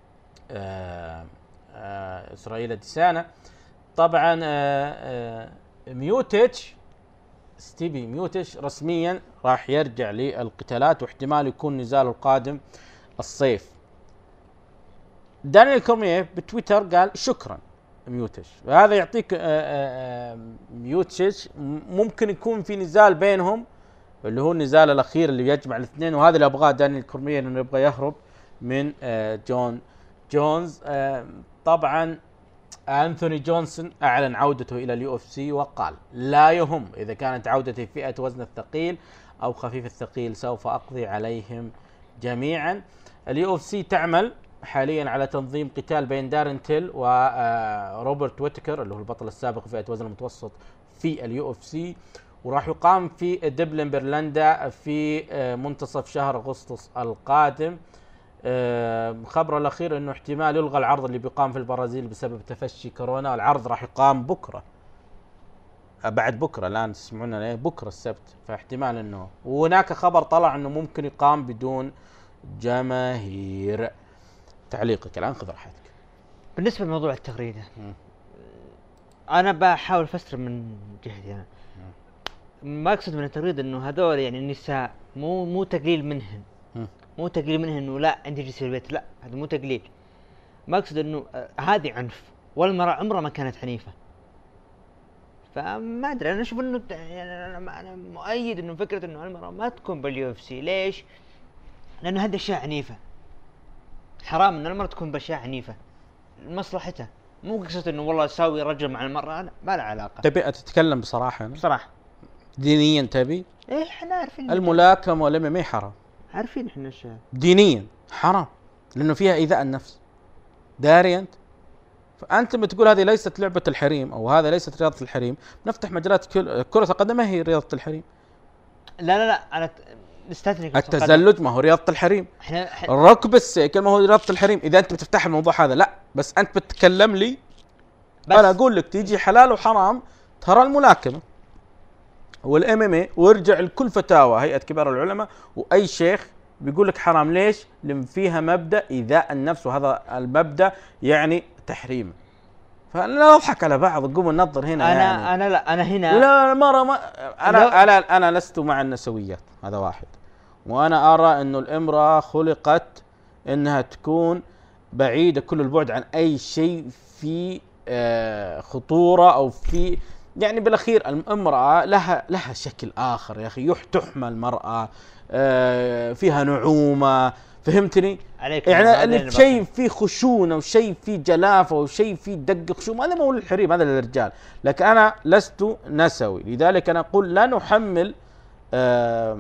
آآ آآ إسرائيل أديسانا. طبعا آآ ميوتيتش ستيفي ميوتيتش رسميا راح يرجع للقتالات، واحتمال يكون نزاله القادم الصيف. دانيال كورميه بتويتر قال شكرا ميوتش، وهذا يعطيك ميوتش ممكن يكون في نزال بينهم اللي هو النزال الاخير اللي يجمع الاثنين، وهذا اللي ابغاه دانيال كورميه انه يبغى يهرب من جون جونز. طبعا انثوني جونسون اعلن عودته الى اليو اف سي وقال لا يهم اذا كانت عودتي فئه وزن الثقيل او خفيف الثقيل سوف اقضي عليهم جميعا. اليو اف سي تعمل حاليا على تنظيم قتال بين دارين تيل وروبرت ويتكر اللي هو البطل السابق في فئة وزن المتوسط في اليو اف سي، وراح يقام في دبلن برلندا في منتصف شهر اغسطس القادم. خبر الاخير انه احتمال يلغى العرض اللي بيقام في البرازيل بسبب تفشي كورونا. العرض راح يقام بكره بعد بكره، الان تسمعونا بكره السبت، فاحتمال انه وهناك خبر طلع انه ممكن يقام بدون جماهير. تعليقك الان خذ راحتك. بالنسبه لموضوع التغريده م. انا بحاول افسر من جهتي انا. ما اقصد من التغريده انه هذول يعني النساء مو مو تقليل منهن، م. مو تقليل منهن انه لا انت جلسي في البيت، لا هذا مو تقليل. ما اقصد انه آه هذه عنف، والمراه عمرها ما كانت عنيفه. فما ادري انا اشوف انه يعني انا مؤيد انه فكره انه المراه ما تكون باليو اف سي. ليش؟ لانه هذه اشياء عنيفه، حرام ان المرأة تكون باشياء عنيفة لمصلحتها، مو قصة انه والله اساوي رجل مع المرأة، لا ما له علاقة. تبي تتكلم بصراحة يعني؟ بصراحة دينيا تبي؟ ايه احنا عارفين الملاكمة والام ام اي حرام، عارفين احنا الشيء دينيا حرام لانه فيها ايذاء النفس. داري انت؟ فانت بتقول هذه ليست لعبة الحريم او هذا ليست رياضة الحريم، نفتح مجالات كرة القدم ما هي رياضة الحريم. لا لا لا انا نستثني التزلج ما هو رياضة الحريم، احنا ح... ركب السيكل ما هو رياضة الحريم. اذا انت بتفتح الموضوع هذا لا، بس انت بتتكلم لي بس. انا اقول لك تيجي حلال وحرام، ترى الملاكمة والام ام اي، وارجع لكل فتاوى هيئة كبار العلماء واي شيخ بيقول لك حرام. ليش؟ لان فيها مبدأ ايذاء النفس، وهذا المبدأ يعني تحريم. فلا نضحك على بعض، نقوم ننظر هنا. انا يعني انا لا انا هنا لا المرة ما انا انا انا لست مع النسويات، هذا واحد. وانا ارى انه الامرأة خلقت انها تكون بعيدة كل البعد عن اي شيء في آه خطورة او في يعني بالاخير الامرأة لها لها شكل اخر يا اخي، تحمل المرأة آه فيها نعومة، فهمتني؟ عليك يعني اللي شيء فيه خشونة وشيء فيه جلافة وشيء فيه دق خشوم، هذا ما هو للحريم، هذا للرجال. لكن انا لست نسوي، لذلك انا اقول لا نحمل آه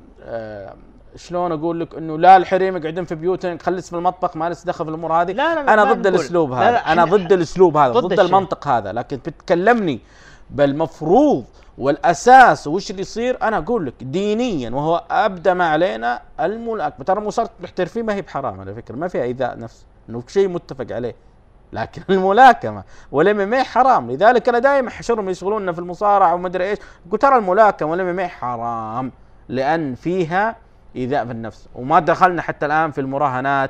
آه شلون اقول لك انه لا الحريم يقعدون في بيوتهم، خلص في المطبخ ما لسه دخل في الامور هذه. لا لا لا انا ضد الاسلوب هذا، لا لا انا ضد الاسلوب هذا، ضد, ضد المنطق هذا. لكن بتكلمني بالمفروض والاساس وش اللي يصير، انا اقول لك دينيا وهو ابدا ما علينا الملاكمه. ترى مصارعه المحترفين ما هي بحرام على فكره، ما فيها ايذاء نفس، انه شيء متفق عليه. لكن الملاكمه والام ام اي حرام. لذلك انا دائما احشرهم يشغلوننا في المصارعه وما ادري ايش، قلت ترى الملاكمه والام ام اي حرام لان فيها ايذاء في النفس. وما دخلنا حتى الان في المراهنات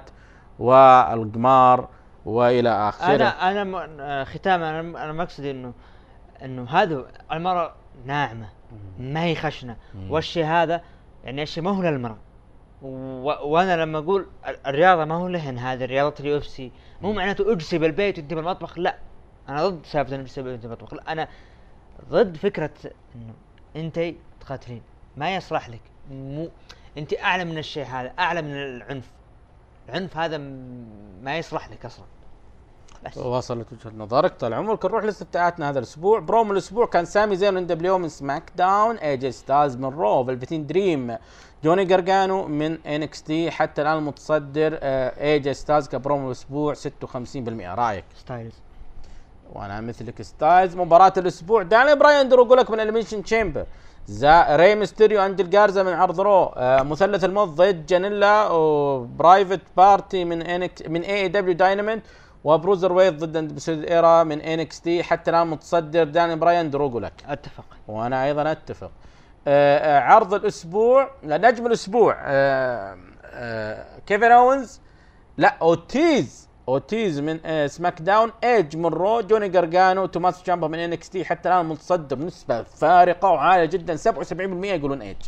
والقمار والى اخره. انا انا ختام انا انا مقصدي انه انه هذا المرأة ناعمة ما هي خشنة، والشيء هذا يعني الشيء ما هو للمرأة. وانا لما اقول الرياضة ما هو لهن، هذه رياضة اليو اف سي مو معناته اجلسي بالبيت وانت بالمطبخ، لا انا ضد سالفة انك تجلسي بالبيت وانت بالمطبخ، لا انا ضد فكرة انه انت تقاتلين ما يصلح لك، مو انت اعلى من الشيء هذا، اعلى من العنف. العنف هذا ما يصلح لك اصلا. بس وصلت وجهة نظرك. طال عمرك. نروح لاستفتاءاتنا هذا الاسبوع. بروم الاسبوع كان سامي زين من دبليو من سماك داون، اي جي ستايلز من رو، فلفتين دريم، جوني جرجانو من ان اكس تي. حتى الان المتصدر اي جي ستايلز كبروم الاسبوع ستة وخمسين بالمئة. رايك؟ ستايلز وانا مثلك ستايلز. مباراة الاسبوع داني براين درو لك من اليميشن تشامبر، ري ميستيريو عند الجارزا من عرض رو، آه مثلث الموت ضد جانيلا وبرايفت بارتي من انك من اي دبليو دايناميت، وبروزر ويد ضد اندبسود ايرا من انكس تي. حتى الان متصدر داني براين درو لك. اتفق. وانا ايضا اتفق. آه آه عرض الاسبوع، نجم الاسبوع آه آه كيفن اونز، لا اوتيز اوتيز من آه سماك داون، ايج من رو، جوني جارجانو، توماس جامبا من انكس تي. حتى الان متصدر بنسبه فارقه وعاليه جدا، سبعة وسبعين بالمئة يقولون ايج.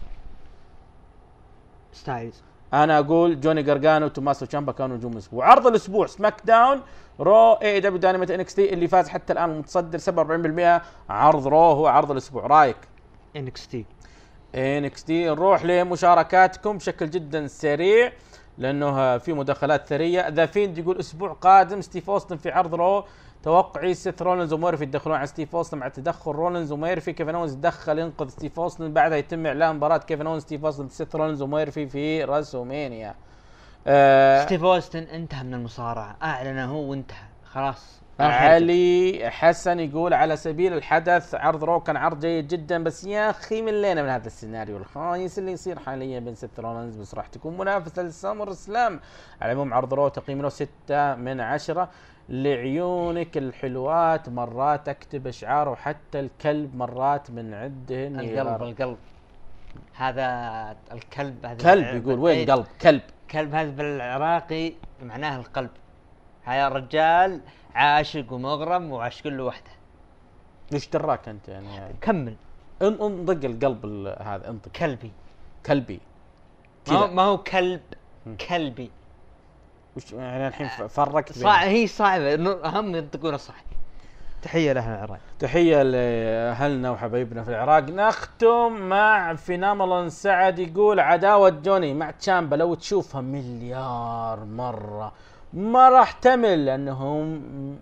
ستايلز. انا اقول جوني جارجانو وتوماس جامبا كانوا نجوم الاسبوع. عرض الاسبوع سماك داون، رو، اي دبليو دايناميت، انكس تي. اللي فاز حتى الان متصدر سبعة وأربعين بالمئة. عرض رو هو عرض الاسبوع. رايك؟ انكس تي. انكس تي. نروح لمشاركاتكم بشكل جدا سريع لانه في مداخلات ثريه. ذا فيند يقول اسبوع قادم ستيف اوستن في عرض رو، توقعي سيث رولينز وميرفي يدخلون على ستيف اوستن. مع تدخل رولينز وميرفي كيفن اونز يتدخل ينقذ ستيف اوستن، بعدها يتم اعلان مباراه كيفن اونز ستيف اوستن سيث رولينز وميرفي في راسلمانيا. آه ستيف اوستن انتهى من المصارعه، اعلن هو وانتهى خلاص. علي حسن يقول على سبيل الحدث عرض رو كان عرض جيد جدا، بس يا اخي ملينا من هذا السيناريو الخايس اللي يصير حاليا بين سيث رولينز، بس راح تكون منافسه للسامر سلام. على العموم عرض رو تقييم له ستة من عشرة. لعيونك الحلوات مرات اكتب اشعار، وحتى الكلب مرات من عندهن القلب القلب هذا الكلب هذا كلب يقول وين قلب كلب كلب هذا بالعراقي معناه القلب. هيا الرجال عاشق ومغرم وعاشق له وحده. ليش دراك انت يعني, يعني كمل. انطق القلب هذا انطق. كلبي كلبي ما هو, ما هو كلب م. كلبي وش يعني الحين فرقت صع... هي صعبه اهم ينطقونها صح. تحيه لاهل العراق. تحيه لاهلنا وحبايبنا في العراق. نختم مع فينامولون سعد يقول عداوه جوني مع تشامبا لو تشوفها مليار مره ما راح تمل لانهم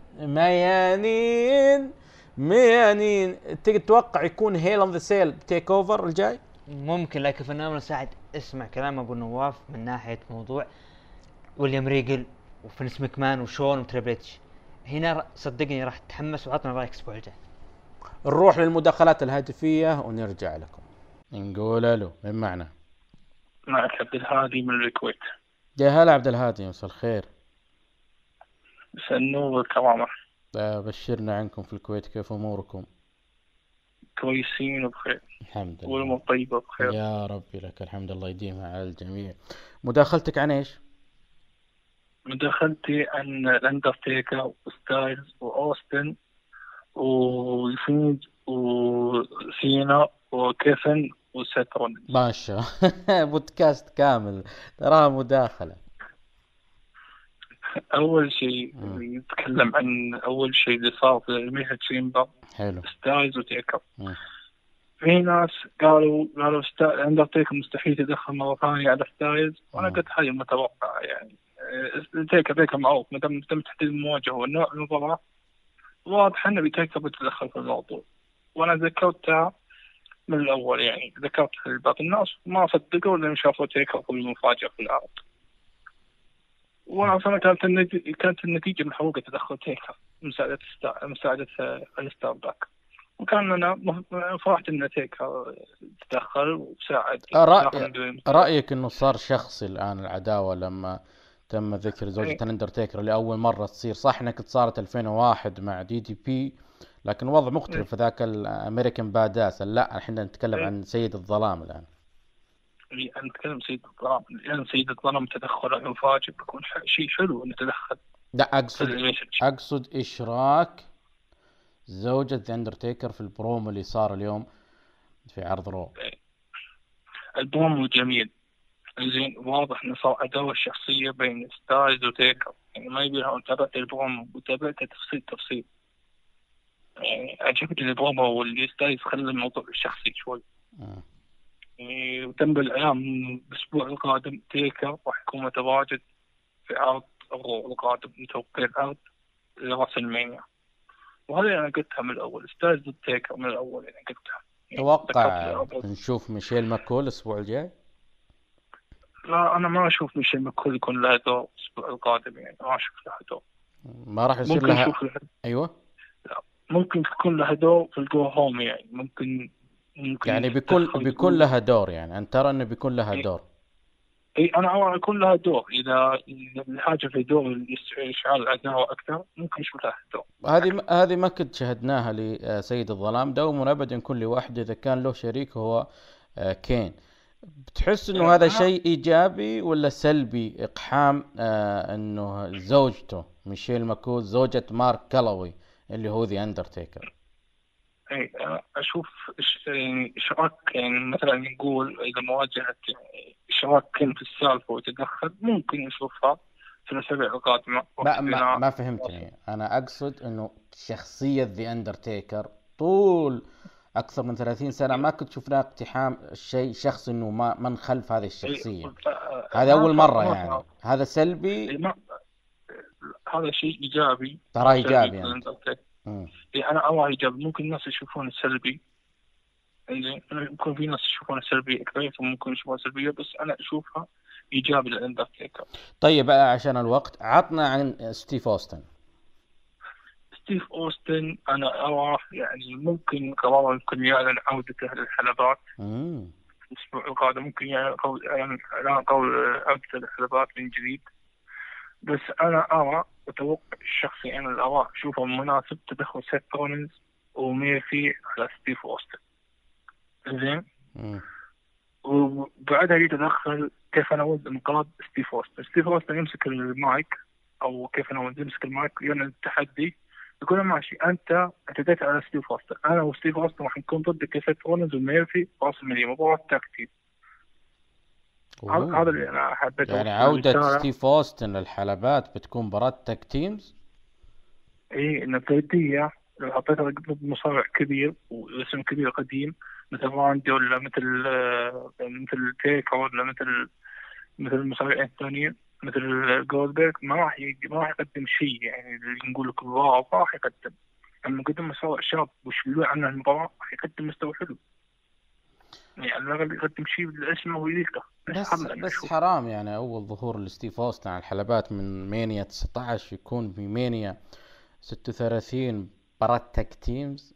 ميانين ميانين. تتوقع يكون هيل اون ذا سيل تيك اوفر الجاي؟ ممكن، لكن فنان سعد اسمع كلام ابو نواف من ناحيه موضوع ويليام ريجل وفينس ماكمان وشون وتريبليتش، هنا صدقني راح تتحمس وعطنا رايك الاسبوع الجاي. نروح للمداخلات الهاتفيه ونرجع لكم. نقول الو، من معنا؟ معك عبد الهادي من الكويت. يا هلا عبد الهادي، مساء الخير. مساء النور والكرامة. بشرنا عنكم في الكويت، كيف اموركم؟ كويسين وبخير الحمد لله، والامور طيبة بخير يا ربي لك الحمد، الله يديمها على الجميع. مداخلتك عن ايش؟ مداخلتي عن الاندرتيكر وستايلز واوستن وفيند وسينا وكيفن وسترون. ماشا بودكاست كامل تراها مداخلة. اول شيء يتكلم عن اول شيء اللي صار في الميها تشامبر. حلو. ستايلز وتيكر. في ناس قالوا قالوا اندرتيكر مستحيل يدخل مره ثانيه على ستايلز، وانا قلت هاي متوقعه يعني. تيكر تيكر معروف ما دام تم تحديد المواجهه والنوع المباراه واضح انه بتيكر بيتدخل في الموضوع، وانا ذكرتها من الاول يعني. ذكرت لبعض الناس ما صدقوا لما شافوا تيكر قبل المفاجاه في العرض، وانا اصلا كانت النتيجه كانت النتيجه من حقوق تدخل تيكر مساعده ستا... مساعده الستار باك، وكان انا فرحت ان تيكر تدخل وساعد. رأي... رايك انه صار شخصي الان العداوه لما تم ذكر زوجة الاندرتيكر لاول مره تصير؟ صح انها كنت صارت ألفين وواحد مع دي دي بي، لكن الوضع مختلف في ذاك الامريكان باداس. لا الحين نتكلم إيه؟ عن سيد الظلام الان. أنا أتكلم سيد الظلام الآن. سيد الظلام تدخل مفاجئ بيكون شيء حلو إنه تدخل. لا أقصد أقصد إشراك زوجة ذا أندرتيكر في البرومو اللي صار اليوم في عرض رو. البرومو جميل زين، واضح إنه صار عداوة شخصية بين ستايلز وتيكر يعني. ما يبيها تابعت البرومو وتابعته تفصيل تفصيل يعني. عجبني البرومو واللي ستايلز خلى الموضوع الشخصي شوي. م. يعني وتم بالإعلان الأسبوع القادم تيكر راح يكون متواجد في عرض الرو القادم، متوقع العرض لراسلمانيا، وهذا أنا قلتها من الأول. ستايلز ضد تيكر من الأول يعني قلتها. توقع نشوف ميشيل ماكول الأسبوع الجاي؟ لا أنا ما أشوف ميشيل ماكول يكون له دور الأسبوع القادم يعني. ما أشوف له دور. ما راح يصير لها. أيوة. ممكن تكون لها دور في الجو هوم، يعني ممكن ممكن يعني بيكون تدخل بيكون تقول- لها دور، يعني أنت ترى إنه بيكون لها إيه. دور. اي انا أرى يكون لها دور، اذا إذا الحاجه في دور اشعال العداوه اكثر ممكن يشوف لها دور. هذه هذه ما كنت شاهدناها لسيد الظلام. دوما ابدا كل واحد اذا كان له شريك هو آه، كين. بتحس انه هذا أنا- شيء ايجابي ولا سلبي؟ اقحام آه، انه زوجته ميشيل ماكوز زوجة مارك كالوي اللي هو ذا اندرتيكر. اي أنا اشوف إش- يعني اشراك، يعني مثلا نقول اذا مواجهه يعني اشراك كين في السالفه وتدخل ممكن نشوفها في الاسابيع القادمه. ما, ما, وقت ما فهمتني. انا اقصد انه شخصية ذا اندرتيكر طول اكثر من ثلاثين سنة ما كنت شفنا اقتحام شيء شخص انه ما من خلف هذه الشخصية. هذا اول مرة يعني. هذا سلبي؟ ما هذا شيء ايجابي. ترى ايجابي سلبي. انت. مم. إيه أنا أراه إيجابي. ممكن الناس يشوفونه سلبي، إنزين ممكن في ناس يشوفونه سلبي أكثر، ممكن يشوفونه سلبية، بس أنا أشوفها إيجابي للأندرتيكر. طيب بقى عشان الوقت عطنا عن ستيف أوستن. ستيف أوستن أنا أراه يعني ممكن قرار يمكن يعلن عودته للحلبات مم. الأسبوع القادم، ممكن يعلن قول يعني إعلان قول عودته للحلبات من جديد. بس أنا أرى وتوقع الشخصي أنا اللي أراه أشوفه مناسب تدخل سيث رولينز وميرفي على ستيف أوستن. زين. مم. وبعدها يتدخل كيف انا اود انقاذ ستيف أوستن. ستيف أوستن يمسك المايك، او كيف انا اود يمسك المايك يعلن التحدي، يقول له ماشي انت اعتديت على ستيف أوستن، انا وستيف أوستن راح نكون ضدك سيث رولينز وميرفي راس المليون مباراة تاكتيك. هذا أوه. هذا اللي انا حبيته. يعني عودة ستيف أوستن للحلبات بتكون مباراة تاك تيمز؟ اي انه بجدية لو حطيتها ضد مصارع كبير واسم كبير قديم مثل راندي ولا مثل آه، مثل تيك ولا مثل مثل المصارعين الثانيين مثل جولدبرغ، ما راح يج- ما راح يقدم شيء يعني اللي نقول لك واو ما راح يقدم. لما قدم مصارع شاب وشلوه عنه المباراة راح يقدم مستوى حلو، يعني على الأقل يقدم شيء بالاسم ويليقه. بس بس حرام يعني أول ظهور لستيف أوستن على الحلبات من مانيا تسعة عشر يكون بمانيا ستة وثلاثين مباراة تاك تيمز.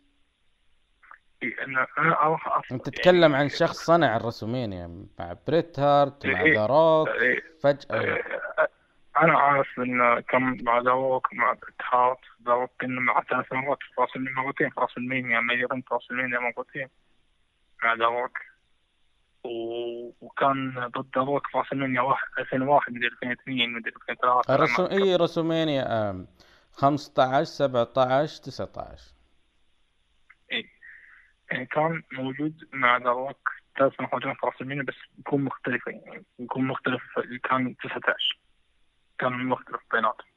أنا أنا أروح أصلاً أنت تتكلم عن شخص صنع الرسومينيا مع بريت هارت مع إيه. ذا روك إيه. فجأة. آه، أنا عارف إن كم مع ذا روك مع بريت هارت، ذا روك كنا مع ثلاث مرات في راس المينيا مرتين في راس المينيا ميرين في راس المينيا مرتين مع ذا روك، و- وكان ضد ذا روك في راس المينيا واحد ألفين وواحد من ألفين واثنين من ألفين وثلاثة. الرسو... اي رسومينيا آم، خمسة عشر سبعة عشر تسعة عشر. إيه. يعني كان موجود مع ذا روك ثلاث مهاجمات في راس المينيا بس يكون مختلفة، يعني يكون مختلف. كان تسعة عشر كان مختلف بيناتهم.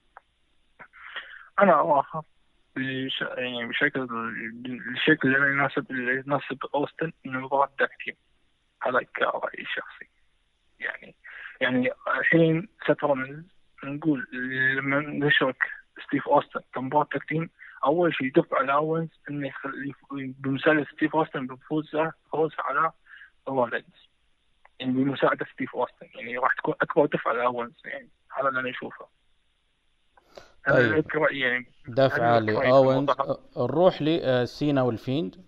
أنا أراها بش... يعني بشكل الشكل اللي يناسب اللي يناسب أوستن إنه مباراة تاكتيم. هذا كرأيي الشخصي. يعني يعني الحين سترى نقول لما نشرك ستيف أوستن كمباراة تاكتيم، أول شيء يدفع على أوينز إنه يخلي بمساعدة ستيف أوستن بفوزه فوز على رولينز، يعني بمساعدة ستيف أوستن يعني راح تكون أكبر دفع على أوينز. يعني هذا اللي أنا أشوفه. طيب يعني دفعة لأوينز. نروح لسينا والفيند.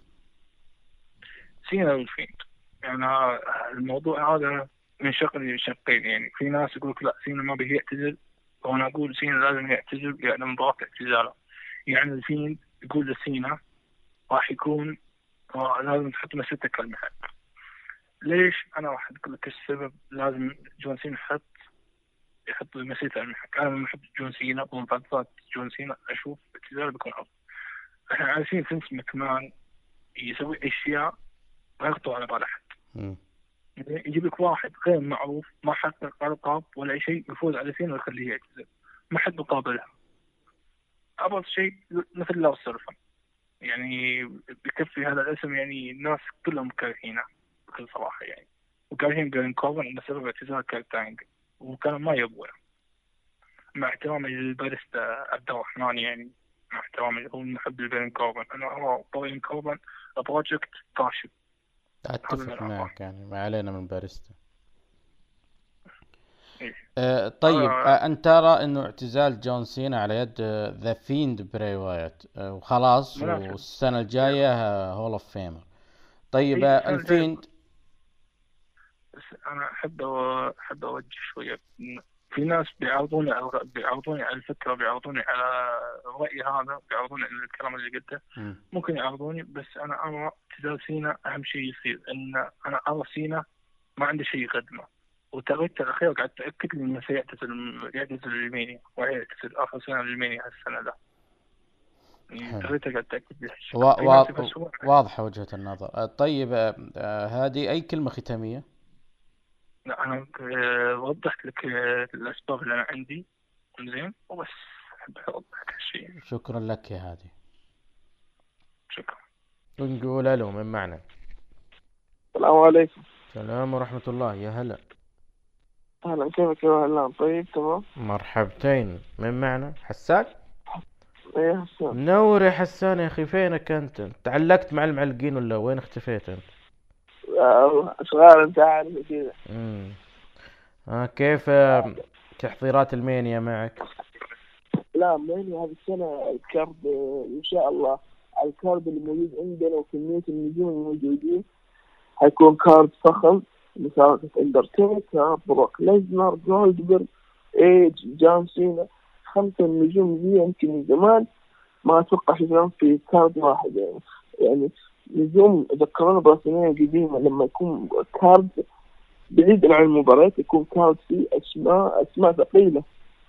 سينا والفيند يعني الموضوع هذا من شقين شقين. يعني في ناس يقولك لا سينا ما بيه يعتزل، وأنا أقول سينا لازم يعتزل يعني مباراة اعتزاله. يعني الفيند يقول لسينا راح يكون لازم تحط مسيرتك على المحك. ليش؟ أنا راح أقول لك السبب. لازم جون سينا يحط يحط مسيرته على المحك. أنا من محب جون سينا ومن فانتات جون سينا أشوف اعتزاله بيكون أفضل. إحنا عارفين فينس ماكمان يسوي أشياء ما يخطر على بال أحد. يجيب لك واحد غير معروف ما حقق ألقاب ولا أي شيء يفوز على سينا ويخليه يعتزل، ما حد مقابلها. أبرز شيء مثل لو سيرفن يعني بكفي هذا الاسم، يعني الناس كلهم كارهينه بكل صراحة يعني، وكارهين بيرن كوربن إنه سبب اعتزال كارتانج وكانوا ما يبغونه. مع احترامي للباريستا عبد الرحمن، يعني مع احترامي هو محب لبيرن كوربن، أنا أرى بيرن كوربن بروجكت فاشل. أتفق معك يعني ما علينا من باريستا. إيه. آه طيب آه. آه أنت ترى إنه اعتزال جون سينا على يد ذا فيند براي وايت آه وخلاص، مناسب. والسنة الجاية هول اوف فيمر. طيب إيه، آه السنة الجاية. الفيند بس أنا أحب أو- أحب أوجه شوية. في ناس بيعرضوني على الغ- بيعرضوني على الفكرة، بيعرضوني على الرأي هذا، بيعرضوني على الكلام اللي قلته. مم. ممكن يعرضوني، بس أنا أرى اعتزال سينا أهم شيء يصير. إن أنا أرى سينا ما عنده شيء يقدمه، وتغيرت الأخير قاعد تأكد لي إنه سيعتزل يعتزل المانيا، ويعتزل آخر سنة للمانيا هالسنة ده. يعني حلو. تغيرته قاعد تأكد لي هالشيء. وا- في ناس وا- يفسرون. واضحة وجهة النظر. آه طيب آه آه هذه أي كلمة ختامية؟ لا، أنا آه، وضحت لك آه، الأسباب اللي أنا عندي، زين، وبس. أحب أوضح لك هالشيء. شكرا لك يا هادي. شكرا. ونقول ألو من معنا. السلام عليكم. السلام ورحمة الله، يا هلا. أهلا، كيفك يا وهلان؟ طيب تمام. مرحبتين، من معنا؟ حسان؟ إيه حسان. منور يا حسان يا أخي، فينك أنت؟ تعلقت مع المعلقين ولا وين اختفيت أنت؟ آه، أشغال أنت عارف كذا. امم آه كيف آه، تحضيرات المانيا معك؟ لا، ماني هذه السنة الكارد آه، إن شاء الله على الكارد اللي موجود عندنا وكمية النجوم الموجودين حيكون كارد فخم. مسابقة اندرتيكر، بروك ليزنر، جولدبرغ، ايج، جون سينا. خمسة نجوم دي يمكن من زمان ما أتوقع شفناهم في كارد واحد. يعني يعني نجوم ذكرونا براسلين قديمة لما يكون كارد بعيد عن المباراة يكون كارد فيه أسماء أسماء ثقيلة.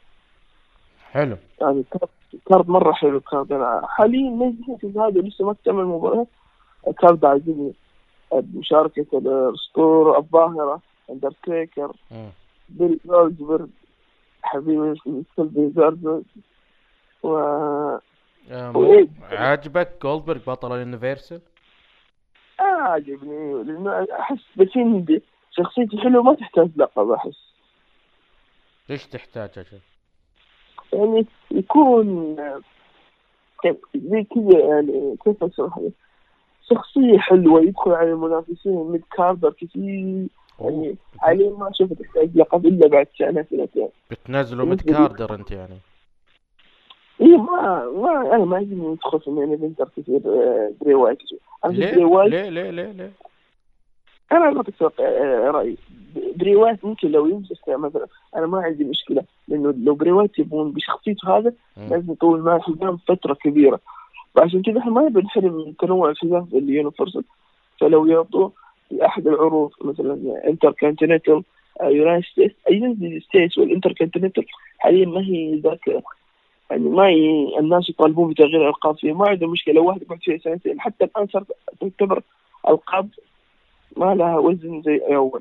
حلو. يعني كارد كارد مرة حلو. كارد أنا حاليا ما في هذا لسه ما تكمل المباراة. كارد عاجبني بمشاركة الأسطورة الظاهرة اندرتيكر، مم. بيل جولدبرغ، حبيبي سيلفي زارزو، و آه وإيه؟ مو عاجبك جولدبرغ بطل اليونيفرسال؟ آه عجبني لأنه أحس بفين شخصيتي حلوة ما تحتاج لقب. أحس ليش تحتاج أجل؟ يعني يكون زي كذا، يعني كيف أشرح لك؟ شخصية حلوة يدخل على المنافسين ميد كاردر كثير. يعني حاليا ما شفت تحتاج لقب إلا بعد سنة سنتين. بتنزلوا ميد كاردر أنت يعني؟ إيه، ما ما أنا ما عندي يدخل في مين إيفنتر كثير. بري وايت أنا ليه؟ بري وايت ليه ليه ليه ليه؟ أنا ما أتوقع رأيي. بري وايت ممكن لو يمسك مثلا أنا ما عندي مشكلة، لأنه لو بري وايت يبون بشخصيته هذا لازم يطول معه الحزام فترة كبيرة. فعشان كذا احنا ما نبي نحرم من تنوع الحزام في اليونيفرسال. فلو يعطوه في أحد العروض مثلا انتر كونتيننتال، يونايتد ستيتس، أي ستيتس والانتر كونتيننتال حاليا ما هي ذاك. يعني ما ي... الناس يطالبون بتغيير الألقاب فيه، ما عنده مشكلة. لو واحد يقعد فيها سنتين حتى الآن صارت تعتبر ألقاب ما لها وزن زي أول.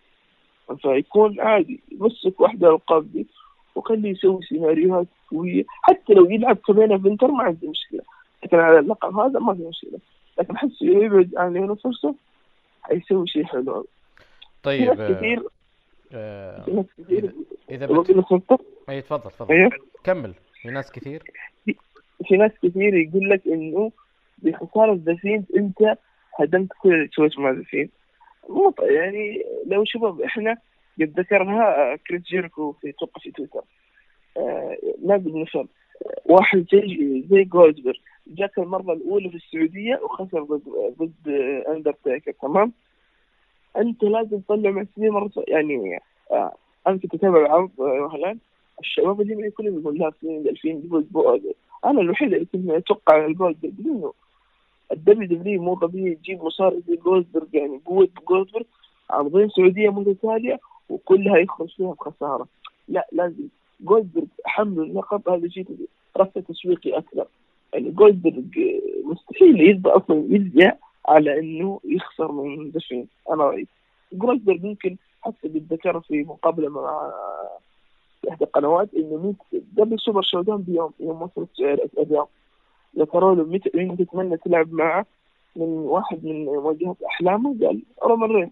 فيكون عادي يمسك واحدة الألقاب دي وخليه يسوي سيناريوهات قوية. حتى لو يلعب كمان في انتر ما عنده مشكلة، لكن على اللقب هذا ما في مشكلة. لكن حس يبعد عن اليونيفرسال حيسوي شيء حلو. طيب في ناس كثير آه في ناس كثير إذا بت... بت... أي تفضل تفضل أيه؟ كمل. في ناس كثير في ناس كثير يقول لك إنه بخسارة ذا أنت هدمت كل اللي سويته مع ذا. مو يعني لو شباب إحنا قد ذكرها كريس جيركو في توقف في تويتر. آه نقل مثل واحد زي زي جولدبرغ جاك المرة الأولى في السعودية وخسر ضد ضد أندرتيكر. تمام، أنت لازم تطلع مع السنين مرة يعني. آه أنت تتابع العرض وهلان الشباب اللي كلهم يقول لا سنين ألفين جولدبرغ. أنا الوحيد اللي كنت أتوقع الجولدبرغ لأنه الدبليو دبليو مو طبيعي تجيب مصاري زي جولدبرغ. يعني قوة جولدبرغ عرضين سعودية متتالية وكلها يخرج فيها بخسارة. لا، لازم جولدبرغ حمل اللقب. هذا شيء رفع تسويقي أكثر. يعني جولدبرغ مستحيل يبقى أصلا يلجأ على إنه يخسر من دفين. أنا رأيي جولدبرغ ممكن حتى بالذكر في مقابلة مع إحدى القنوات إنه قبل سوبر شودان بيوم يوم وصلت الرياض ذكروا له متى مين تتمنى تلعب معه من واحد من مواجهات أحلامه، قال رومان رينز.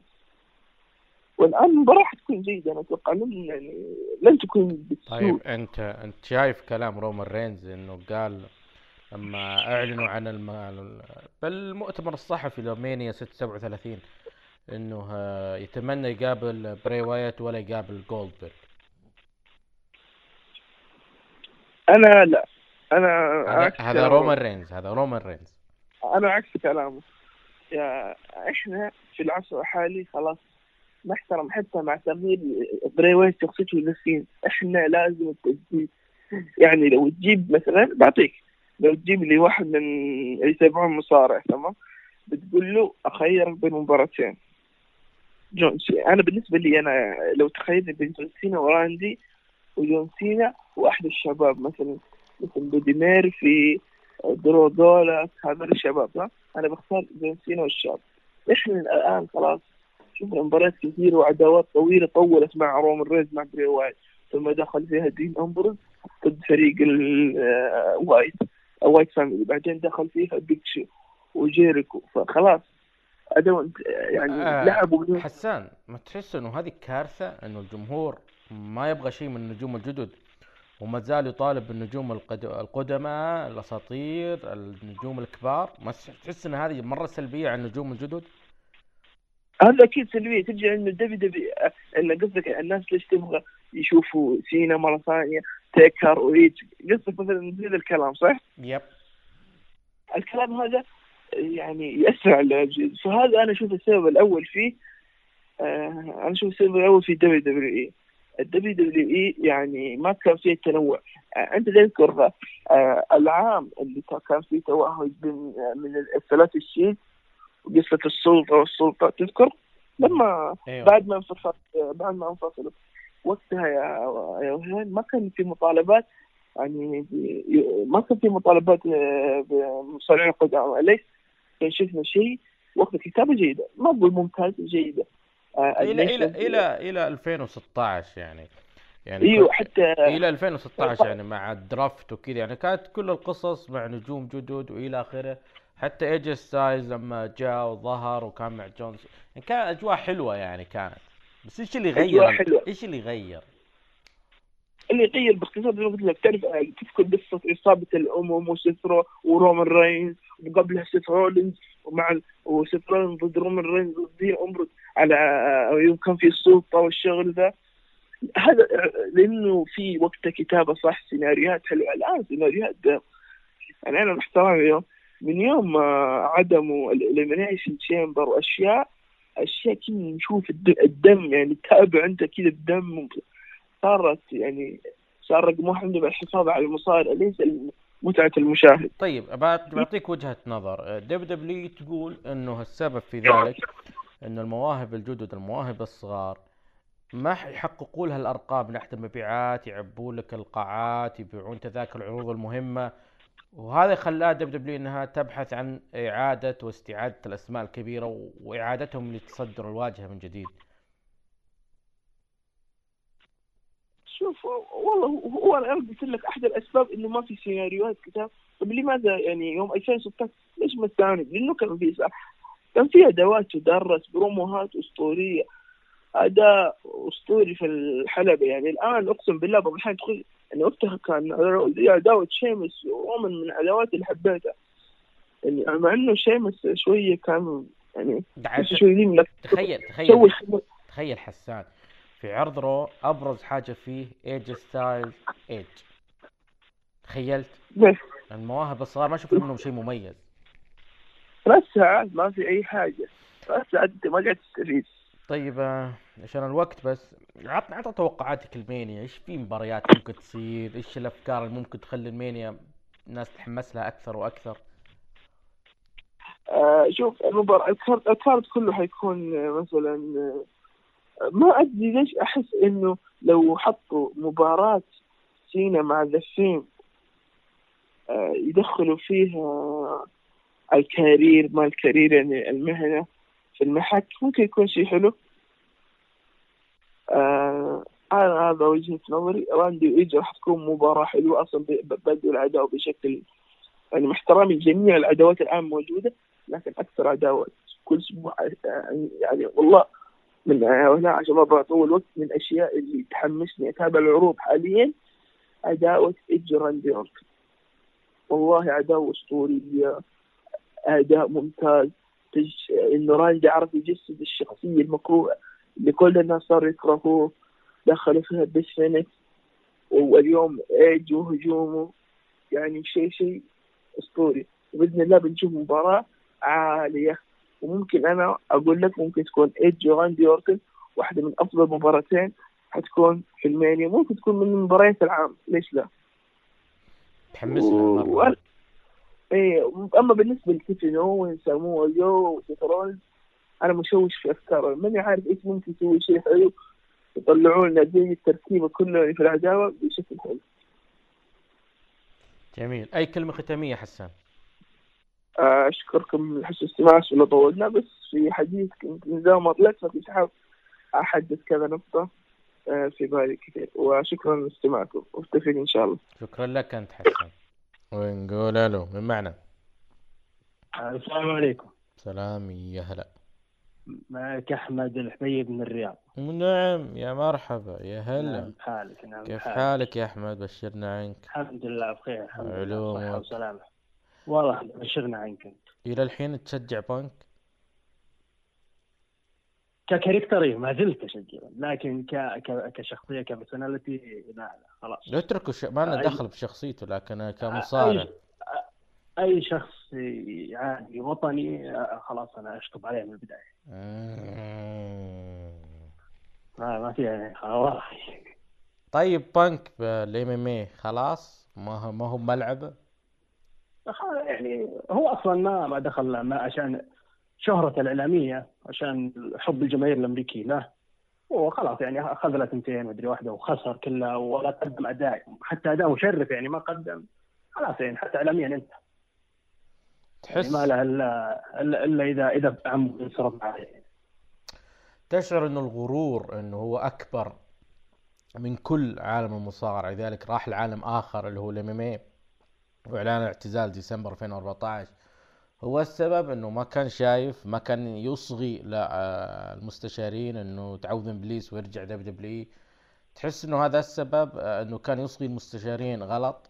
والآن المباراة حتكون جيدة. أنا أتوقع لن يعني لن تكون بالسوء. طيب أنت أنت شايف كلام رومان رينز إنه قال لما أعلنوا عن الم... بالمؤتمر الصحفي لمانيا ستة سبعة وثلاثين إنه يتمنى يقابل براي وايت ولا يقابل جولدبرغ. انا لا انا هذا عكس هذا كلامه. رومان رينز هذا رومان رينز انا عكس كلامه. يا احنا في العصر الحالي خلاص نحترم حتى مع تغيير بري وايت شخصيته للسين، احنا لازم التجديد. يعني لو تجيب مثلا بعطيك، لو تجيب لي واحد من اللي يتابعون مصارع تمام، بتقول له اخير بين مباراتين جون سينا. انا بالنسبه لي انا لو تخيلني بين جون سينا وراندي، وجون سينا واحد الشباب مثلا مثل بوديمير في درو دولا، هذول الشباب ها، انا بختار جون سينا والشاب. احنا الان خلاص شفنا مباريات كثير وعداوات طويله طولت مع رومان رينز مع بري وايت، ثم دخل فيها دين امبروز ضد فريق الوايت وايت فاميلي، بعدين دخل فيها بيج شو وجيريكو، فخلاص عداوة يعني آه لعبوا. حسان، ما تحس انه هذه كارثة انه الجمهور ما يبغى شيء من النجوم الجدد وما زال يطالب بالنجوم القد- القدماء الاساطير النجوم الكبار؟ ما تحس ان هذه مرة سلبية على النجوم الجدد؟ هذا اكيد سلبيه تجي عند الدبليو دبليو، ان قصدك الناس ليش تبغى يشوفوا سينا مره ثانيه تيكر وايج، قصدك مثلا زي الكلام صح؟ يب. الكلام هذا يعني يأثر على الجيل، فهذا انا اشوف السبب الاول فيه. آه انا اشوف السبب الاول في دبليو دبليو اي. الدبليو دبليو اي يعني ما كان فيه التنوع. آه انت تذكر آه العام اللي كان فيه توهج من من الثلاث الشيء وقصة السلطة والسلطة، تذكر لما أيوة. بعد ما انفصل بعد ما انفصلوا وقتها يا يا وهان ما كان في مطالبات، يعني ما كان في مطالبات بمصارعين القدامى. ليش؟ كان شفنا شيء وقت كتابة جيدة، ما أقول ممتاز، جيدة. الى الى الى الى ألفين وستة عشر يعني يعني ايوه كل... حتى الى ألفين وستة عشر يعني مع الدرافت وكذا، يعني كانت كل القصص مع نجوم جدد والى اخره. حتى ايج ستايلز لما جاء وظهر وكان مع جونز، يعني كان اجواء حلوه يعني كانت. بس ايش اللي غير ال... ايش اللي غير اللي يغير باختصار زي ما قلت لك، تعرف تذكر قصة إصابة الأمم وسترو ورومان رينز، وقبلها سيث رولينز ومع وسيث رولينز ضد رومان رينز ضد أمبروز على يوم كان في السلطة والشغل ذا. هذا لأنه في وقت كتابة صح، سيناريوهات حلوة. الآن سيناريوهات يعني أنا محترم اليوم من يوم ما عدموا الإليمينيشن تشامبر وأشياء أشياء كذا نشوف الدم، يعني تتابع أنت كذا الدم، صارت يعني صار رقم واحد من الحفاظ على المصارع ليس متعة المشاهد. طيب بعطيك وجهة نظر. دبليو دبليو تقول انه السبب في ذلك ان المواهب الجدد المواهب الصغار ما يحققوا لها الارقام من ناحية المبيعات، يعبون لك القاعات، يبيعون تذاكر العروض المهمة، وهذا خلاه دبليو دبليو انها تبحث عن اعادة واستعادة الاسماء الكبيرة واعادتهم لتصدر الواجهة من جديد. شوف والله هو انا قلت لك احد الاسباب انه ما في سيناريوهات كتاب. طب لماذا يعني يوم ألفين وستة عشر ليش ما استانس؟ لانه كان في كان في ادوات تدرس، بروموهات اسطوريه، اداء اسطوري في الحلبه. يعني الان اقسم بالله بعض الحين تدخل يعني وقتها كان زي عداوه شيمس ورومان من الادوات اللي حبيتها، يعني مع انه شيمس شويه كان يعني شويه لك. تخيل تخيل تخيل حسان في عرض رو ابرز حاجه فيه ايج ستايلز ايج، تخيلت بس المواهب الصغار ما شفنا منهم شيء مميز. ثلاث ساعات ما في اي حاجه، ثلاث ساعات انت ما قاعد تستفيد. طيب عشان الوقت بس عطنا عطنا توقعاتك المانيا، ايش في مباريات ممكن تصير، ايش الافكار اللي ممكن تخلي المانيا الناس تحمس لها اكثر واكثر؟ آه شوف المباراة الكارت الكارت كله حيكون مثلا ما أدري ليش أحس إنه لو حطوا مباراة سينا مع ذفين آه يدخلوا فيها الكارير ما الكارير يعني المهنة في المحك ممكن يكون شيء حلو. آه أنا هذا وجهة نظري. راندي وإيج راح تكون مباراة حلوة أصلا، بدوا العداوة بشكل يعني محترمي جميع العداوات الآن موجودة، لكن أكثر عداوات كل أسبوع يعني والله من هنا عشان ما بطول وقت من الأشياء اللي تحمسني أتابع العروض حاليا عداوة إيج راندي أورتن. والله عداوة أسطورية، أداء ممتاز، تج... إنه راندي عرف يجسد الشخصية المكروهة اللي كل الناس صاروا يكرهوه، دخلوا فيها بيس فينيكس واليوم ايج وهجومه يعني شيء شيء اسطوري. وباذن الله بنشوف مباراه عاليه، وممكن انا اقول لك ممكن تكون ايج وراندي اورتن واحده من افضل مباراتين حتكون في المانيا، ممكن تكون من مباريات العام، ليش لا؟ تحمسنا مرة. و... ايه اما بالنسبه لكيفن اوين سامو جو وسيترونز انا مشوش في افكاره، ماني عارف ايش ممكن يسوي شيء حلو يطلعوا لنا زي التركيبه كلها في العداوه بشكل حلو. جميل. اي كلمة ختامية حسان؟ اشكركم لحسن الاستماع، ولا طولنا بس في حديث كنت زي ما طلعت فكنت حاب احدث كذا نقطه في بالي كثير، وشكرا لاستماعكم واستفيد ان شاء الله. شكرا لك انت حسان. ونقول الو من معنا. السلام عليكم. سلام يا هلا. معك احمد الحبيب من الرياض. نعم يا مرحبا يا هلا. نعم حالك. نعم كيف حالك. حالك يا احمد؟ بشرنا عنك. الحمد لله بخير الحمد لله علومك. صحة وسلامة. والله بشرنا عنك انت. الى الحين تشجع بانك؟ ككاركتري ما زلت اشجع، لكن ك... ك... كشخصيه كبرسوناليتي لا لا خلاص. اتركوا ش... ما لنا أي... دخل بشخصيته، لكن كمصارع اي اي شخص عادي وطني خلاص انا اشطب عليه من البدايه. مم. ما ما فيها والله. طيب بانك بالام ام اي خلاص ما هو ما هو ملعبه يعني، هو اصلا ما ما دخل ما عشان شهرته الإعلامية، عشان حب الجماهير الأمريكي له، وخلاص يعني أخذ له تنتين مدري واحدة وخسر كلها ولا قدم أداء، حتى أداء مشرف يعني ما قدم، خلاص يعني حتى إعلاميا أنت تحس يعني ما له إلا إلا, إلا إذا إذا عم ينصرف عليه. تشعر إنه الغرور إنه هو أكبر من كل عالم المصارعة، لذلك راح لعالم آخر اللي هو الام ام اي، وإعلان الاعتزال ديسمبر ألفين وأربعة عشر هو السبب. انه ما كان شايف، ما كان يصغي للمستشارين انه تعوذن بليس ويرجع دبليو دبليو. تحس انه هذا السبب، انه كان يصغي المستشارين غلط؟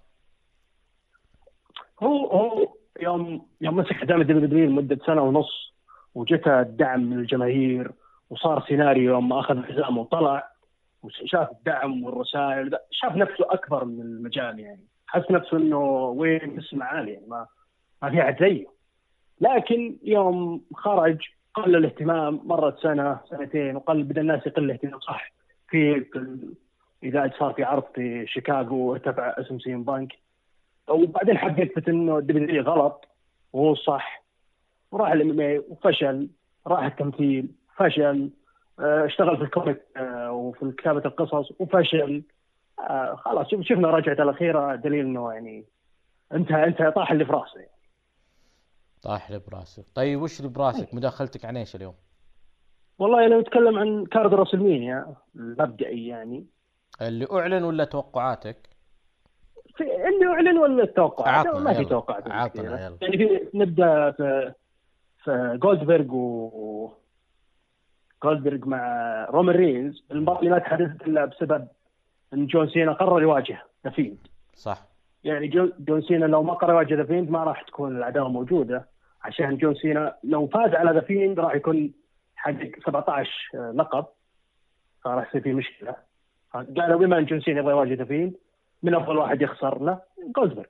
هو هو يوم يوم مسك حزام الدبليو دبليو لمدة سنة ونص وجته الدعم من الجماهير، وصار سيناريو يوم ما اخذ حزامه وطلع وشاف الدعم والرسائل، شاف نفسه اكبر من المجال، يعني حس نفسه انه وين اسمه عالي، يعني ما ما في احد زيه. لكن يوم خرج قل الاهتمام، مرت سنة سنتين وقل، بدأ الناس يقل الاهتمام صح في إذا صار في عرض في شيكاغو ارتفع اسم سين بانك، وبعدين حققت إنه الدبليو غلط وهو صح، وراح الام ام اي وفشل، راح التمثيل فشل، اشتغل في الكوميك وفي كتابة القصص وفشل، خلاص شفنا رجعته الأخيرة دليل إنه يعني أنت أنت طاح اللي في راسه. طاح لي براسك. طيب وش اللي براسك؟ مداخلتك عن ايش اليوم؟ والله لو نتكلم عن كارد راسلمانيا المبدئي، يعني اللي اعلن ولا توقعاتك؟ في اللي اعلن ولا التوقعات؟ ما في توقعات عطنا يعني. في نبدا في في جولدبرغ و جولدبرغ مع رومان رينز. المباراة اللي ما تحدثت الا بسبب ان جون سينا قرر يواجه ذا فيند. صح. يعني جون سينا لو ما قرر يواجه ذا فيند ما راح تكون العداوه موجوده، عشان جون سينا لو فاز على ذا فيند راح يكون حقق سبعة عشر لقب، فراح يصير في مشكله. قالوا بما ان جون سينا يبغى يواجه ذا فيند، من افضل واحد يخسر له جولدبرغ.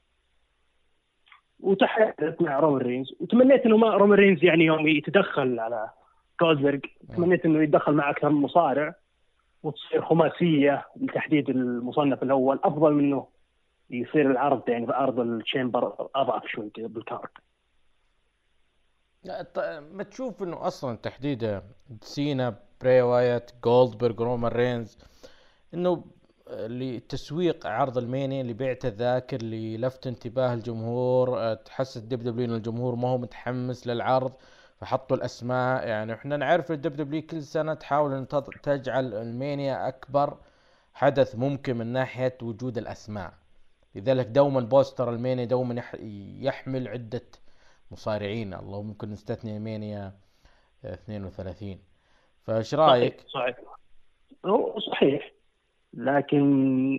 وتحدثت مع رومان رينز، وتمنيت انه ما رومان رينز يعني يوم يتدخل على جولدبرغ، تمنيت انه يتدخل مع اكثر من مصارع وتصير خماسيه لتحديد المصنف الاول، افضل منه يصير العرض يعني في عرض الشامبر اضعف شوي بالكارد. ما تشوف انه اصلا تحديد سينا بري وايت جولدبرغ رومان رينز انه لتسويق عرض المانيا، لبيع تذاكر، للفت انتباه الجمهور، تحس الدبليو دبليو ان الجمهور ما هو متحمس للعرض فحطوا الاسماء. يعني احنا نعرف الدبليو دبليو كل سنه تحاول ان تجعل المانيا اكبر حدث ممكن من ناحيه وجود الاسماء، لذلك دوما بوستر المانيا دوما يحمل عده مصارعين، الله ممكن نستثني مانيا اثنين وثلاثين. فايش رايك؟ صحيح هو صحيح، لكن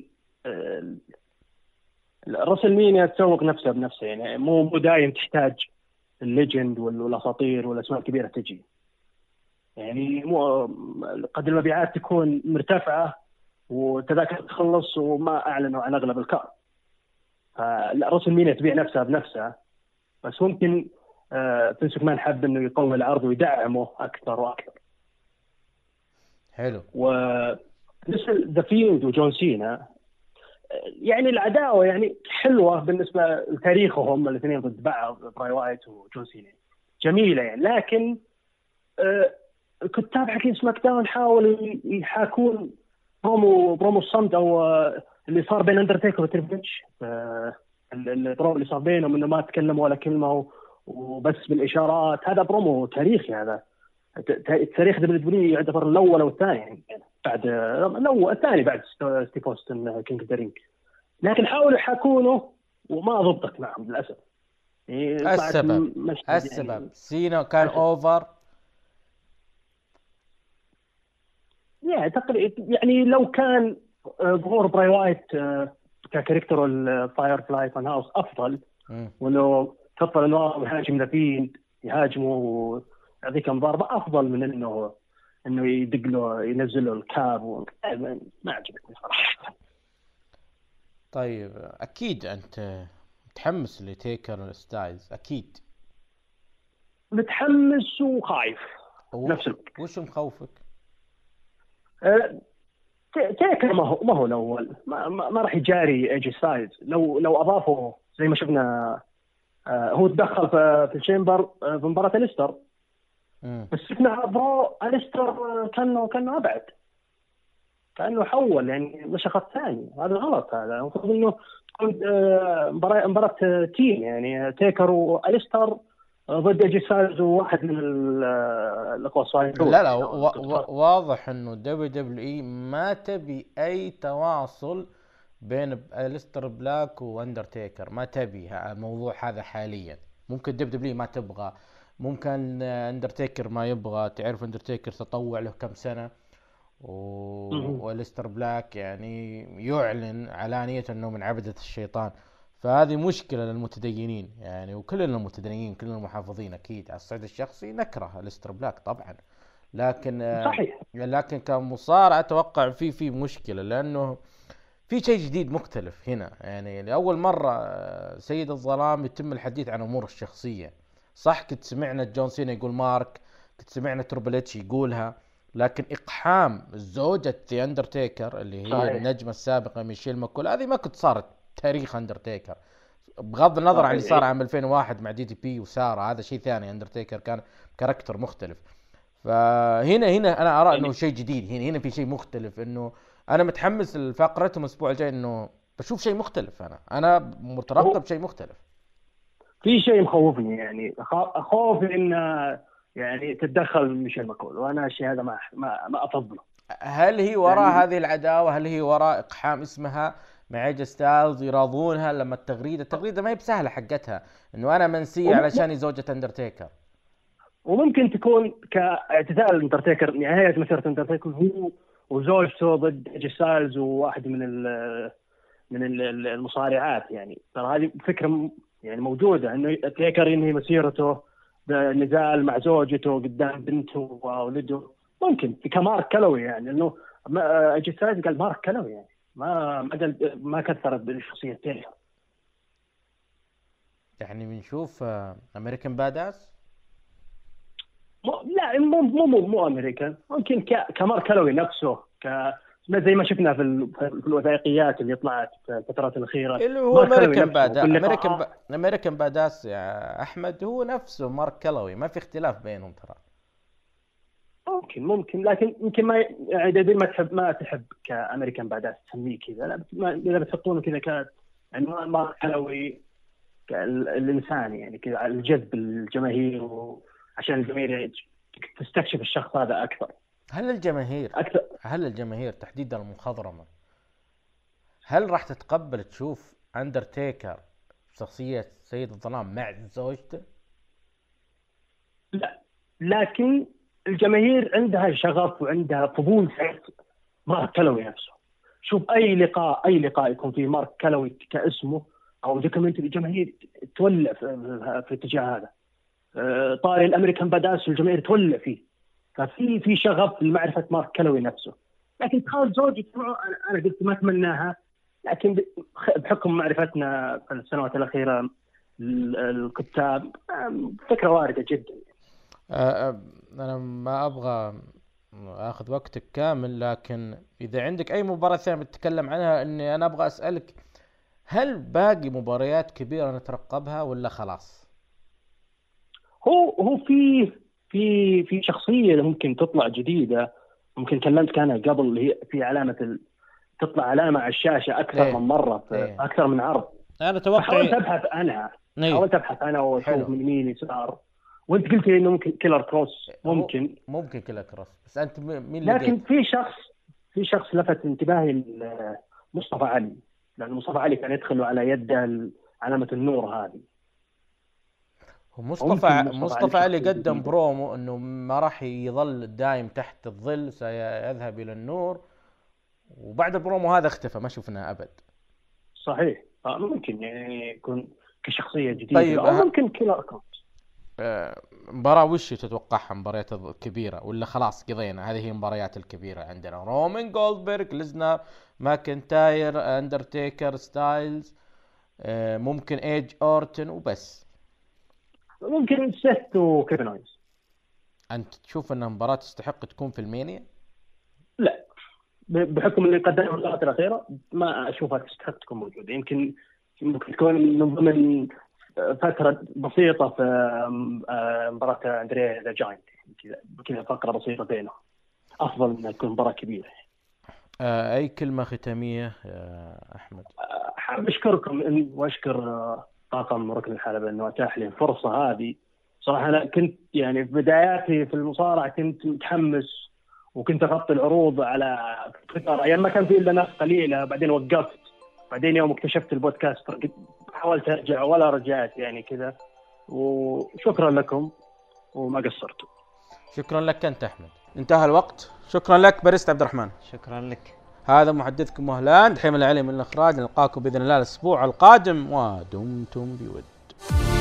راسلمانيا تسوق نفسها بنفسها، يعني مو مو دايم تحتاج الليجند والاساطير والاسماء الكبيره تجي، يعني مو قد المبيعات تكون مرتفعه وتذاكر تخلص وما اعلنوا عن اغلب الكار. فلا رسل مينيا تبيع نفسها بنفسها، بس ممكن آه فينس مان حب انه يقوي العرض ويدعمه اكثر واكثر. حلو. وبالنسبه ذا فيلد وجون سينا، يعني العداوه يعني حلوه بالنسبه لتاريخهم الاثنين ضد بعض، براي وايت وجون سينا جميله يعني. لكن آه الكتاب حقين سماك داون حاولوا يحاكون برومو برومو الصمت او آه اللي صار بين اندرتيكر وتريبل اتش، آه البرومو اللي صار بينهم انه ما تكلموا ولا كلمه وبس بالاشارات. هذا برومو تاريخي، هذا تاريخ دبليو دبليو يعتبر الاول او الثاني يعني بعد الاول الثاني بعد ستيف اوستن كينج اوف ذا رينج. لكن حاولوا يحاكونه وما ضبطت معهم للاسف. يعني السبب السبب يعني سينا كان اوفر يعني تقريبا. يعني لو كان ظهور براي وايت ككاركتر الفاير فلاي فان هاوس افضل، ولو كفر انه يهاجم ذا فيلد يهاجمه هذيك ضربة أفضل من إنه إنه يدق له ينزل له الكاب و... ما عجبتني صراحة. طيب أكيد أنت متحمس لتيكر ستايلز؟ أكيد متحمس وخايف نفس الوقت. وش مخوفك؟ أه... تيكر ما هو ما هو الأول، ما, ما, ما راح يجاري ايجي ستايلز. لو لو أضافه زي ما شفنا أه هو تدخل في, في الشامبر أه في مباراة اليستر، بس شفنا برو أليستر كانه كانه أبعد، كأنه حول يعني نشخص ثاني. هذا غلط، هذا المفروض إنه تكون مباراة مباراة تيم يعني تيكر وأليستر ضد ايجي ستايلز وواحد من الأقوى الصاعدين. لا لا و- واضح إنه دبليو دبليو إي ما تبي أي تواصل بين أليستر بلاك وأندرتيكر، ما تبي الموضوع هذا حاليا. ممكن دبليو دبليو إي ما تبغى، ممكن اندرتيكر ما يبغى. تعرف اندرتيكر تطوع له كم سنة و... وليستر بلاك يعني يعلن علانية انه من عبدة الشيطان. فهذه مشكلة للمتدينين يعني، وكلنا المتدينين كلنا المحافظين اكيد على الصعيد الشخصي نكره ليستر بلاك طبعا، لكن صحيح. لكن كمصارع اتوقع في في مشكلة، لانه في شيء جديد مختلف هنا. يعني لأول مرة سيد الظلام يتم الحديث عن امور الشخصية. صح كنت سمعنا جون سينا يقول مارك، كنت سمعنا تربل اتش يقولها، لكن اقحام زوجة ذا اندرتيكر اللي هي صحيح. النجمة السابقة ميشيل ماكول، هذه ما كنت صارت تاريخ اندرتيكر، بغض النظر عن اللي صار عام ألفين وواحد مع دي دي بي وسارة، هذا شيء ثاني. اندرتيكر كان كاركتر مختلف. فهنا هنا انا ارى انه شيء جديد، هنا هنا في شيء مختلف. انه انا متحمس لفقرتهم الاسبوع الجاي، انه بشوف شيء مختلف. انا انا مترقب شيء مختلف. في شيء مخوفني يعني، خوف ان يعني تتدخل ميشيل ماكول، وانا الشيء هذا ما ما, ما افضله. هل هي وراء يعني هذه العداوه؟ هل هي وراء اقحام اسمها مع ايجي ستايلز يراضونها لما التغريده التغريده ما هي بسهله حقتها، انه انا منسيه علشان زوجة اندرتيكر؟ وممكن تكون كاعتزال اندرتيكر، نهايه مسيره اندرتيكر هو وزوجته ضد ايجي ستايلز وواحد من من المصارعات. يعني ترى هذه فكره يعني موجودة، إنه تيكر ينهي مسيرته بنزال مع زوجته قدام بنته وولده. ممكن في كمارك كلوي يعني، إنه ايجي ستايلز قال مارك كلوي يعني ما ما قال ما كثرت بالشخصية تيكر. يعني بنشوف أمريكان باداس؟ لا مو مو مو, مو أمريكان، ممكن كمارك كلوي نفسه، ك زي ما شفنا في, في الوثائقيات اللي طلعت في الفترات الأخيرة، اللي هو أمريكان باداس. أمريكان با... أمريكان باداس يا أحمد هو نفسه مارك كلوي، ما في اختلاف بينهم ترى. ممكن ممكن لكن يمكن ما يعني إذا ما تحب ما تحب كأمريكان باداس تسميه كذا، لا إذا بتحطونه كذا ك يعني مارك كلوي كالإنسان يعني كذا الجذب الجماهير، وعشان الجماهير تستكشف الشخص هذا أكثر. هل الجماهير أكثر هل الجماهير تحديدا المخضرمة هل راح تتقبل تشوف أندرتيكر شخصية سيد الظلام مع زوجته؟ لا، لكن الجماهير عندها شغف وعندها فضول في مارك كلوي نفسه. شوف أي لقاء أي لقاء يكون فيه مارك كلوي كاسمه أو دوكيومنتري، الجماهير تولع في, في اتجاه هذا. طاري الأمريكان باداس والجماهير تولع فيه، ففي في شغف لمعرفة مارك كلوي نفسه. لكن تخاذ زوجي انا أنا قلت ما اتمناها، لكن بحكم معرفتنا في السنوات الاخيره الكتاب فكره وارده جدا. أه انا ما ابغى اخذ وقتك كامل، لكن اذا عندك اي مباراه ثانيه بتتكلم عنها، اني انا ابغى اسالك هل باقي مباريات كبيره نترقبها ولا خلاص؟ هو هو في في في شخصيه ممكن تطلع جديده، ممكن كلمتك انا قبل، اللي هي في علامه ال... تطلع علامه على الشاشه اكثر إيه. من مره في إيه. اكثر من عرض. انا توقعي حاولت ابحث عنها إيه. حاولت ابحث عنها واشوف حلو. من يمين يسار، وانت قلت لي انه ممكن كيلر كروس، ممكن ممكن كيلر كروس، بس انت مين لكن لقيت؟ في شخص في شخص لفت انتباهي مصطفى علي، لأن مصطفى علي كان يدخل على يده علامة النور هذه. مصطفى مصطفى, مصطفى علي علي قدم برومو انه ما راح يظل دايم تحت الظل، سيذهب الى النور، وبعد البرومو هذا اختفى ما شفناه ابد. صحيح. آه ممكن يعني يكون كشخصية جديدة. طيب أو ممكن كيلر كروس. مباراة وش تتوقعها؟ مباريات كبيرة ولا خلاص قضينا؟ هذه هي المباريات الكبيرة عندنا: رومان جولدبرغ، ليزنر، ماكنتاير، اندرتيكر، ستايلز، ممكن ايج اورتن وبس. ممكن سيث وكيفن اونز. انت تشوف ان المباراة تستحق تكون في المانيا؟ لا، بحكم اللي قدمه الفترة الأخيرة ما أشوفها تستحق تكون موجودة. يمكن ممكن تكون من ضمن فترة بسيطة في مباراة أندريا ذا جاينت، كذا كذا فقرة بسيطة بينه، أفضل من تكون مباراة كبيرة. آه أي كلمة ختامية يا أحمد؟ حاب أشكركم وأشكر طاقم ركن الحلبة إنه أتاح لي الفرصة هذه. صراحة أنا كنت يعني في بداياتي في المصارعة كنت متحمس وكنت أغطي العروض على تويتر أيام ما كان في إلا ناس قليلة، بعدين وقفت. بعدين يوم اكتشفت البودكاست حاولت أرجع ولا رجعت يعني كذا. وشكرا لكم وما قصرتوا. شكرا لك أنت أحمد. انتهى الوقت. شكرا لك باريستا عبد الرحمن. شكرا لك. هذا محدثكم مهلان دحيم العلي من الإخراج. نلقاكم بإذن الله الأسبوع القادم ودمتم بود.